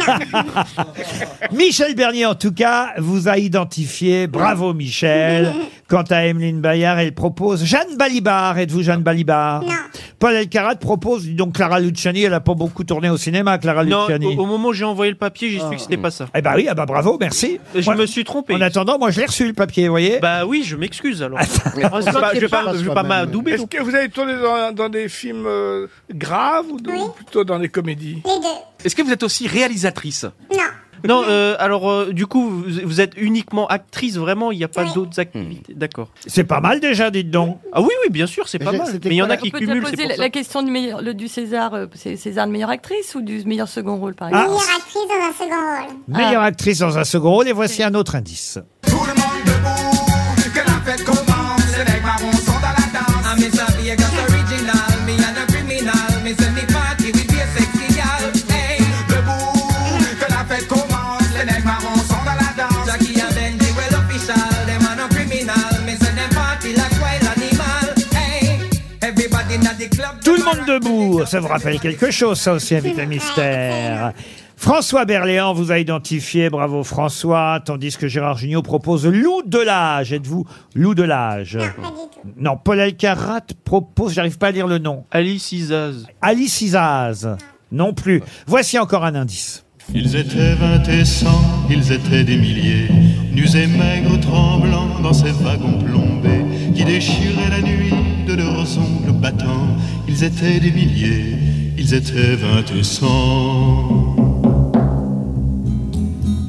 Michel Bernier, en tout cas, vous a identifié. Bravo, Michel. Quant à Emeline Bayard, elle propose Jeanne Balibar. Êtes-vous Jeanne Balibar? Non. Paul Elkarat propose, dis donc Clara Luciani, elle a pas beaucoup tourné au cinéma, Clara Non, Luciani. au, au moment où j'ai envoyé le papier, j'ai su que c'était pas ça. Eh ben oui, ah bah bravo, merci. Je Moi, me suis trompé. En attendant, moi je l'ai reçu le papier, vous voyez. Bah oui, je m'excuse alors. je vais Heureusement pas, que je vais c'est pas, pas je vais pas m'adouber. Est-ce que vous avez tourné dans, dans des films euh, graves ou, de- ou plutôt dans des comédies? Les deux. Est-ce que vous êtes aussi réalisatrice? Non. Non, euh, alors euh, du coup, vous, vous êtes uniquement actrice, vraiment, il n'y a pas d'autres activités. D'accord. C'est pas mal déjà, dites donc. Ah oui, oui, bien sûr, c'est pas j'ai- mal. c'était Mais il y en quoi a la- qui On peut te cumulent, c'est poser pour la, ça. la question du, meilleur, le, du César, euh, c'est César de meilleure actrice ou du meilleur second rôle, par Ah. exemple? Meilleure actrice dans un second rôle. Meilleure actrice dans un second rôle, et voici un autre indice. Tout le monde debout, que la fête commence. Les nègres marrons sont dans la danse. I'm Miss Vegas original, me and a criminal. Me send me party with your sexy gal. Hey, debout, que la fête commence. Les nègres marrons sont dans la danse. Jackie and Benji, well official. Them are no criminal. Me send them party like wild animal. Hey, everybody in the club. Tout le monde debout, ça vous rappelle quelque chose, ça aussi, invité mystère. François Berléand vous a identifié, bravo François, tandis que Gérard Jugnot propose Lou Delage. Êtes-vous Lou Delage? Non, Paul Elkarat propose, j'arrive pas à lire le nom. Alice Isaz. Alice Isaz, non plus. Voici encore un indice. Ils étaient vingt et cent, ils étaient des milliers, nus et maigres tremblants dans ces wagons plombés, qui déchiraient la nuit de leurs ongles battants. Ils étaient des milliers, ils étaient vingt et cent.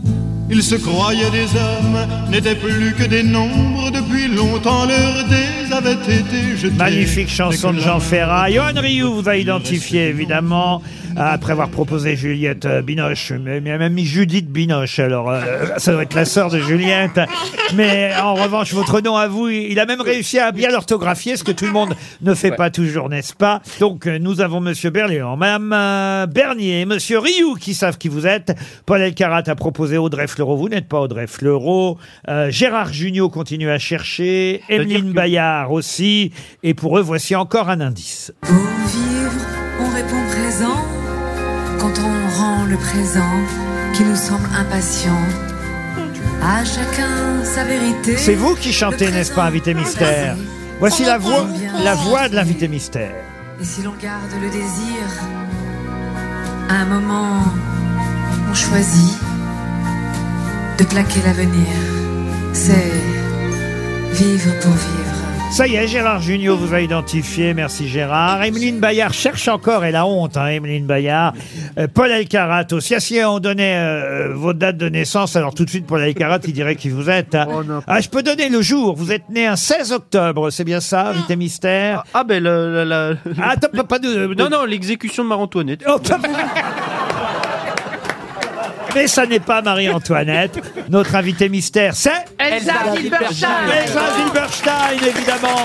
Ils se croyaient des hommes, n'étaient plus que des nombres. Depuis longtemps leurs dés avaient été jetés. Magnifique chanson de Jean Ferrat. Johan Rioux vous a identifié, évidemment, après avoir proposé Juliette Binoche. Mais il a même mis Judith Binoche. Alors, euh, ça doit être la sœur de Juliette. Mais en revanche, votre nom à vous, il a même réussi à bien l'orthographier, ce que tout le monde ne fait ouais. pas toujours, n'est-ce pas? Donc, nous avons Monsieur Berléand, Madame euh, Bernier, Monsieur Rioux, qui savent qui vous êtes. Paul Elkarat a proposé Audrey Fleurot. Vous n'êtes pas Audrey Fleurot. Euh, Gérard Jugnot continue à chercher. Emeline Bayard aussi. Et pour eux, voici encore un indice. Pour vivre, on répond présent quand on rend le présent qui nous semble impatient. À chacun sa vérité. C'est vous qui chantez, n'est-ce pas, invité mystère? Voici la voix, la voix de l'invité mystère. Et si l'on garde le désir, à un moment, on choisit de plaquer l'avenir. C'est vivre pour vivre. Ça y est, Gérard Jugnot vous a identifié. Merci Gérard. Emeline Bayard cherche encore, elle a honte, hein, Emeline Bayard. Euh, Paul Elkarat aussi. Ah, si on donnait euh, votre date de naissance, alors tout de suite Paul Elkarat, il dirait qui vous êtes. Hein. Oh, ah, je peux donner le jour. Vous êtes né un seize octobre, c'est bien ça, invité mystère? Ah, ah ben le... le, le... Ah, attends, pas de, de... Non, non, l'exécution de Marie-Antoinette. Oh, mais ça n'est pas Marie-Antoinette. Notre invité mystère, c'est Elsa Zilberstein. Elsa Zilberstein, évidemment.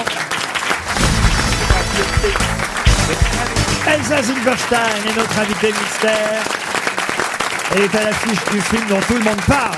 Elsa Zilberstein est notre invité mystère. Elle est à l'affiche du film dont tout le monde parle.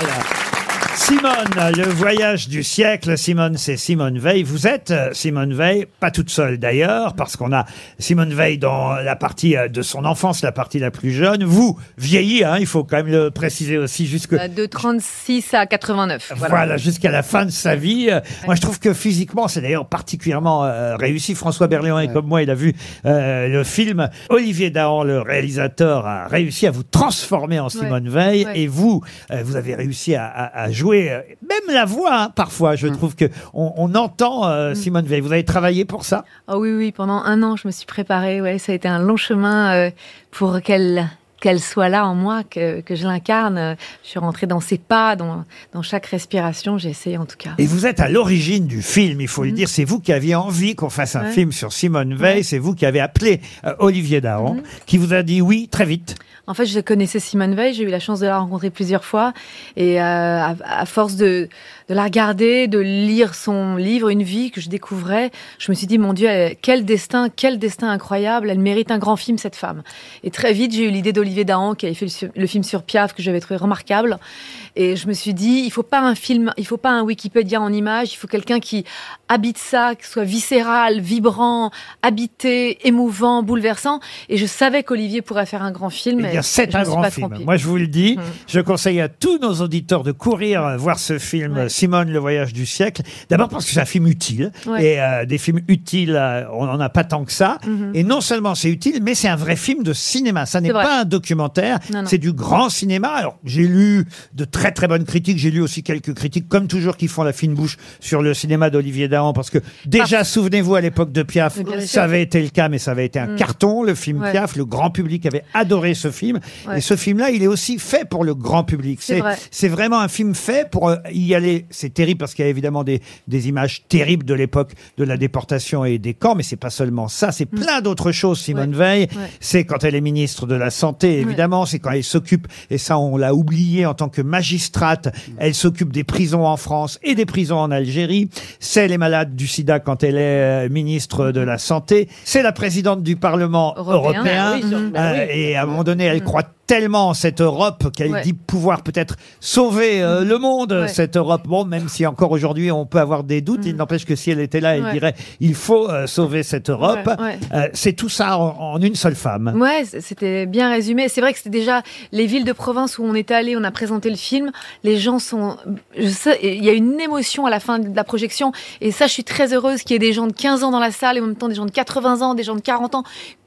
Simone, le voyage du siècle. Simone, c'est Simone Veil. Vous êtes Simone Veil, pas toute seule d'ailleurs, parce qu'on a Simone Veil dans la partie de son enfance, la partie la plus jeune. Vous, vieilli, hein, il faut quand même le préciser aussi, jusque... De trente-six à quatre-vingt-neuf. Voilà, voilà jusqu'à la fin de sa vie. Ouais. Moi, je trouve que physiquement, c'est d'ailleurs particulièrement euh, réussi. François Berléand est ouais. comme moi, il a vu euh, le film. Olivier Dahan, le réalisateur, a réussi à vous transformer en Simone ouais. Veil. Ouais. Et vous, euh, vous avez réussi à, à, à jouer même la voix, hein, parfois, je mmh. trouve que on, on entend euh, mmh. Simone Veil. Vous avez travaillé pour ça? Oh oui, oui, pendant un an, je me suis préparée. Ouais, ça a été un long chemin euh, pour qu'elle qu'elle soit là en moi, que, que je l'incarne. Je suis rentrée dans ses pas, dans, dans chaque respiration. J'ai essayé en tout cas. Et vous êtes à l'origine du film, il faut mmh. le dire. C'est vous qui aviez envie qu'on fasse un ouais. film sur Simone Veil. Ouais. C'est vous qui avez appelé euh, Olivier Dahan, mmh. qui vous a dit oui très vite. En fait, je connaissais Simone Veil, j'ai eu la chance de la rencontrer plusieurs fois. Et euh, à, à force de, de la regarder, de lire son livre, Une vie, que je découvrais, je me suis dit, mon Dieu, elle, quel destin, quel destin incroyable. Elle mérite un grand film, cette femme. Et très vite, j'ai eu l'idée d'Olivier Dahan, qui avait fait le, le film sur Piaf, que j'avais trouvé remarquable. Et je me suis dit, il faut pas un film, il faut pas un Wikipédia en images, il faut quelqu'un qui habite ça, qui soit viscéral, vibrant, habité, émouvant, bouleversant. Et je savais qu'Olivier pourrait faire un grand film. Eh bien, c'est un grand film. Trompée. Moi, je vous le dis, mmh. je conseille à tous nos auditeurs de courir voir ce film, ouais. Simone, le voyage du siècle. D'abord parce que c'est un film utile. Ouais. Et euh, des films utiles, euh, on n'en a pas tant que ça. Mmh. Et non seulement c'est utile, mais c'est un vrai film de cinéma. Ça n'est pas un documentaire, non, non. c'est du grand cinéma. Alors, j'ai lu de très très bonnes critiques. J'ai lu aussi quelques critiques, comme toujours, qui font la fine bouche sur le cinéma d'Olivier Dahan. Parce que déjà, ah. souvenez-vous, à l'époque de Piaf, ça avait été le cas, mais ça avait été un mmh. carton, le film ouais. Piaf. Le grand public avait adoré ce film. Ouais. Et ce film-là, il est aussi fait pour le grand public. C'est, c'est vraiment un film fait pour y aller. C'est terrible parce qu'il y a évidemment des, des images terribles de l'époque de la déportation et des camps, mais c'est pas seulement ça. C'est mmh. plein d'autres choses, Simone ouais. Veil. Ouais. C'est quand elle est ministre de la Santé, évidemment. Ouais. C'est quand elle s'occupe, et ça, on l'a oublié en tant que magistrate, mmh. elle s'occupe des prisons en France et des prisons en Algérie. C'est les malades du sida quand elle est ministre de la Santé. C'est la présidente du Parlement européen. européen. Oui, mmh. euh, et à un moment donné, elle mmh. croit tellement en cette Europe qu'elle ouais. dit pouvoir peut-être sauver euh, le monde, ouais. cette Europe. Bon, même si encore aujourd'hui on peut avoir des doutes, mmh. il n'empêche que si elle était là, elle ouais. dirait il faut euh, sauver cette Europe. Ouais, ouais. Euh, c'est tout ça en, en une seule femme. Ouais, c'était bien résumé. C'est vrai que c'était déjà les villes de province où on était allé, on a présenté le film. Les gens sont, je sais, il y a une émotion à la fin de la projection. Et ça, je suis très heureuse qu'il y ait des gens de quinze ans dans la salle et en même temps des gens de quatre-vingts ans, des gens de quarante ans,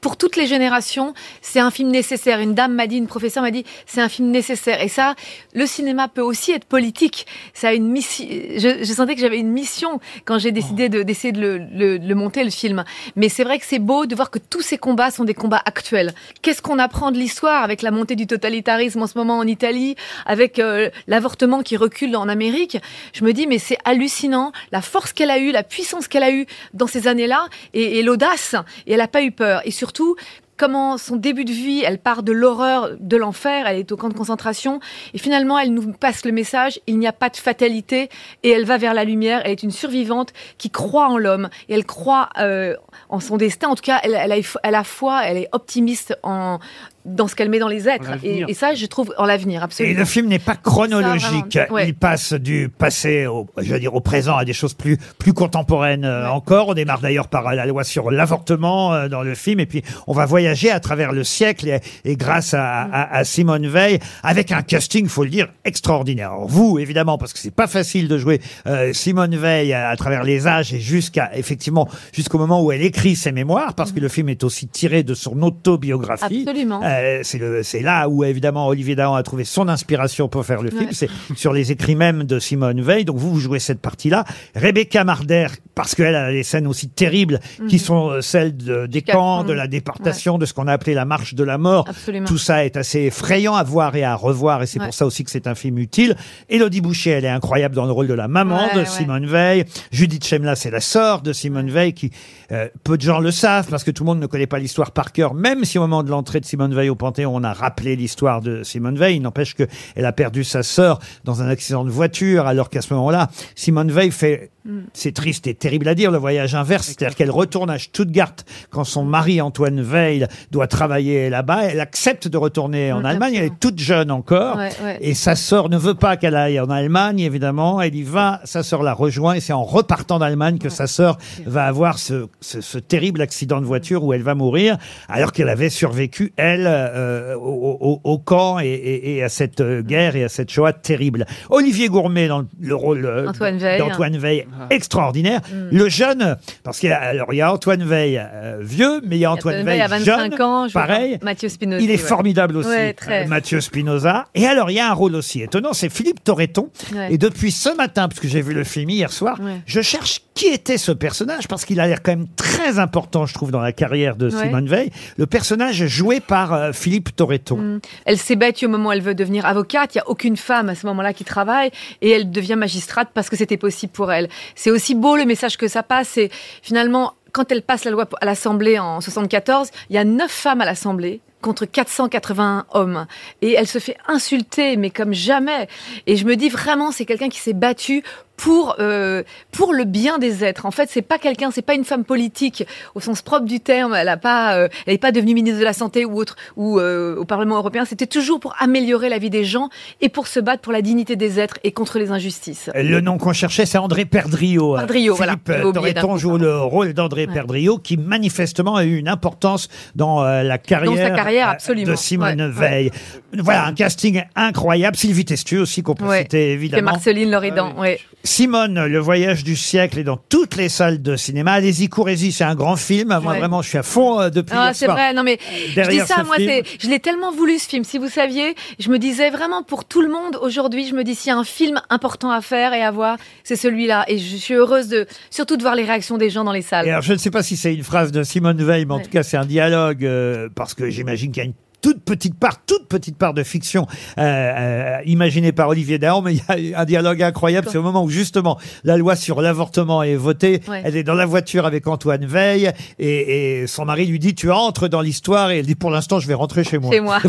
pour toutes les générations, c'est un film nécessaire. Une dame m'a dit, une professeure m'a dit, c'est un film nécessaire. Et ça, le cinéma peut aussi être politique. Ça a une mission. Je, je sentais que j'avais une mission quand j'ai décidé de, d'essayer de le, le, le monter, le film. Mais c'est vrai que c'est beau de voir que tous ces combats sont des combats actuels. Qu'est-ce qu'on apprend de l'histoire avec la montée du totalitarisme en ce moment en Italie, avec euh, l'avortement qui recule en Amérique? Je me dis, mais c'est hallucinant, la force qu'elle a eue, la puissance qu'elle a eue dans ces années-là, et, et l'audace. Et elle n'a pas eu peur. Et surtout, Surtout, comment son début de vie, elle part de l'horreur, de l'enfer, elle est au camp de concentration, et finalement, elle nous passe le message, il n'y a pas de fatalité, et elle va vers la lumière, elle est une survivante qui croit en l'homme, et elle croit euh, en son destin, en tout cas, elle, elle, a, elle a foi, elle est optimiste en... dans ce qu'elle met dans les êtres. Et, et ça, je trouve, en l'avenir, absolument. Et le film n'est pas chronologique. Ça, ouais. Il passe du passé au, je veux dire, au présent à des choses plus, plus contemporaines euh, encore. On démarre d'ailleurs par la loi sur l'avortement euh, dans le film. Et puis, on va voyager à travers le siècle et, et grâce à, à, à Simone Veil avec un casting, faut le dire, extraordinaire. Alors, vous, évidemment, parce que c'est pas facile de jouer euh, Simone Veil à, à travers les âges et jusqu'à, effectivement, jusqu'au moment où elle écrit ses mémoires, parce que le film est aussi tiré de son autobiographie. Absolument. Euh, c'est, le, c'est là où, évidemment, Olivier Dahan a trouvé son inspiration pour faire le film. Ouais. C'est sur les écrits même de Simone Veil. Donc, vous, vous jouez cette partie-là. Rebecca Marder, parce qu'elle a des scènes aussi terribles, Mhm. qui sont celles de, des camps, de la Mhm. déportation, de ce qu'on a appelé la marche de la mort. Absolument. Tout ça est assez effrayant à voir et à revoir, et c'est Ouais. pour ça aussi que c'est un film utile. Élodie Boucher, elle est incroyable dans le rôle de la maman Ouais, de ouais. Simone Veil. Judith Chemla, c'est la sœur de Simone Veil, qui, euh, peu de gens le savent, parce que tout le monde ne connaît pas l'histoire par cœur, même si au moment de l'entrée de Simone Veil au Panthéon, on a rappelé l'histoire de Simone Veil. Il n'empêche que elle a perdu sa sœur dans un accident de voiture, alors qu'à ce moment-là, Simone Veil fait, Mm. c'est triste et terrible à dire, le voyage inverse, c'est-à-dire qu'elle retourne à Stuttgart quand son mari Antoine Veil doit travailler là-bas. Elle accepte de retourner en Mm, Allemagne. Elle est toute jeune encore, Ouais, ouais. et sa sœur ne veut pas qu'elle aille en Allemagne, évidemment. Elle y va, sa sœur la rejoint, et c'est en repartant d'Allemagne que sa sœur va avoir ce, ce, ce terrible accident de voiture où elle va mourir, alors qu'elle avait survécu, elle, euh, au, au, au camp et, et, et à cette euh, guerre et à cette Shoah terrible. Olivier Gourmet dans le, le rôle euh, Antoine Veil. d'Antoine Veil, extraordinaire. Le jeune, parce qu'il y a, alors il y a Antoine Veil euh, vieux, mais il y a Antoine Antoine Veil Veil à vingt-cinq jeune, ans, je vois pareil. Mathieu Spinoza. Il est ouais. formidable aussi, Ouais, très. euh, Mathieu Spinoza. Et alors, il y a un rôle aussi étonnant, c'est Philippe Torreton. Ouais. Et depuis ce matin, puisque j'ai vu le film hier soir, Ouais. je cherche qui était ce personnage, parce qu'il a l'air quand même très important, je trouve, dans la carrière de Ouais. Simone Veil. Le personnage joué par euh, Philippe Torreton. Mm. Elle s'est battue au moment où elle veut devenir avocate. Il n'y a aucune femme à ce moment-là qui travaille, et elle devient magistrate parce que c'était possible pour elle. C'est aussi beau le message que ça passe. C'est finalement, quand elle passe la loi à l'Assemblée en soixante-quatorze, il y a neuf femmes à l'Assemblée contre quatre cent quatre-vingts hommes. Et elle se fait insulter, mais comme jamais. Et je me dis vraiment, c'est quelqu'un qui s'est battu pour euh, pour le bien des êtres. En fait, c'est pas quelqu'un, c'est pas une femme politique au sens propre du terme. Elle a pas, euh, elle est pas devenue ministre de la Santé ou autre ou euh, au Parlement européen. C'était toujours pour améliorer la vie des gens et pour se battre pour la dignité des êtres et contre les injustices. Le nom qu'on cherchait, c'est André Perdriau. Perdriau, voilà. Philippe J'avais oublié Torreton d'un joue le rôle d'André Ouais. Perdriau, qui manifestement a eu une importance dans euh, la carrière, Dans sa carrière, euh, absolument. de Simone Ouais. Veil. Voilà, un casting incroyable. Sylvie Testu aussi, qu'on peut Ouais. citer C'est évidemment. Marceline Loridan. Ouais. Simone, le voyage du siècle est dans toutes les salles de cinéma. Allez-y, courez-y, c'est un grand film. Moi, Ouais. vraiment, je suis à fond euh, depuis Ah, hier c'est soir. vrai, non mais je dis derrière ça, ce moi, film. c'est, je l'ai tellement voulu ce film. Si vous saviez, je me disais vraiment pour tout le monde aujourd'hui, je me dis s'il y a un film important à faire et à voir, c'est celui-là. Et je suis heureuse de, surtout de voir les réactions des gens dans les salles. Et alors, je ne sais pas si c'est une phrase de Simone Veil, mais en Ouais. tout cas, c'est un dialogue, euh, parce que j'imagine qu'il y a une toute petite part, toute petite part de fiction euh, euh, imaginée par Olivier Dahan, mais il y a un dialogue incroyable. C'est au moment où justement la loi sur l'avortement est votée. Ouais. Elle est dans la voiture avec Antoine Veil et, et son mari lui dit tu entres dans l'histoire, et elle dit pour l'instant je vais rentrer chez moi. Chez moi.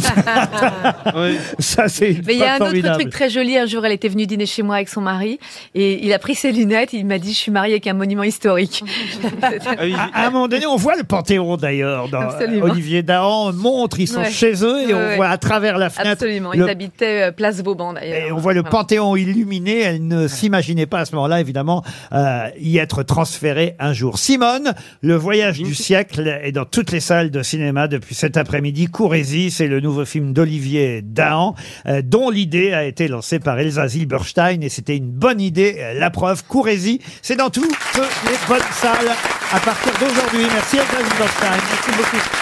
Ça c'est. une Mais il y a phrase un autre formidable. truc très joli. Un jour, elle était venue dîner chez moi avec son mari et il a pris ses lunettes. Il m'a dit, je suis mariée avec un monument historique. À un moment donné, on voit le Panthéon d'ailleurs. Dans Absolument. Olivier Dahan montre, ils sont Ouais. chez eux et Ouais, on ouais. voit à travers la fenêtre. Absolument. le- Ils habitaient euh, Place Vauban d'ailleurs. Et on voit le Voilà. Panthéon illuminé. Elle ne s'imaginait pas à ce moment-là, évidemment, euh, y être transférée un jour. Simone, le voyage du siècle est dans toutes les salles de cinéma depuis cet après-midi. Courez-y, c'est le nouveau film d'Olivier Dahan, euh, dont l'idée a été lancée par Elsa Zilberstein, et c'était une bonne idée. Euh, La preuve, courez-y, c'est dans toutes les bonnes salles à partir d'aujourd'hui. Merci Elsa Zilberstein. Merci beaucoup.